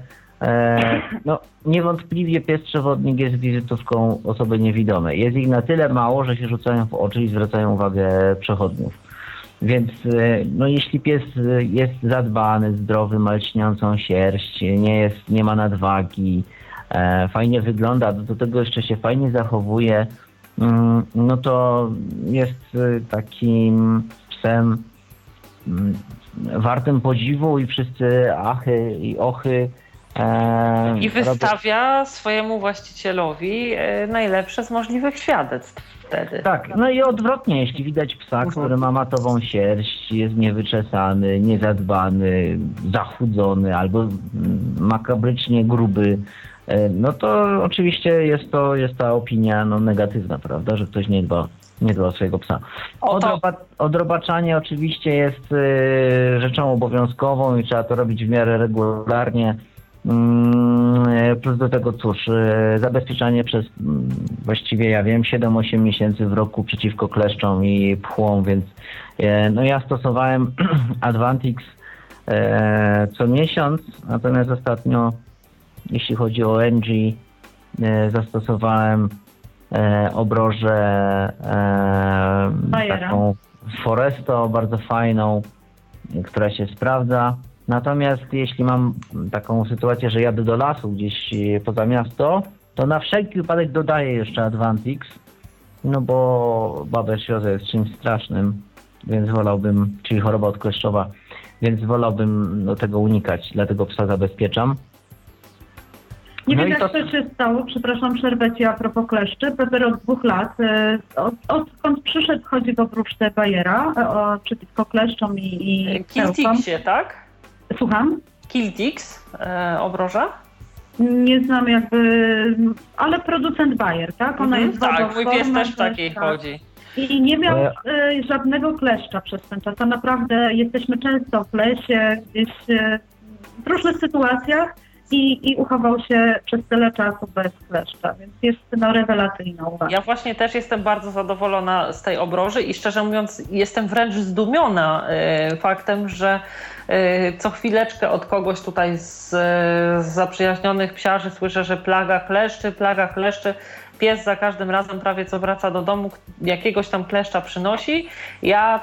Speaker 3: niewątpliwie pies przewodnik jest wizytówką osoby niewidomej. Jest ich na tyle mało, że się rzucają w oczy i zwracają uwagę przechodniów. Więc jeśli pies jest zadbany, zdrowy, ma lśniącą sierść, nie ma nadwagi, fajnie wygląda, do tego jeszcze się fajnie zachowuje, no to jest takim psem wartym podziwu i wszyscy achy i ochy.
Speaker 2: I wystawia swojemu właścicielowi najlepsze z możliwych świadectw wtedy.
Speaker 3: Tak, no i odwrotnie, jeśli widać psa, który ma matową sierść, jest niewyczesany, niezadbany, zachudzony albo makabrycznie gruby, no to oczywiście jest ta opinia negatywna, prawda, że ktoś nie dba o swojego psa. Odrobaczanie oczywiście jest rzeczą obowiązkową i trzeba to robić w miarę regularnie. Plus do tego zabezpieczanie przez właściwie 7-8 miesięcy w roku przeciwko kleszczom i pchłom, więc ja stosowałem Advantix co miesiąc, natomiast ostatnio jeśli chodzi o NG zastosowałem obrożę taką Foresto, bardzo fajną, która się sprawdza. Natomiast jeśli mam taką sytuację, że jadę do lasu gdzieś poza miasto, to na wszelki wypadek dodaję jeszcze Advantix, bo babesioza jest czymś strasznym, więc czyli choroba odkleszczowa, więc wolałbym tego unikać, dlatego psa zabezpieczam.
Speaker 4: Nie wiem, jak to się stało, przepraszam, przerwę Ci a propos kleszczy. Pepper od 2 lat, odkąd przyszedł, chodzi w obróżce Bayera przeciwko kleszczom i
Speaker 2: Kiltixie, tak?
Speaker 4: Słucham?
Speaker 2: Kiltix obroża?
Speaker 4: Nie znam ale producent Bayer, tak? Ona jest
Speaker 2: tak, mój pies też w
Speaker 4: tak,
Speaker 2: takiej chodzi.
Speaker 4: I nie miał żadnego kleszcza przez ten czas. A naprawdę jesteśmy często w lesie, gdzieś w różnych sytuacjach i uchował się przez tyle czasu bez kleszcza, więc jest rewelacyjną.
Speaker 2: Ja właśnie też jestem bardzo zadowolona z tej obroży i szczerze mówiąc jestem wręcz zdumiona faktem, że co chwileczkę od kogoś tutaj z zaprzyjaźnionych psiarzy słyszę, że plaga kleszczy. Pies za każdym razem prawie co wraca do domu, jakiegoś tam kleszcza przynosi. Ja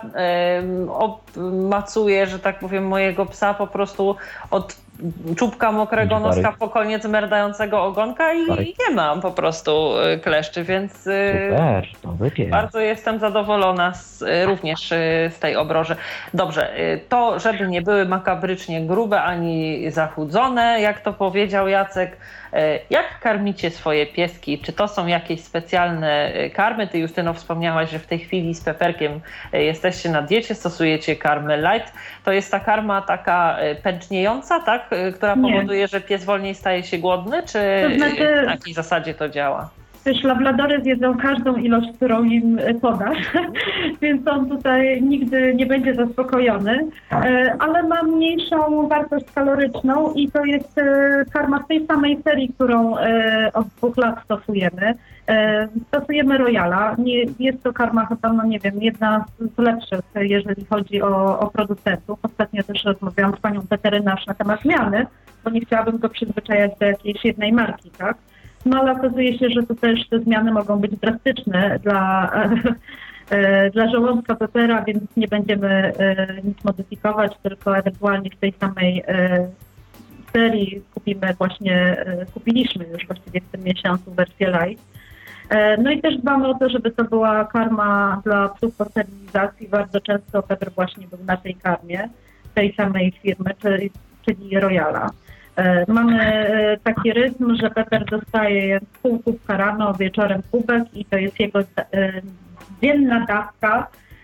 Speaker 2: obmacuję, że tak powiem, mojego psa po prostu od czubka mokrego noska po koniec merdającego ogonka i nie mam po prostu kleszczy, więc
Speaker 3: super,
Speaker 2: bardzo jestem zadowolona również z tej obroży. Dobrze, to żeby nie były makabrycznie grube ani zachudzone, jak to powiedział Jacek, jak karmicie swoje pieski? Czy to są jakieś specjalne karmy? Ty, Justyno, wspomniałaś, że w tej chwili z Peperkiem jesteście na diecie, stosujecie karmę light. To jest ta karma taka pęczniejąca, tak? Która powoduje, że pies wolniej staje się głodny? Czy na jakiej zasadzie to działa?
Speaker 4: Wiesz, labladory zjedzą każdą ilość, którą im podasz, więc on tutaj nigdy nie będzie zaspokojony, ale ma mniejszą wartość kaloryczną i to jest karma z tej samej serii, którą od 2 lat stosujemy. Stosujemy Royala. Jest to karma chyba, jedna z lepszych, jeżeli chodzi o producentów. Ostatnio też rozmawiałam z panią weterynarz na temat zmiany, bo nie chciałabym go przyzwyczajać do jakiejś jednej marki, tak? No ale okazuje się, że tu też te zmiany mogą być drastyczne dla żołądka Pepera, więc nie będziemy nic modyfikować, tylko ewentualnie w tej samej serii kupiliśmy już właściwie w tym miesiącu wersję light. No i też dbamy o to, żeby to była karma dla psów po sterylizacji. Bardzo często Pepper właśnie był na tej karmie, tej samej firmy, czyli Royala. Mamy taki rytm, że Pepper dostaje pół kubka rano, wieczorem kubek i to jest jego dzienna dawka.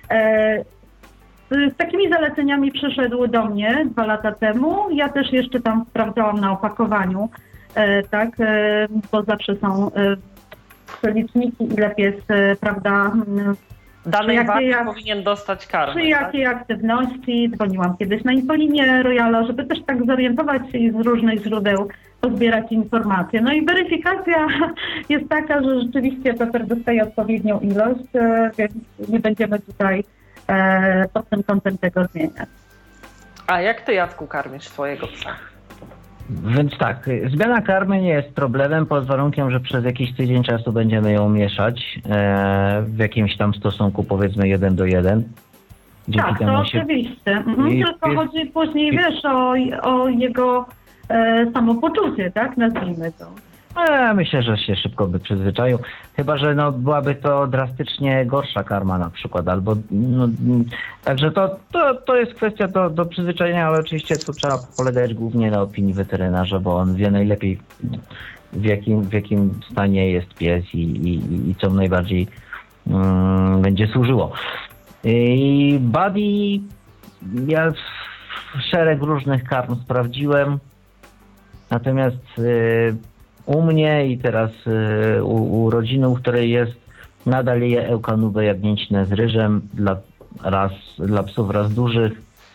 Speaker 4: Z takimi zaleceniami przyszedł do mnie 2 lata temu. Ja też jeszcze tam sprawdzałam na opakowaniu, tak, bo zawsze są liczniki, ile pies, prawda,
Speaker 2: danej wagi powinien dostać karmę.
Speaker 4: Przy jakiej aktywności? Dzwoniłam kiedyś na infolinię Royala, żeby też tak zorientować się i z różnych źródeł pozbierać informacje. No i weryfikacja jest taka, że rzeczywiście Pepper dostaje odpowiednią ilość, więc nie będziemy tutaj pod tym kątem tego zmieniać.
Speaker 2: A jak ty, Jacku, karmisz swojego psa?
Speaker 3: Więc tak, zmiana karmy nie jest problemem pod warunkiem, że przez jakiś tydzień czasu będziemy ją mieszać w jakimś tam stosunku, powiedzmy 1:1.
Speaker 4: Tak, to oczywiście. Tylko chodzi później, wiesz, o jego samopoczucie, tak? Nazwijmy to.
Speaker 3: Myślę, że się szybko by przyzwyczaił. Chyba że byłaby to drastycznie gorsza karma na przykład, albo także to jest kwestia do przyzwyczajenia, ale oczywiście tu trzeba polegać głównie na opinii weterynarza, bo on wie najlepiej w jakim stanie jest pies i co mu najbardziej będzie służyło. I Buddy, ja szereg różnych karm sprawdziłem, natomiast u mnie i teraz u rodziny, u której jest, nadal je eukanubę jagnięcinę z ryżem dla psów raz dużych.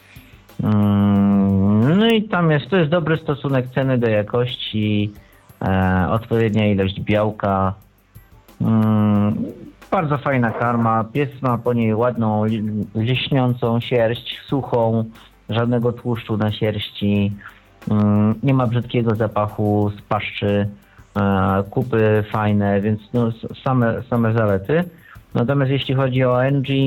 Speaker 3: No i to jest dobry stosunek ceny do jakości, odpowiednia ilość białka. Bardzo fajna karma. Pies ma po niej ładną, lśniącą sierść, suchą, żadnego tłuszczu na sierści. Nie ma brzydkiego zapachu z paszczy, kupy fajne, więc same zalety. Natomiast jeśli chodzi o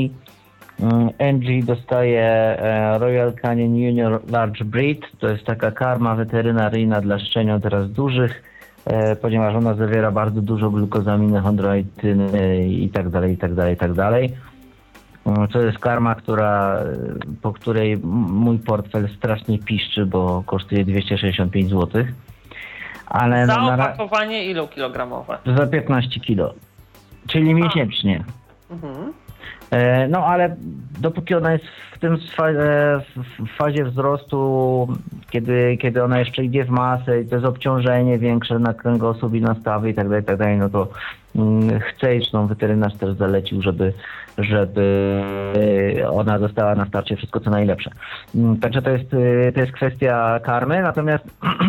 Speaker 3: Angie dostaje Royal Canin Junior Large Breed. To jest taka karma weterynaryjna dla szczeniąt teraz dużych, ponieważ ona zawiera bardzo dużo glukozaminy, chondroityny i tak dalej. To jest karma, po której mój portfel strasznie piszczy, bo kosztuje 265 zł. Ale
Speaker 2: za opakowanie ilu kilogramowe?
Speaker 3: Za 15 kilo, czyli miesięcznie. No ale dopóki ona jest w fazie wzrostu, kiedy ona jeszcze idzie w masę i to jest obciążenie większe na kręgosłup i na stawy i tak dalej, no to chcę, zresztą weterynarz też zalecił, żeby ona dostała na starcie wszystko co najlepsze. Także to jest kwestia karmy, natomiast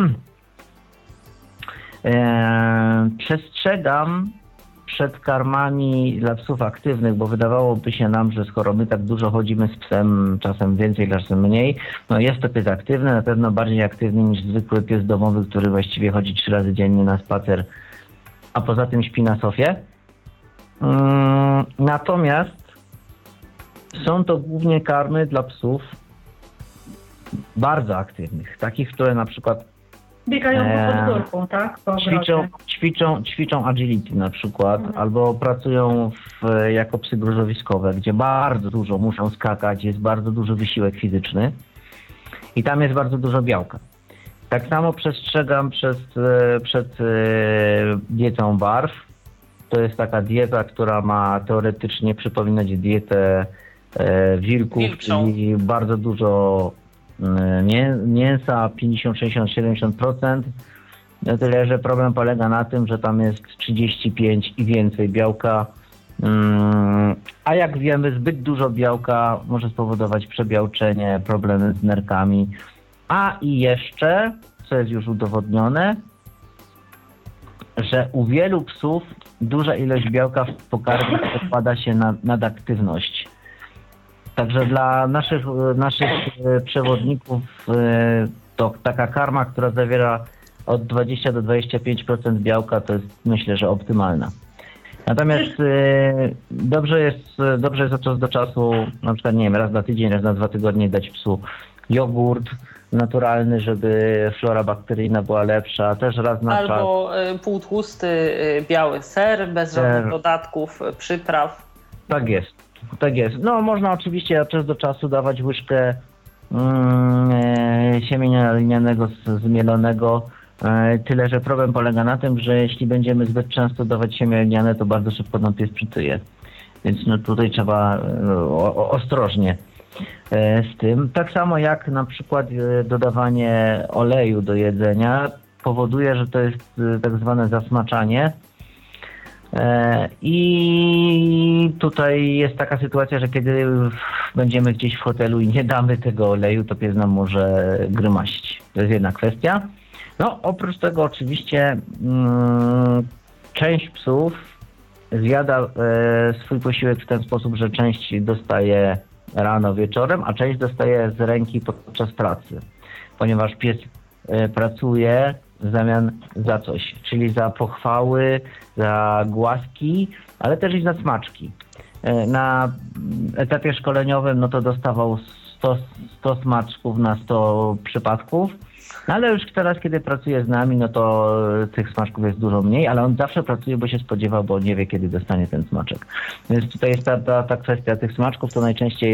Speaker 3: przestrzegam przed karmami dla psów aktywnych, bo wydawałoby się nam, że skoro my tak dużo chodzimy z psem, czasem więcej, czasem mniej, no jest to pies aktywny, na pewno bardziej aktywny niż zwykły pies domowy, który właściwie chodzi 3 razy dziennie na spacer, a poza tym śpi na sofie. Natomiast są to głównie karmy dla psów bardzo aktywnych, takich, które na przykład
Speaker 4: Biegają pod górką, tak?
Speaker 3: Ćwiczą agility na przykład, albo pracują jako psy gruzowiskowe, gdzie bardzo dużo muszą skakać, jest bardzo duży wysiłek fizyczny i tam jest bardzo dużo białka. Tak samo przestrzegam przed dietą barw. To jest taka dieta, która ma teoretycznie przypominać dietę wilków, czyli bardzo dużo mięsa, 50, 60, 70%. Tyle, że problem polega na tym, że tam jest 35 i więcej białka. A jak wiemy, zbyt dużo białka może spowodować przebiałczenie, problemy z nerkami. A i jeszcze, co jest już udowodnione, że u wielu psów duża ilość białka w pokarmie przekłada się na nadaktywność. Także dla naszych przewodników to taka karma, która zawiera od 20 do 25% białka, to jest, myślę, że optymalna. Natomiast dobrze jest od czasu do czasu, na przykład nie wiem, raz na tydzień, raz na 2 tygodnie dać psu jogurt naturalny, żeby flora bakteryjna była lepsza, też raz na czas.
Speaker 2: Albo półtłusty biały ser, bez żadnych dodatków, przypraw.
Speaker 3: Tak jest. Tak jest. No można oczywiście od czasu do czasu dawać łyżkę siemienia linianego zmielonego, tyle że problem polega na tym, że jeśli będziemy zbyt często dawać siemię liniane, to bardzo szybko nam pies przytyje. Więc no tutaj trzeba ostrożnie z tym. Tak samo jak na przykład dodawanie oleju do jedzenia powoduje, że to jest tak zwane zasmaczanie. I tutaj jest taka sytuacja, że kiedy będziemy gdzieś w hotelu i nie damy tego oleju, to pies nam może grymasić. To jest jedna kwestia. No oprócz tego oczywiście część psów zjada swój posiłek w ten sposób, że część dostaje rano, wieczorem, a część dostaje z ręki podczas pracy. Ponieważ pies pracuje w zamian za coś, czyli za pochwały, za głaski, ale też i za smaczki. Na etapie szkoleniowym no to dostawał 100 smaczków na 100 przypadków, no ale już teraz, kiedy pracuje z nami, no to tych smaczków jest dużo mniej, ale on zawsze pracuje, bo się spodziewał, bo nie wie, kiedy dostanie ten smaczek. Więc tutaj jest ta kwestia tych smaczków, to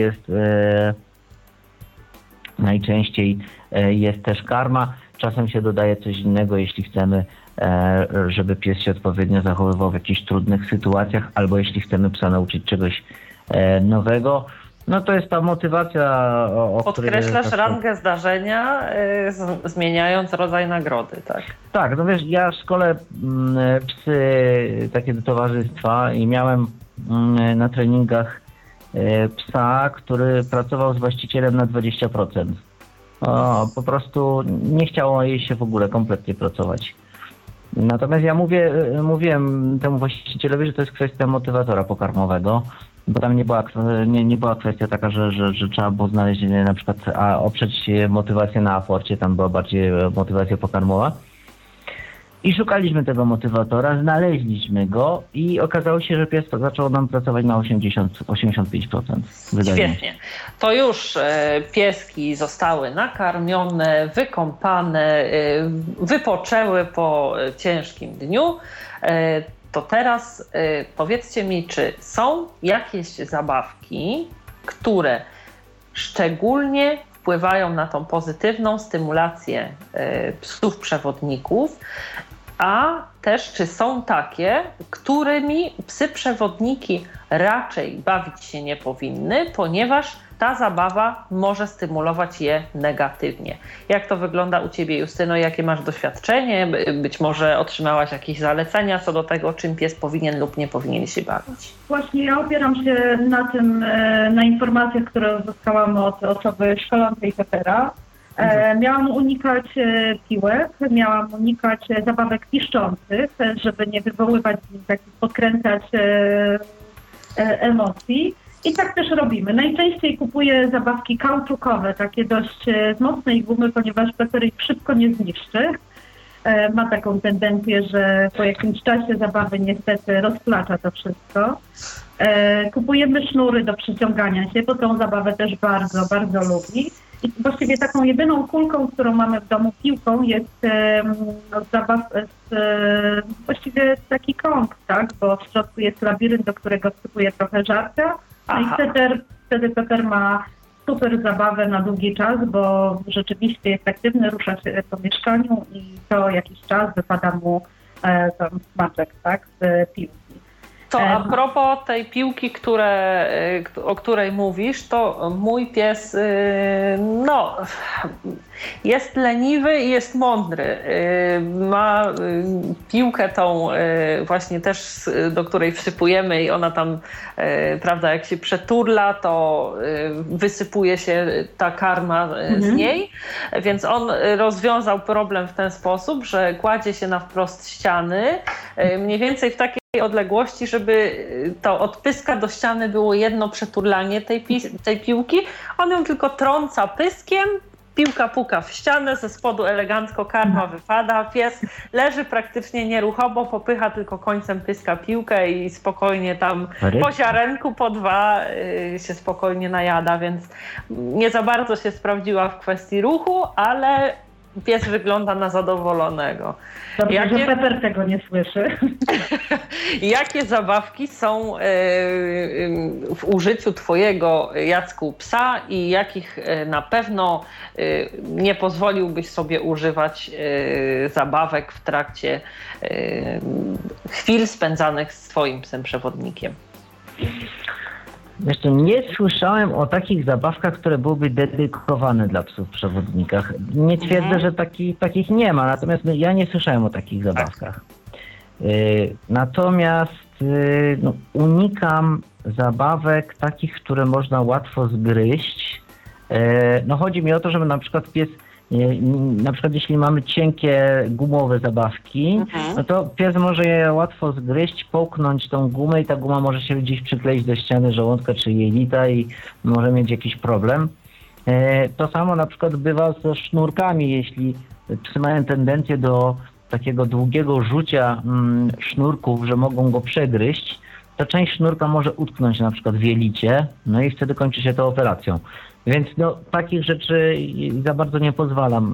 Speaker 3: najczęściej jest też karma. Czasem się dodaje coś innego, jeśli chcemy, żeby pies się odpowiednio zachowywał w jakichś trudnych sytuacjach, albo jeśli chcemy psa nauczyć czegoś nowego. No to jest ta motywacja,
Speaker 2: Podkreślasz rangę zdarzenia, zmieniając rodzaj nagrody, tak?
Speaker 3: Tak, no wiesz, ja szkolę psy takie do towarzystwa i miałem na treningach psa, który pracował z właścicielem na 20%. Po prostu nie chciało jej się w ogóle kompletnie pracować. Natomiast ja mówiłem temu właścicielowi, że to jest kwestia motywatora pokarmowego, bo tam nie była kwestia taka, że trzeba było znaleźć na przykład, oprzeć motywację na aporcie, tam była bardziej motywacja pokarmowa. I szukaliśmy tego motywatora, znaleźliśmy go i okazało się, że pies zaczął nam pracować na 85%.
Speaker 2: Świetnie. To już pieski zostały nakarmione, wykąpane, wypoczęły po ciężkim dniu. To teraz powiedzcie mi, czy są jakieś zabawki, które szczególnie wpływają na tą pozytywną stymulację psów przewodników, a też czy są takie, którymi psy przewodniki raczej bawić się nie powinny, ponieważ ta zabawa może stymulować je negatywnie. Jak to wygląda u Ciebie, Justyno? Jakie masz doświadczenie? Być może otrzymałaś jakieś zalecenia co do tego, czym pies powinien lub nie powinien się bawić?
Speaker 4: Właśnie ja opieram się na tym, na informacjach, które uzyskałam od osoby szkolącej Pepera. Miałam unikać piłek, miałam unikać zabawek piszczących, żeby nie wywoływać takich, podkręcać emocji. I tak też robimy. Najczęściej kupuję zabawki kauczukowe, takie dość z mocnej gumy, ponieważ Pepper ich szybko nie zniszczy. Ma taką tendencję, że po jakimś czasie zabawy niestety rozplacza to wszystko. Kupujemy sznury do przyciągania się, bo tą zabawę też bardzo, bardzo lubi. I właściwie taką jedyną kulką, którą mamy w domu, piłką, jest właściwie taki krąg, tak? Bo w środku jest labirynt, do którego wsypuje trochę żarcia. No i wtedy Pepper ma super zabawę na długi czas, bo rzeczywiście jest aktywny, rusza się po mieszkaniu i co jakiś czas wypada mu tam smaczek, tak, z piłki.
Speaker 2: To a propos tej piłki, o której mówisz, to mój pies jest leniwy i jest mądry. Ma piłkę tą właśnie też, do której wsypujemy i ona tam, prawda, jak się przeturla, to wysypuje się ta karma z niej. Więc on rozwiązał problem w ten sposób, że kładzie się na wprost ściany, mniej więcej w takiej odległości, żeby to od pyska do ściany było jedno przeturlanie tej piłki. On ją tylko trąca pyskiem, piłka puka w ścianę, ze spodu elegancko karma wypada, pies leży praktycznie nieruchomo, popycha tylko końcem pyska piłkę i spokojnie tam po ziarenku, po dwa się spokojnie najada, więc nie za bardzo się sprawdziła w kwestii ruchu, ale pies wygląda na zadowolonego.
Speaker 4: Dobrze, że Pepper tego nie słyszy.
Speaker 2: Jakie zabawki są w użyciu Twojego, Jacku, psa i jakich na pewno nie pozwoliłbyś sobie używać zabawek w trakcie chwil spędzanych z Twoim psem przewodnikiem?
Speaker 3: Zresztą nie słyszałem o takich zabawkach, które byłyby dedykowane dla psów w przewodnikach. Nie twierdzę, że takich nie ma, natomiast ja nie słyszałem o takich zabawkach. Natomiast unikam zabawek takich, które można łatwo zgryźć. Chodzi mi o to, żeby na przykład pies, na przykład jeśli mamy cienkie gumowe zabawki, no to pies może je łatwo zgryźć, połknąć tą gumę i ta guma może się gdzieś przykleić do ściany żołądka czy jelita i może mieć jakiś problem. To samo na przykład bywa ze sznurkami, jeśli psy mają tendencję do takiego długiego rzucia sznurków, że mogą go przegryźć, to część sznurka może utknąć na przykład w jelicie, no i wtedy kończy się to operacją. Więc takich rzeczy za bardzo nie pozwalam.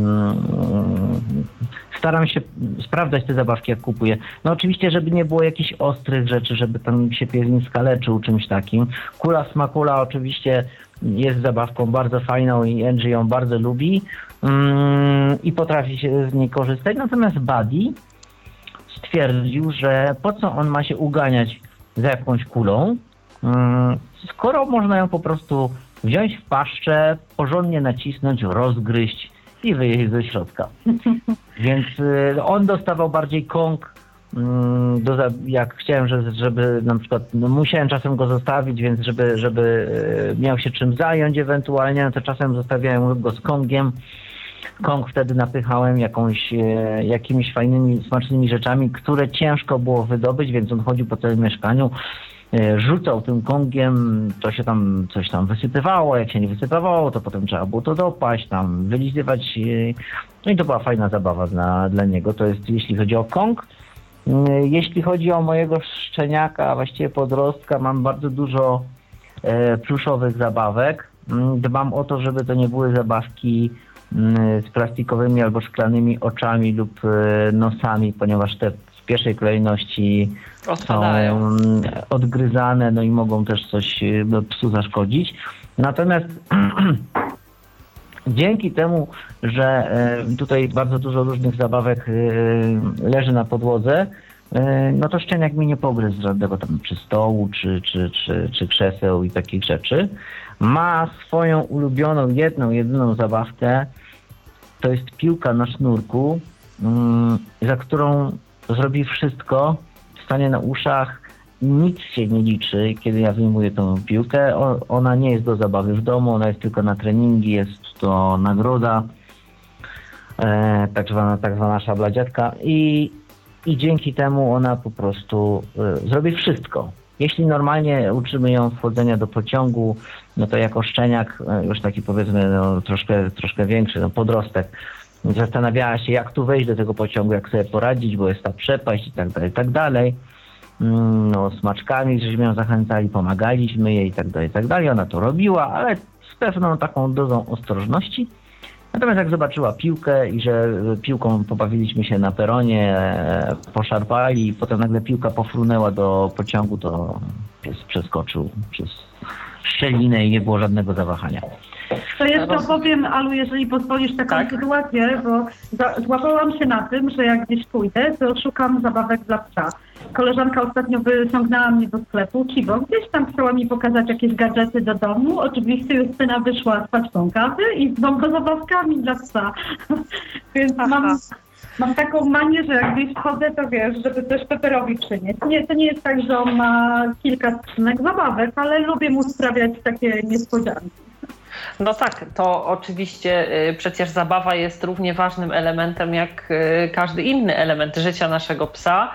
Speaker 3: Staram się sprawdzać te zabawki, jak kupuję. No oczywiście, żeby nie było jakichś ostrych rzeczy, żeby tam się pies nie skaleczył czymś takim. Kula smakula oczywiście jest zabawką bardzo fajną i Angie ją bardzo lubi i potrafi się z niej korzystać. Natomiast Buddy stwierdził, że po co on ma się uganiać za jakąś kulą, skoro można ją po prostu wziąć w paszczę, porządnie nacisnąć, rozgryźć i wyjeść ze środka. Więc on dostawał bardziej kąg, jak chciałem, żeby na przykład, musiałem czasem go zostawić, więc żeby miał się czym zająć ewentualnie, no to czasem zostawiałem go z kągiem. Kąg wtedy napychałem jakimiś fajnymi, smacznymi rzeczami, które ciężko było wydobyć, więc on chodził po całym mieszkaniu, rzucał tym kągiem, to się tam coś tam wysypywało, jak się nie wysypywało, to potem trzeba było to dopaść, tam wylizywać. No i to była fajna zabawa dla niego. To jest jeśli chodzi o kąg. Jeśli chodzi o mojego szczeniaka, właściwie podrostka, mam bardzo dużo pluszowych zabawek. Dbam o to, żeby to nie były zabawki z plastikowymi albo szklanymi oczami lub nosami, ponieważ te w pierwszej kolejności
Speaker 2: odpadają,
Speaker 3: są odgryzane, no i mogą też coś psu zaszkodzić. Natomiast dzięki temu, że tutaj bardzo dużo różnych zabawek leży na podłodze, no to szczeniak mi nie pogryzł żadnego tam czy stołu, czy krzeseł i takich rzeczy. Ma swoją ulubioną, jedyną zabawkę. To jest piłka na sznurku, za którą zrobi wszystko, stanie na uszach, nic się nie liczy, kiedy ja wyjmuję tą piłkę. Ona nie jest do zabawy w domu, ona jest tylko na treningi, jest to nagroda, tak zwana szabla dziadka i dzięki temu ona po prostu zrobi wszystko. Jeśli normalnie uczymy ją wchodzenia do pociągu, no to jako szczeniak, już taki powiedzmy no, troszkę większy, no, podrostek, zastanawiała się, jak tu wejść do tego pociągu, jak sobie poradzić, bo jest ta przepaść i tak dalej. No, smaczkami żeśmy ją zachęcali, pomagaliśmy jej i tak dalej. Ona to robiła, ale z pewną taką dozą ostrożności. Natomiast jak zobaczyła piłkę i że piłką pobawiliśmy się na peronie, poszarpali i potem nagle piłka pofrunęła do pociągu, to pies przeskoczył przez szczelinę i nie było żadnego zawahania.
Speaker 4: To jeszcze opowiem, Alu, jeżeli pozwolisz taką sytuację, bo złapałam się na tym, że jak gdzieś pójdę, to szukam zabawek dla psa. Koleżanka ostatnio wyciągnęła mnie do sklepu, Cibo, gdzieś tam chciała mi pokazać jakieś gadżety do domu. Oczywiście Justyna wyszła z paczką kawy i z dwoma zabawkami dla psa. Więc mam taką manię, że jak gdzieś wchodzę, to wiesz, żeby coś Peperowi przynieść. Nie, to nie jest tak, że on ma kilka skrzynek zabawek, ale lubię mu sprawiać takie niespodzianki.
Speaker 2: No tak, to oczywiście przecież zabawa jest równie ważnym elementem jak każdy inny element życia naszego psa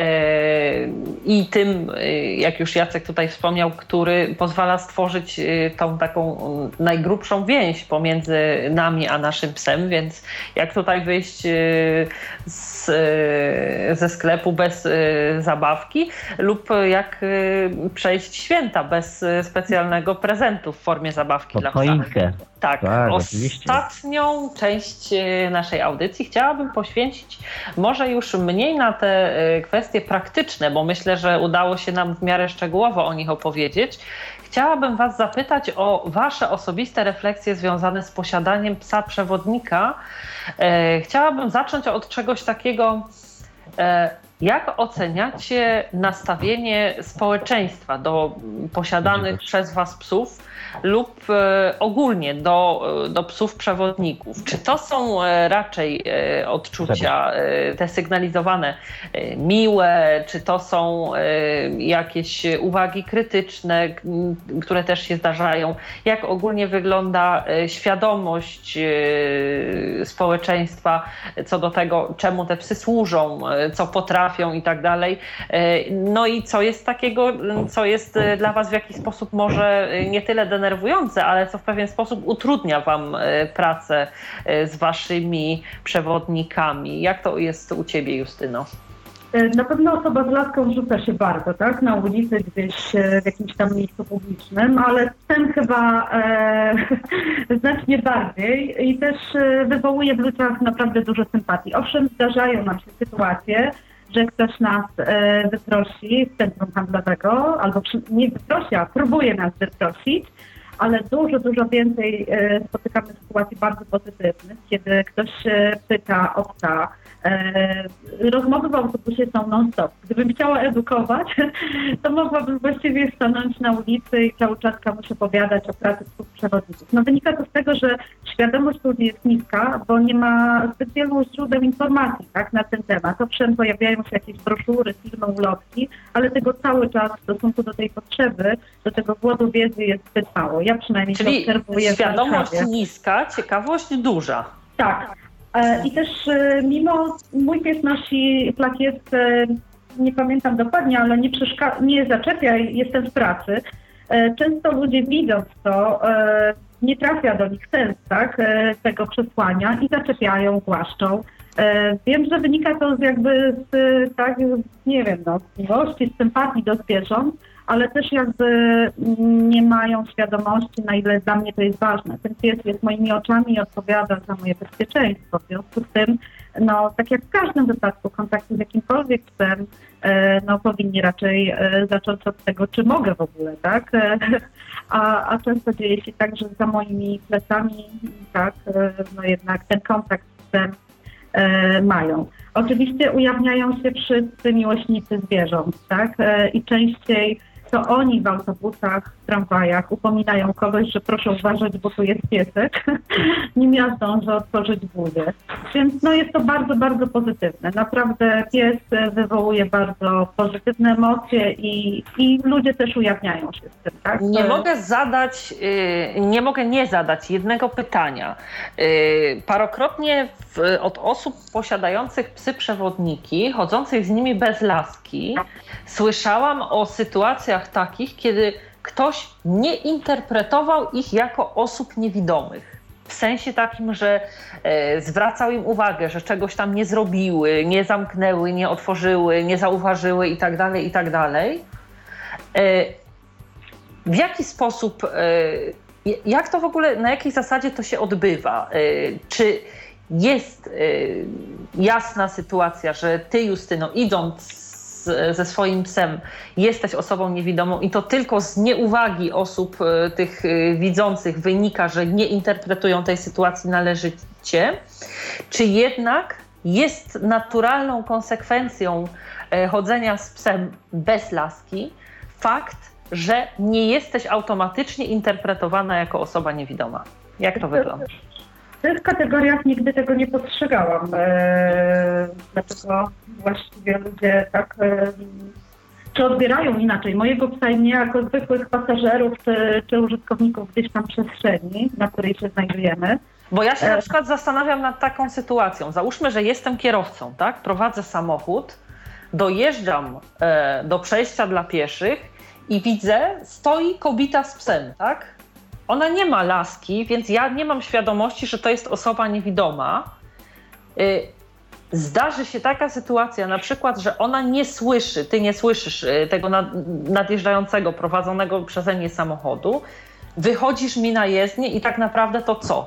Speaker 2: i tym, jak już Jacek tutaj wspomniał, który pozwala stworzyć tą taką najgrubszą więź pomiędzy nami a naszym psem, więc jak tutaj wyjść ze sklepu bez zabawki lub jak przejść święta bez specjalnego prezentu w formie zabawki dla psa. Tak, ostatnią część naszej audycji chciałabym poświęcić może już mniej na te kwestie praktyczne, bo myślę, że udało się nam w miarę szczegółowo o nich opowiedzieć. Chciałabym Was zapytać o Wasze osobiste refleksje związane z posiadaniem psa przewodnika. Chciałabym zacząć od czegoś takiego, jak oceniacie nastawienie społeczeństwa do posiadanych przez Was psów lub ogólnie do psów przewodników? Czy to są raczej odczucia te sygnalizowane miłe, czy to są jakieś uwagi krytyczne, które też się zdarzają? Jak ogólnie wygląda świadomość społeczeństwa co do tego, czemu te psy służą, co potrafią i tak dalej? No i co jest takiego, co jest dla Was w jakiś sposób może nie tyle denerwujące, ale co w pewien sposób utrudnia Wam pracę z Waszymi przewodnikami. Jak to jest u Ciebie, Justyno?
Speaker 4: Na pewno osoba z laską rzuca się bardzo, tak? Na ulicy, gdzieś w jakimś tam miejscu publicznym, ale ten chyba znacznie bardziej i też wywołuje w ludziach naprawdę dużo sympatii. Owszem, zdarzają nam się sytuacje, że ktoś nas wyprosi z centrum handlowego, albo nie wyprosi, a próbuje nas wyprosić, ale dużo więcej spotykamy sytuacji bardzo pozytywnych, kiedy ktoś pyta o psa. Rozmowy w autobusie są non-stop. Gdybym chciała edukować, to mogłabym właściwie stanąć na ulicy i cały czas komuś opowiadać o pracy psów przewodników. No wynika to z tego, że świadomość ludzi jest niska, bo nie ma zbyt wielu źródeł informacji, tak, na ten temat. Owszem, pojawiają się jakieś broszury, filmy, ulotki, ale tego cały czas w stosunku do tej potrzeby, do tego głodu wiedzy jest zbyt mało. Ja przynajmniej to obserwuję.
Speaker 2: Świadomość niska, ciekawość duża.
Speaker 4: Tak. I też mimo mój pies nosi plakiet, nie pamiętam dokładnie, ale nie zaczepia, jestem w pracy. Często ludzie widząc to, nie trafia do nich sens, tak, tego przesłania i zaczepiają, głaszczą. Wiem, że wynika to z miłości, z sympatii do zwierząt, ale też jakby nie mają świadomości, na ile dla mnie to jest ważne. Ten pies jest moimi oczami i odpowiada za moje bezpieczeństwo. W związku z tym, no tak jak w każdym wypadku kontaktu z jakimkolwiek psem, no powinni raczej zacząć od tego, czy mogę w ogóle, tak? A często dzieje się tak, że za moimi plecami, tak, no jednak ten kontakt z psem mają. Oczywiście ujawniają się wszyscy miłośnicy zwierząt, tak? I częściej to oni w autobusach, w tramwajach upominają kogoś, że proszę uważać, bo tu jest piesek, nim ja zdążę otworzyć buzię. Więc no jest to bardzo, bardzo pozytywne. Naprawdę pies wywołuje bardzo pozytywne emocje i ludzie też ujawniają się z tym, tak?
Speaker 2: Nie mogę nie zadać jednego pytania. Parokrotnie od osób posiadających psy przewodniki, chodzących z nimi bez laski, słyszałam o sytuacjach takich, kiedy ktoś nie interpretował ich jako osób niewidomych. W sensie takim, że zwracał im uwagę, że czegoś tam nie zrobiły, nie zamknęły, nie otworzyły, nie zauważyły itd., itd. W jaki sposób, jak to w ogóle, na jakiej zasadzie to się odbywa? Czy jest jasna sytuacja, że ty, Justyno, idąc ze swoim psem, jesteś osobą niewidomą i to tylko z nieuwagi osób tych widzących wynika, że nie interpretują tej sytuacji należycie, czy jednak jest naturalną konsekwencją chodzenia z psem bez laski fakt, że nie jesteś automatycznie interpretowana jako osoba niewidoma? Jak to wygląda?
Speaker 4: W tych kategoriach nigdy tego nie postrzegałam. Dlaczego właściwie ludzie tak czy odbierają inaczej mojego psa i mnie jako zwykłych pasażerów czy użytkowników gdzieś tam przestrzeni, na której się znajdujemy.
Speaker 2: Bo ja się na przykład zastanawiam nad taką sytuacją. Załóżmy, że jestem kierowcą, tak? Prowadzę samochód, dojeżdżam do przejścia dla pieszych i widzę, stoi kobieta z psem, tak? Ona nie ma laski, więc ja nie mam świadomości, że to jest osoba niewidoma. Zdarzy się taka sytuacja, na przykład, że ona nie słyszy, ty nie słyszysz tego nadjeżdżającego, prowadzonego przeze mnie samochodu, wychodzisz mi na jezdnię i tak naprawdę to co?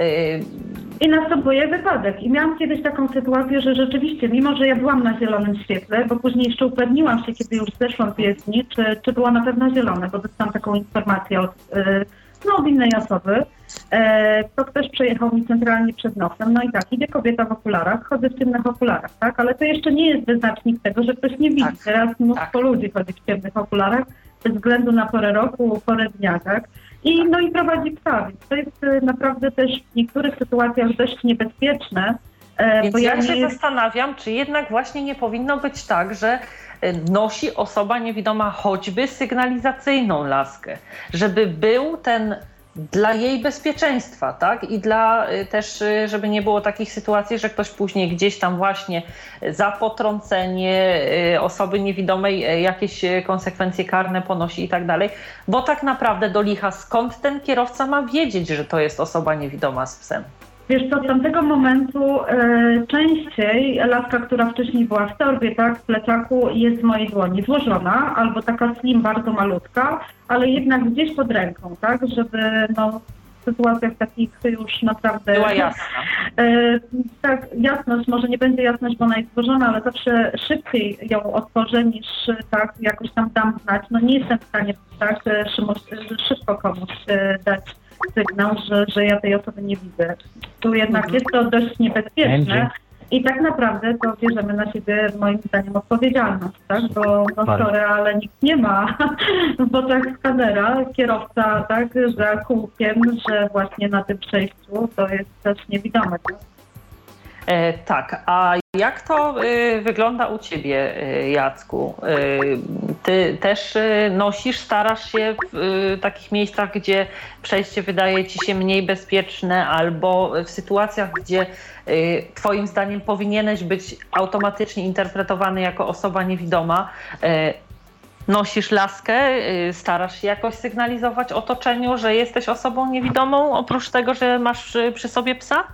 Speaker 4: I następuje wypadek. I miałam kiedyś taką sytuację, że rzeczywiście, mimo że ja byłam na zielonym świetle, bo później jeszcze upewniłam się, kiedy już zeszłam z jezdni, czy była na pewno zielone, bo dostałam taką informację od innej osoby. To ktoś przejechał mi centralnie przed nosem. No i tak, idzie kobieta w okularach, chodzę w ciemnych okularach, tak? Ale to jeszcze nie jest wyznacznik tego, że ktoś nie widzi.
Speaker 2: Tak,
Speaker 4: teraz mnóstwo ludzi chodzi w ciemnych okularach, bez względu na porę roku, porę dnia, tak? I prowadzi psa, więc to jest naprawdę też w niektórych sytuacjach dość niebezpieczne.
Speaker 2: Więc ja się zastanawiam, czy jednak właśnie nie powinno być tak, że nosi osoba niewidoma choćby sygnalizacyjną laskę, żeby był ten dla jej bezpieczeństwa, tak? I dla też, żeby nie było takich sytuacji, że ktoś później gdzieś tam właśnie za potrącenie osoby niewidomej jakieś konsekwencje karne ponosi i tak dalej. Bo tak naprawdę do licha, skąd ten kierowca ma wiedzieć, że to jest osoba niewidoma z psem?
Speaker 4: Wiesz co, od tamtego momentu częściej laska, która wcześniej była w torbie, tak, w plecaku, jest w mojej dłoni złożona, albo taka slim, bardzo malutka, ale jednak gdzieś pod ręką, tak, żeby w sytuacjach takich już naprawdę...
Speaker 2: Była jasna.
Speaker 4: Tak, jasność, może nie będzie jasność, bo ona jest złożona, ale zawsze szybciej ją otworzę niż tak jakoś tam dam znać. No nie jestem w stanie tak szybko komuś dać sygnał, że ja tej osoby nie widzę. Tu jednak jest to dość niebezpieczne i tak naprawdę to bierzemy na siebie moim zdaniem odpowiedzialność, tak? Bo sorry, ale nikt nie ma w oczach skanera, kierowca, tak, za kółkiem, że właśnie na tym przejściu to jest też niewidome. Tak?
Speaker 2: Tak, a jak to wygląda u ciebie, Jacku? Ty też nosisz, starasz się w takich miejscach, gdzie przejście wydaje ci się mniej bezpieczne, albo w sytuacjach, gdzie twoim zdaniem powinieneś być automatycznie interpretowany jako osoba niewidoma, nosisz laskę, starasz się jakoś sygnalizować otoczeniu, że jesteś osobą niewidomą, oprócz tego, że masz przy sobie psa?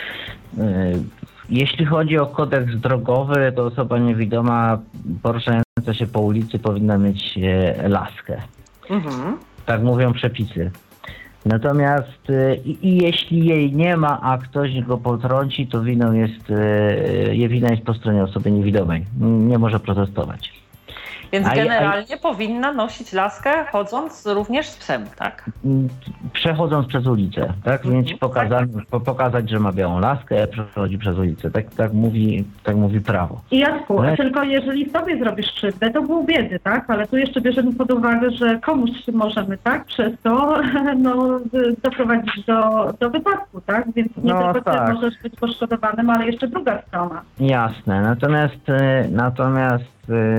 Speaker 3: Jeśli chodzi o kodeks drogowy, to osoba niewidoma poruszająca przechadzająca się po ulicy powinna mieć laskę. Tak mówią przepisy. Natomiast jeśli jej nie ma, a ktoś go potrąci, to wina jest po stronie osoby niewidomej. Nie może protestować.
Speaker 2: Więc generalnie powinna nosić laskę, chodząc również z psem, tak?
Speaker 3: Przechodząc przez ulicę, tak? Mieć pokazać, że ma białą laskę, przechodzi przez ulicę. Tak mówi prawo.
Speaker 4: I Jacku, tylko jeżeli sobie zrobisz krzywdę, to pół biedy, tak? Ale tu jeszcze bierzemy pod uwagę, że komuś możemy, tak? Przez to doprowadzić do wypadku, tak? Więc nie tylko ty możesz być poszkodowanym, ale jeszcze druga strona.
Speaker 3: Jasne. Natomiast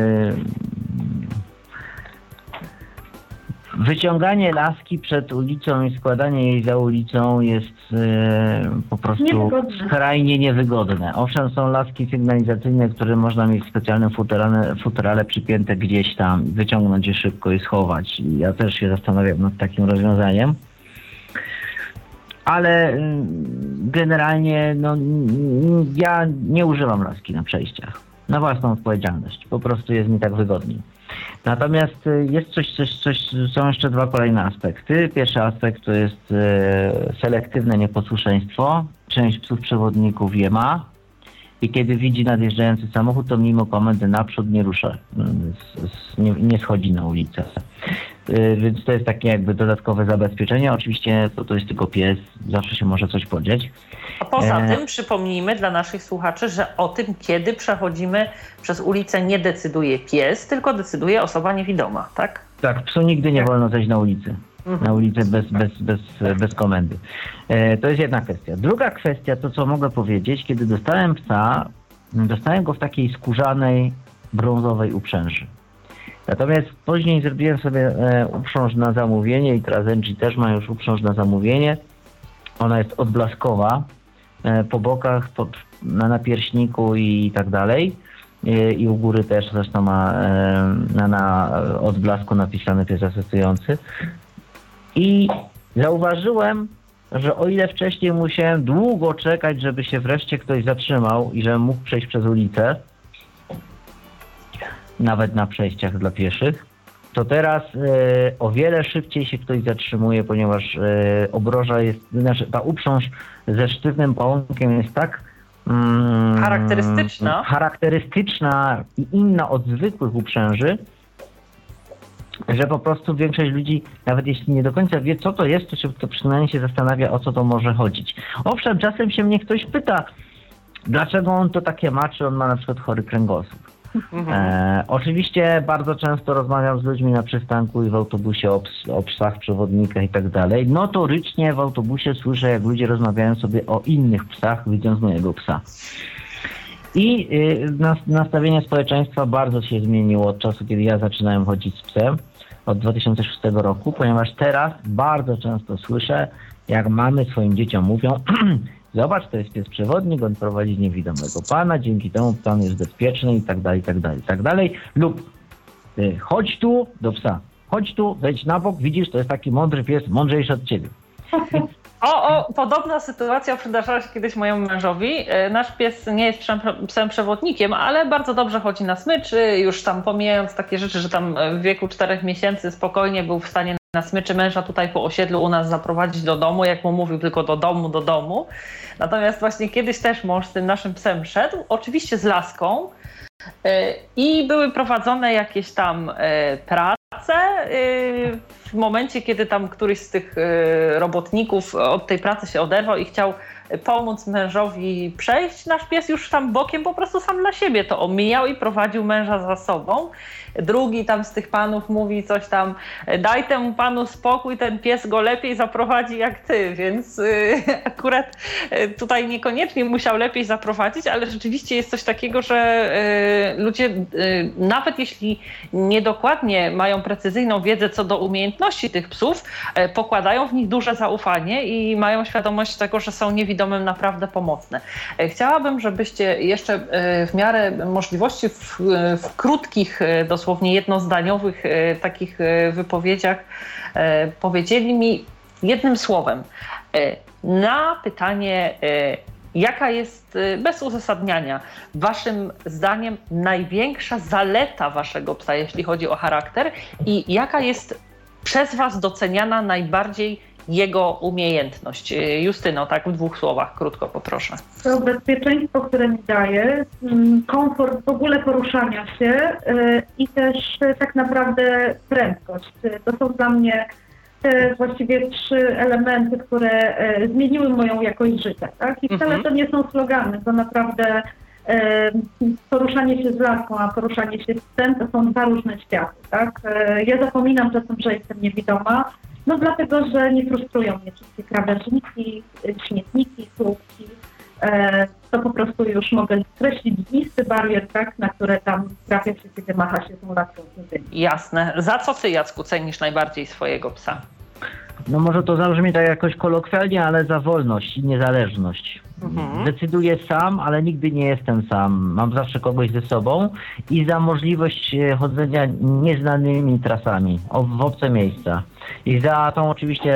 Speaker 3: wyciąganie laski przed ulicą i składanie jej za ulicą jest po prostu skrajnie niewygodne. Owszem, są laski sygnalizacyjne, które można mieć w specjalnym futerale przypięte gdzieś tam, wyciągnąć je szybko i schować. Ja też się zastanawiam nad takim rozwiązaniem. Ale generalnie ja nie używam laski na przejściach. Na własną odpowiedzialność. Po prostu jest mi tak wygodniej. Natomiast jest są jeszcze dwa kolejne aspekty. Pierwszy aspekt to jest selektywne nieposłuszeństwo. Część psów przewodników je ma i kiedy widzi nadjeżdżający samochód, to mimo komendy naprzód nie rusza, nie schodzi na ulicę. Więc to jest takie jakby dodatkowe zabezpieczenie. Oczywiście to jest tylko pies, zawsze się może coś podzieć.
Speaker 2: A poza tym przypomnijmy dla naszych słuchaczy, że o tym, kiedy przechodzimy przez ulicę, nie decyduje pies, tylko decyduje osoba niewidoma, tak?
Speaker 3: Tak, psu nigdy nie wolno zejść na ulicy. Na ulicę bez komendy. To jest jedna kwestia. Druga kwestia, to co mogę powiedzieć, kiedy dostałem psa, dostałem go w takiej skórzanej, brązowej uprzęży. Natomiast później zrobiłem sobie uprząż na zamówienie i teraz NG też ma już uprząż na zamówienie. Ona jest odblaskowa po bokach, na napierśniku i tak dalej. I u góry też zresztą ma na odblasku napisany pies asystujący. I zauważyłem, że o ile wcześniej musiałem długo czekać, żeby się wreszcie ktoś zatrzymał i żebym mógł przejść przez ulicę, nawet na przejściach dla pieszych, to teraz o wiele szybciej się ktoś zatrzymuje, ponieważ obroża jest, ta uprząż ze sztywnym pałąkiem jest tak charakterystyczna i inna od zwykłych uprzęży, że po prostu większość ludzi, nawet jeśli nie do końca wie, co to jest, to przynajmniej się zastanawia, o co to może chodzić. Owszem, czasem się mnie ktoś pyta, dlaczego on to takie ma, czy on ma na przykład chory kręgosłup. Oczywiście bardzo często rozmawiam z ludźmi na przystanku i w autobusie o psach, przewodnikach i tak dalej. Notorycznie w autobusie słyszę, jak ludzie rozmawiają sobie o innych psach, widząc mojego psa. I nastawienie społeczeństwa bardzo się zmieniło od czasu, kiedy ja zaczynałem chodzić z psem, od 2006 roku, ponieważ teraz bardzo często słyszę, jak mamy swoim dzieciom mówią, zobacz, to jest pies przewodnik, on prowadzi niewidomego pana, dzięki temu pan jest bezpieczny i tak dalej, i tak dalej, i tak dalej. Lub chodź tu do psa, chodź tu, wejdź na bok, widzisz, to jest taki mądry pies, mądrzejszy od ciebie.
Speaker 2: Podobna sytuacja przydarzała się kiedyś mojemu mężowi. Nasz pies nie jest psem przewodnikiem, ale bardzo dobrze chodzi na smyczy, już tam pomijając takie rzeczy, że tam w wieku 4 miesięcy spokojnie był w stanie na smyczy męża tutaj po osiedlu u nas zaprowadzić do domu, jak mu mówił, tylko do domu. Natomiast właśnie kiedyś też mąż z tym naszym psem szedł, oczywiście z laską i były prowadzone jakieś tam prace. W momencie, kiedy tam któryś z tych robotników od tej pracy się oderwał i chciał pomóc mężowi przejść, nasz pies już tam bokiem po prostu sam dla siebie to omijał i prowadził męża za sobą. Drugi tam z tych panów mówi coś tam, daj temu panu spokój, ten pies go lepiej zaprowadzi jak ty, więc akurat tutaj niekoniecznie musiał lepiej zaprowadzić, ale rzeczywiście jest coś takiego, że ludzie nawet jeśli niedokładnie mają precyzyjną wiedzę co do umiejętności tych psów, pokładają w nich duże zaufanie i mają świadomość tego, że są niewidomym naprawdę pomocne. Chciałabym, żebyście jeszcze w miarę możliwości w krótkich, dosłownie jednozdaniowych takich wypowiedziach powiedzieli mi jednym słowem na pytanie, jaka jest, bez uzasadniania, waszym zdaniem największa zaleta waszego psa, jeśli chodzi o charakter i jaka jest przez was doceniana najbardziej jego umiejętność? Justyno, tak w 2 słowach, krótko poproszę.
Speaker 4: To bezpieczeństwo, które mi daje, komfort w ogóle poruszania się i też tak naprawdę prędkość. To są dla mnie te właściwie 3 elementy, które zmieniły moją jakość życia. Tak? I wcale to nie są slogany, to naprawdę poruszanie się z laską, a poruszanie się z psem to są 2 różne światy. Tak? Ja zapominam czasem, że jestem niewidoma, no dlatego, że nie frustrują mnie wszystkie krawężniki, śmietniki, słupki. To po prostu już mogę skreślić listy barier, tak, na które tam trafia się, kiedy macha się tą laską.
Speaker 2: Jasne. Za co ty, Jacku, cenisz najbardziej swojego psa?
Speaker 3: No może to zabrzmi tak jakoś kolokwialnie, ale za wolność i niezależność. Decyduję sam, ale nigdy nie jestem sam. Mam zawsze kogoś ze sobą i za możliwość chodzenia nieznanymi trasami, w obce miejsca. I za tą oczywiście,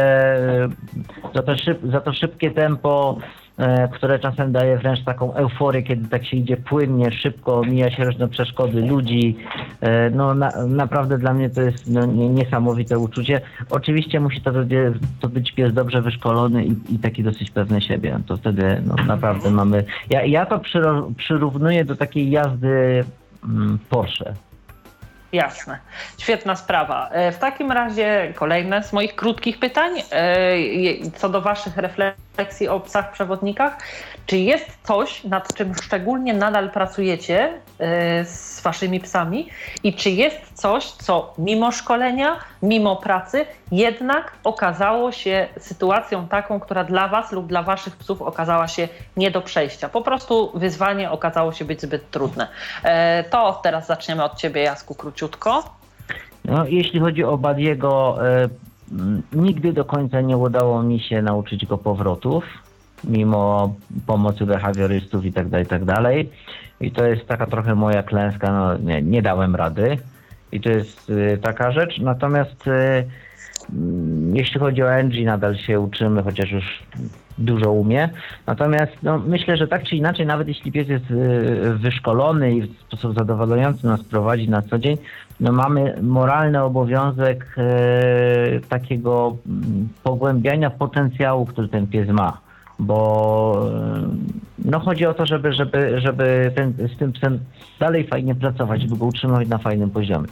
Speaker 3: za to szybkie tempo, które czasem daje wręcz taką euforię, kiedy tak się idzie płynnie, szybko, mija się różne przeszkody ludzi. No naprawdę dla mnie to jest niesamowite uczucie. Oczywiście musi to być pies dobrze wyszkolony i taki dosyć pewny siebie. To wtedy naprawdę mamy... Ja to przyrównuję do takiej jazdy Porsche.
Speaker 2: Jasne. Świetna sprawa. W takim razie kolejne z moich krótkich pytań co do waszych refleksji o psach przewodnikach. Czy jest coś, nad czym szczególnie nadal pracujecie z waszymi psami i czy jest coś, co mimo szkolenia, mimo pracy jednak okazało się sytuacją taką, która dla was lub dla waszych psów okazała się nie do przejścia? Po prostu wyzwanie okazało się być zbyt trudne. To teraz zaczniemy od ciebie, Jacku, króciutko.
Speaker 3: No, jeśli chodzi o Badiego, nigdy do końca nie udało mi się nauczyć go powrotów, mimo pomocy behawiorystów i tak dalej. I to jest taka trochę moja klęska, nie dałem rady. I to jest taka rzecz. Natomiast jeśli chodzi o Angie, nadal się uczymy, chociaż już dużo umie. Natomiast myślę, że tak czy inaczej, nawet jeśli pies jest wyszkolony i w sposób zadowalający nas prowadzi na co dzień, mamy moralny obowiązek takiego pogłębiania potencjału, który ten pies ma. Bo chodzi o to, żeby z tym psem dalej fajnie pracować, żeby go utrzymać na fajnym poziomie.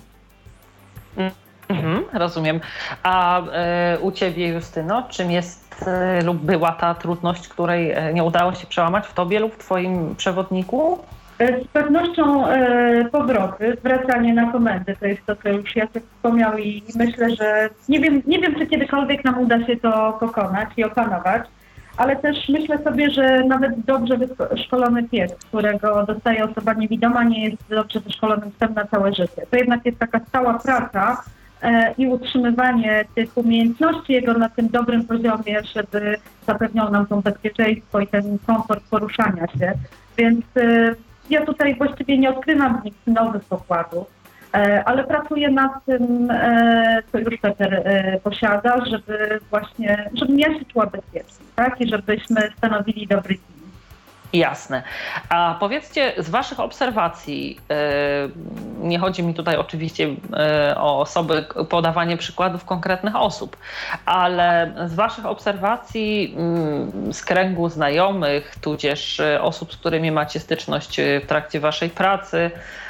Speaker 2: Rozumiem. A u ciebie, Justyno, czym jest lub była ta trudność, której nie udało się przełamać w tobie lub w twoim przewodniku?
Speaker 4: Z pewnością powroty, wracanie na komendy, to jest to, co już Jacek wspomniał i myślę, że nie wiem, czy kiedykolwiek nam uda się to pokonać i opanować. Ale też myślę sobie, że nawet dobrze wyszkolony pies, którego dostaje osoba niewidoma, nie jest dobrze wyszkolonym psem na całe życie. To jednak jest taka stała praca i utrzymywanie tych umiejętności jego na tym dobrym poziomie, żeby zapewniał nam to bezpieczeństwo i ten komfort poruszania się. Więc ja tutaj właściwie nie odkrywam nic nowych pokładów. Ale pracuję nad tym, co już Peter posiada, żebym ja się czuła bezpiecznie, tak? I żebyśmy stanowili dobry team.
Speaker 2: Jasne. A powiedzcie, z waszych obserwacji, nie chodzi mi tutaj oczywiście o osoby, podawanie przykładów konkretnych osób, ale z waszych obserwacji z kręgu znajomych, tudzież osób, z którymi macie styczność w trakcie waszej pracy,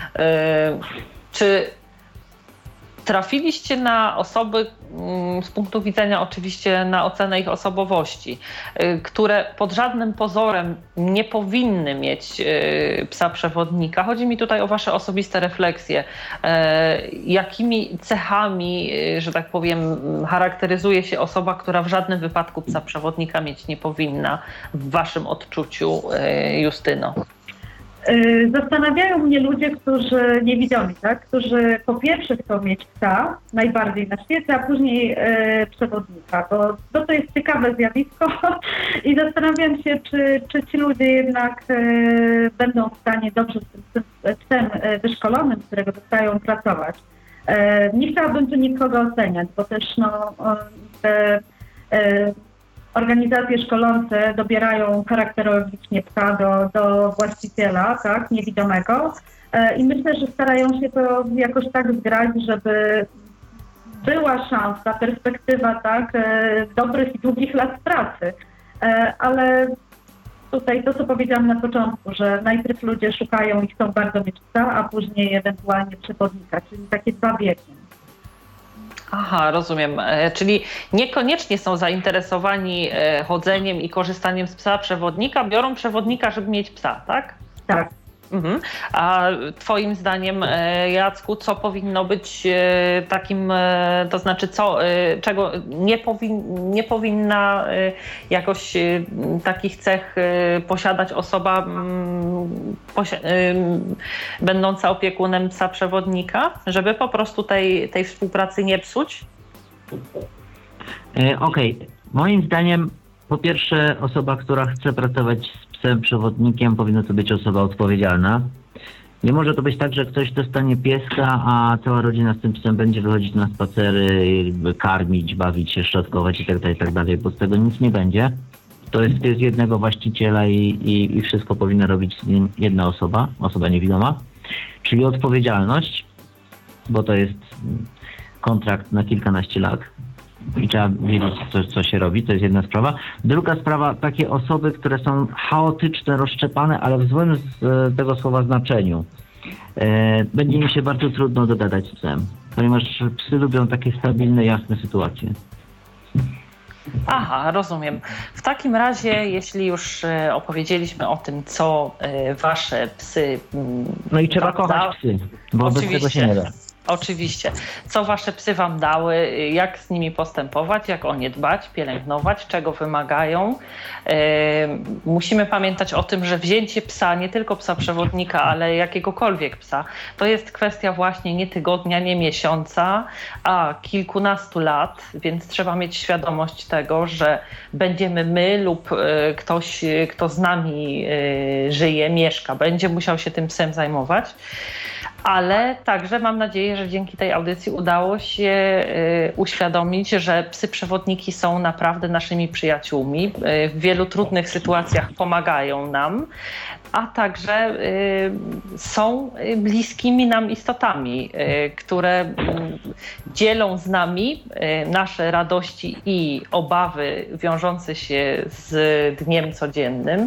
Speaker 2: czy trafiliście na osoby, z punktu widzenia oczywiście na ocenę ich osobowości, które pod żadnym pozorem nie powinny mieć psa przewodnika? Chodzi mi tutaj o wasze osobiste refleksje. Jakimi cechami, że tak powiem, charakteryzuje się osoba, która w żadnym wypadku psa przewodnika mieć nie powinna w waszym odczuciu, Justyno?
Speaker 4: Zastanawiają mnie ludzie, którzy niewidomi, tak? Którzy po pierwsze chcą mieć psa najbardziej na świecie, a później przewodnika, bo to jest ciekawe zjawisko i zastanawiam się, czy ci ludzie jednak będą w stanie dobrze z tym psem wyszkolonym, którego dostają, pracować. Nie chciałabym tu nikogo oceniać, bo też organizacje szkolące dobierają charakterologicznie psa do właściciela, tak, niewidomego. I myślę, że starają się to jakoś tak zgrać, żeby była szansa, perspektywa, tak, dobrych i długich lat pracy. Ale tutaj to, co powiedziałam na początku, że najpierw ludzie szukają i chcą bardzo mieć psa, a później ewentualnie przewodnika, czyli takie dwa biegi.
Speaker 2: Aha, rozumiem. Czyli niekoniecznie są zainteresowani chodzeniem i korzystaniem z psa przewodnika, biorą przewodnika, żeby mieć psa, tak?
Speaker 4: Tak.
Speaker 2: Mhm. A twoim zdaniem, Jacku, co powinno być takim, to znaczy czego nie powinna jakoś takich cech posiadać osoba będąca opiekunem psa przewodnika, żeby po prostu tej współpracy nie psuć?
Speaker 3: Okej. Moim zdaniem, po pierwsze, osoba, która chce pracować z psem przewodnikiem, powinna to być osoba odpowiedzialna. Nie może to być tak, że ktoś dostanie pieska, a cała rodzina z tym psem będzie wychodzić na spacery, karmić, bawić się, szczotkować itd., bo z tego nic nie będzie. To jest jednego właściciela i wszystko powinna robić z nim jedna osoba niewidoma, czyli odpowiedzialność, bo to jest kontrakt na kilkanaście lat. I trzeba wiedzieć, co się robi, to jest jedna sprawa. Druga sprawa, takie osoby, które są chaotyczne, rozszczepane, ale w złym z tego słowa znaczeniu. Będzie im się bardzo trudno dogadać z psem, ponieważ psy lubią takie stabilne, jasne sytuacje.
Speaker 2: Aha, rozumiem. W takim razie, jeśli już opowiedzieliśmy o tym, co wasze psy...
Speaker 3: No i trzeba kochać psy, bo bez tego się nie da.
Speaker 2: Oczywiście. Co wasze psy wam dały, jak z nimi postępować, jak o nie dbać, pielęgnować, czego wymagają. Musimy pamiętać o tym, że wzięcie psa, nie tylko psa przewodnika, ale jakiegokolwiek psa, to jest kwestia właśnie nie tygodnia, nie miesiąca, a kilkunastu lat, więc trzeba mieć świadomość tego, że będziemy my lub ktoś, kto z nami żyje, mieszka, będzie musiał się tym psem zajmować. Ale także mam nadzieję, że dzięki tej audycji udało się uświadomić, że psy przewodniki są naprawdę naszymi przyjaciółmi. W wielu trudnych sytuacjach pomagają nam, a także są bliskimi nam istotami, które dzielą z nami nasze radości i obawy wiążące się z dniem codziennym.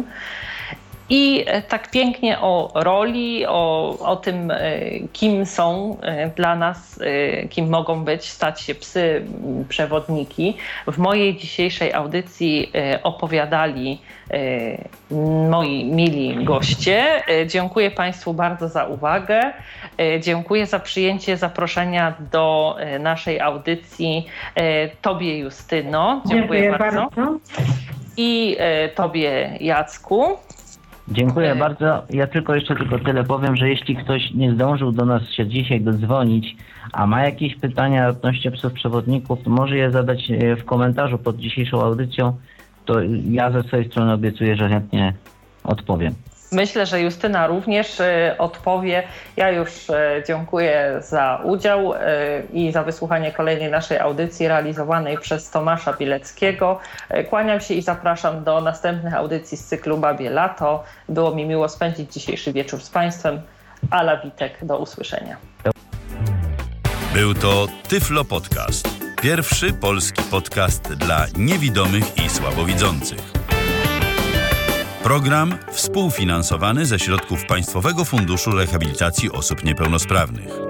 Speaker 2: I tak pięknie o roli, o tym, kim są dla nas, kim mogą być, stać się psy przewodniki. W mojej dzisiejszej audycji opowiadali moi mili goście. Dziękuję Państwu bardzo za uwagę. Dziękuję za przyjęcie zaproszenia do naszej audycji Tobie, Justyno. Dziękuję bardzo. I Tobie, Jacku.
Speaker 3: Dziękuję bardzo. Ja tylko tyle powiem, że jeśli ktoś nie zdążył do nas się dzisiaj dodzwonić, a ma jakieś pytania odnośnie psów przewodników, to może je zadać w komentarzu pod dzisiejszą audycją, to ja ze swojej strony obiecuję, że chętnie odpowiem.
Speaker 2: Myślę, że Justyna również odpowie. Ja już dziękuję za udział i za wysłuchanie kolejnej naszej audycji realizowanej przez Tomasza Pileckiego. Kłaniam się i zapraszam do następnych audycji z cyklu Babie Lato. Było mi miło spędzić dzisiejszy wieczór z Państwem. Ala Witek, do usłyszenia.
Speaker 1: Był to Tyflo Podcast. Pierwszy polski podcast dla niewidomych i słabowidzących. Program współfinansowany ze środków Państwowego Funduszu Rehabilitacji Osób Niepełnosprawnych.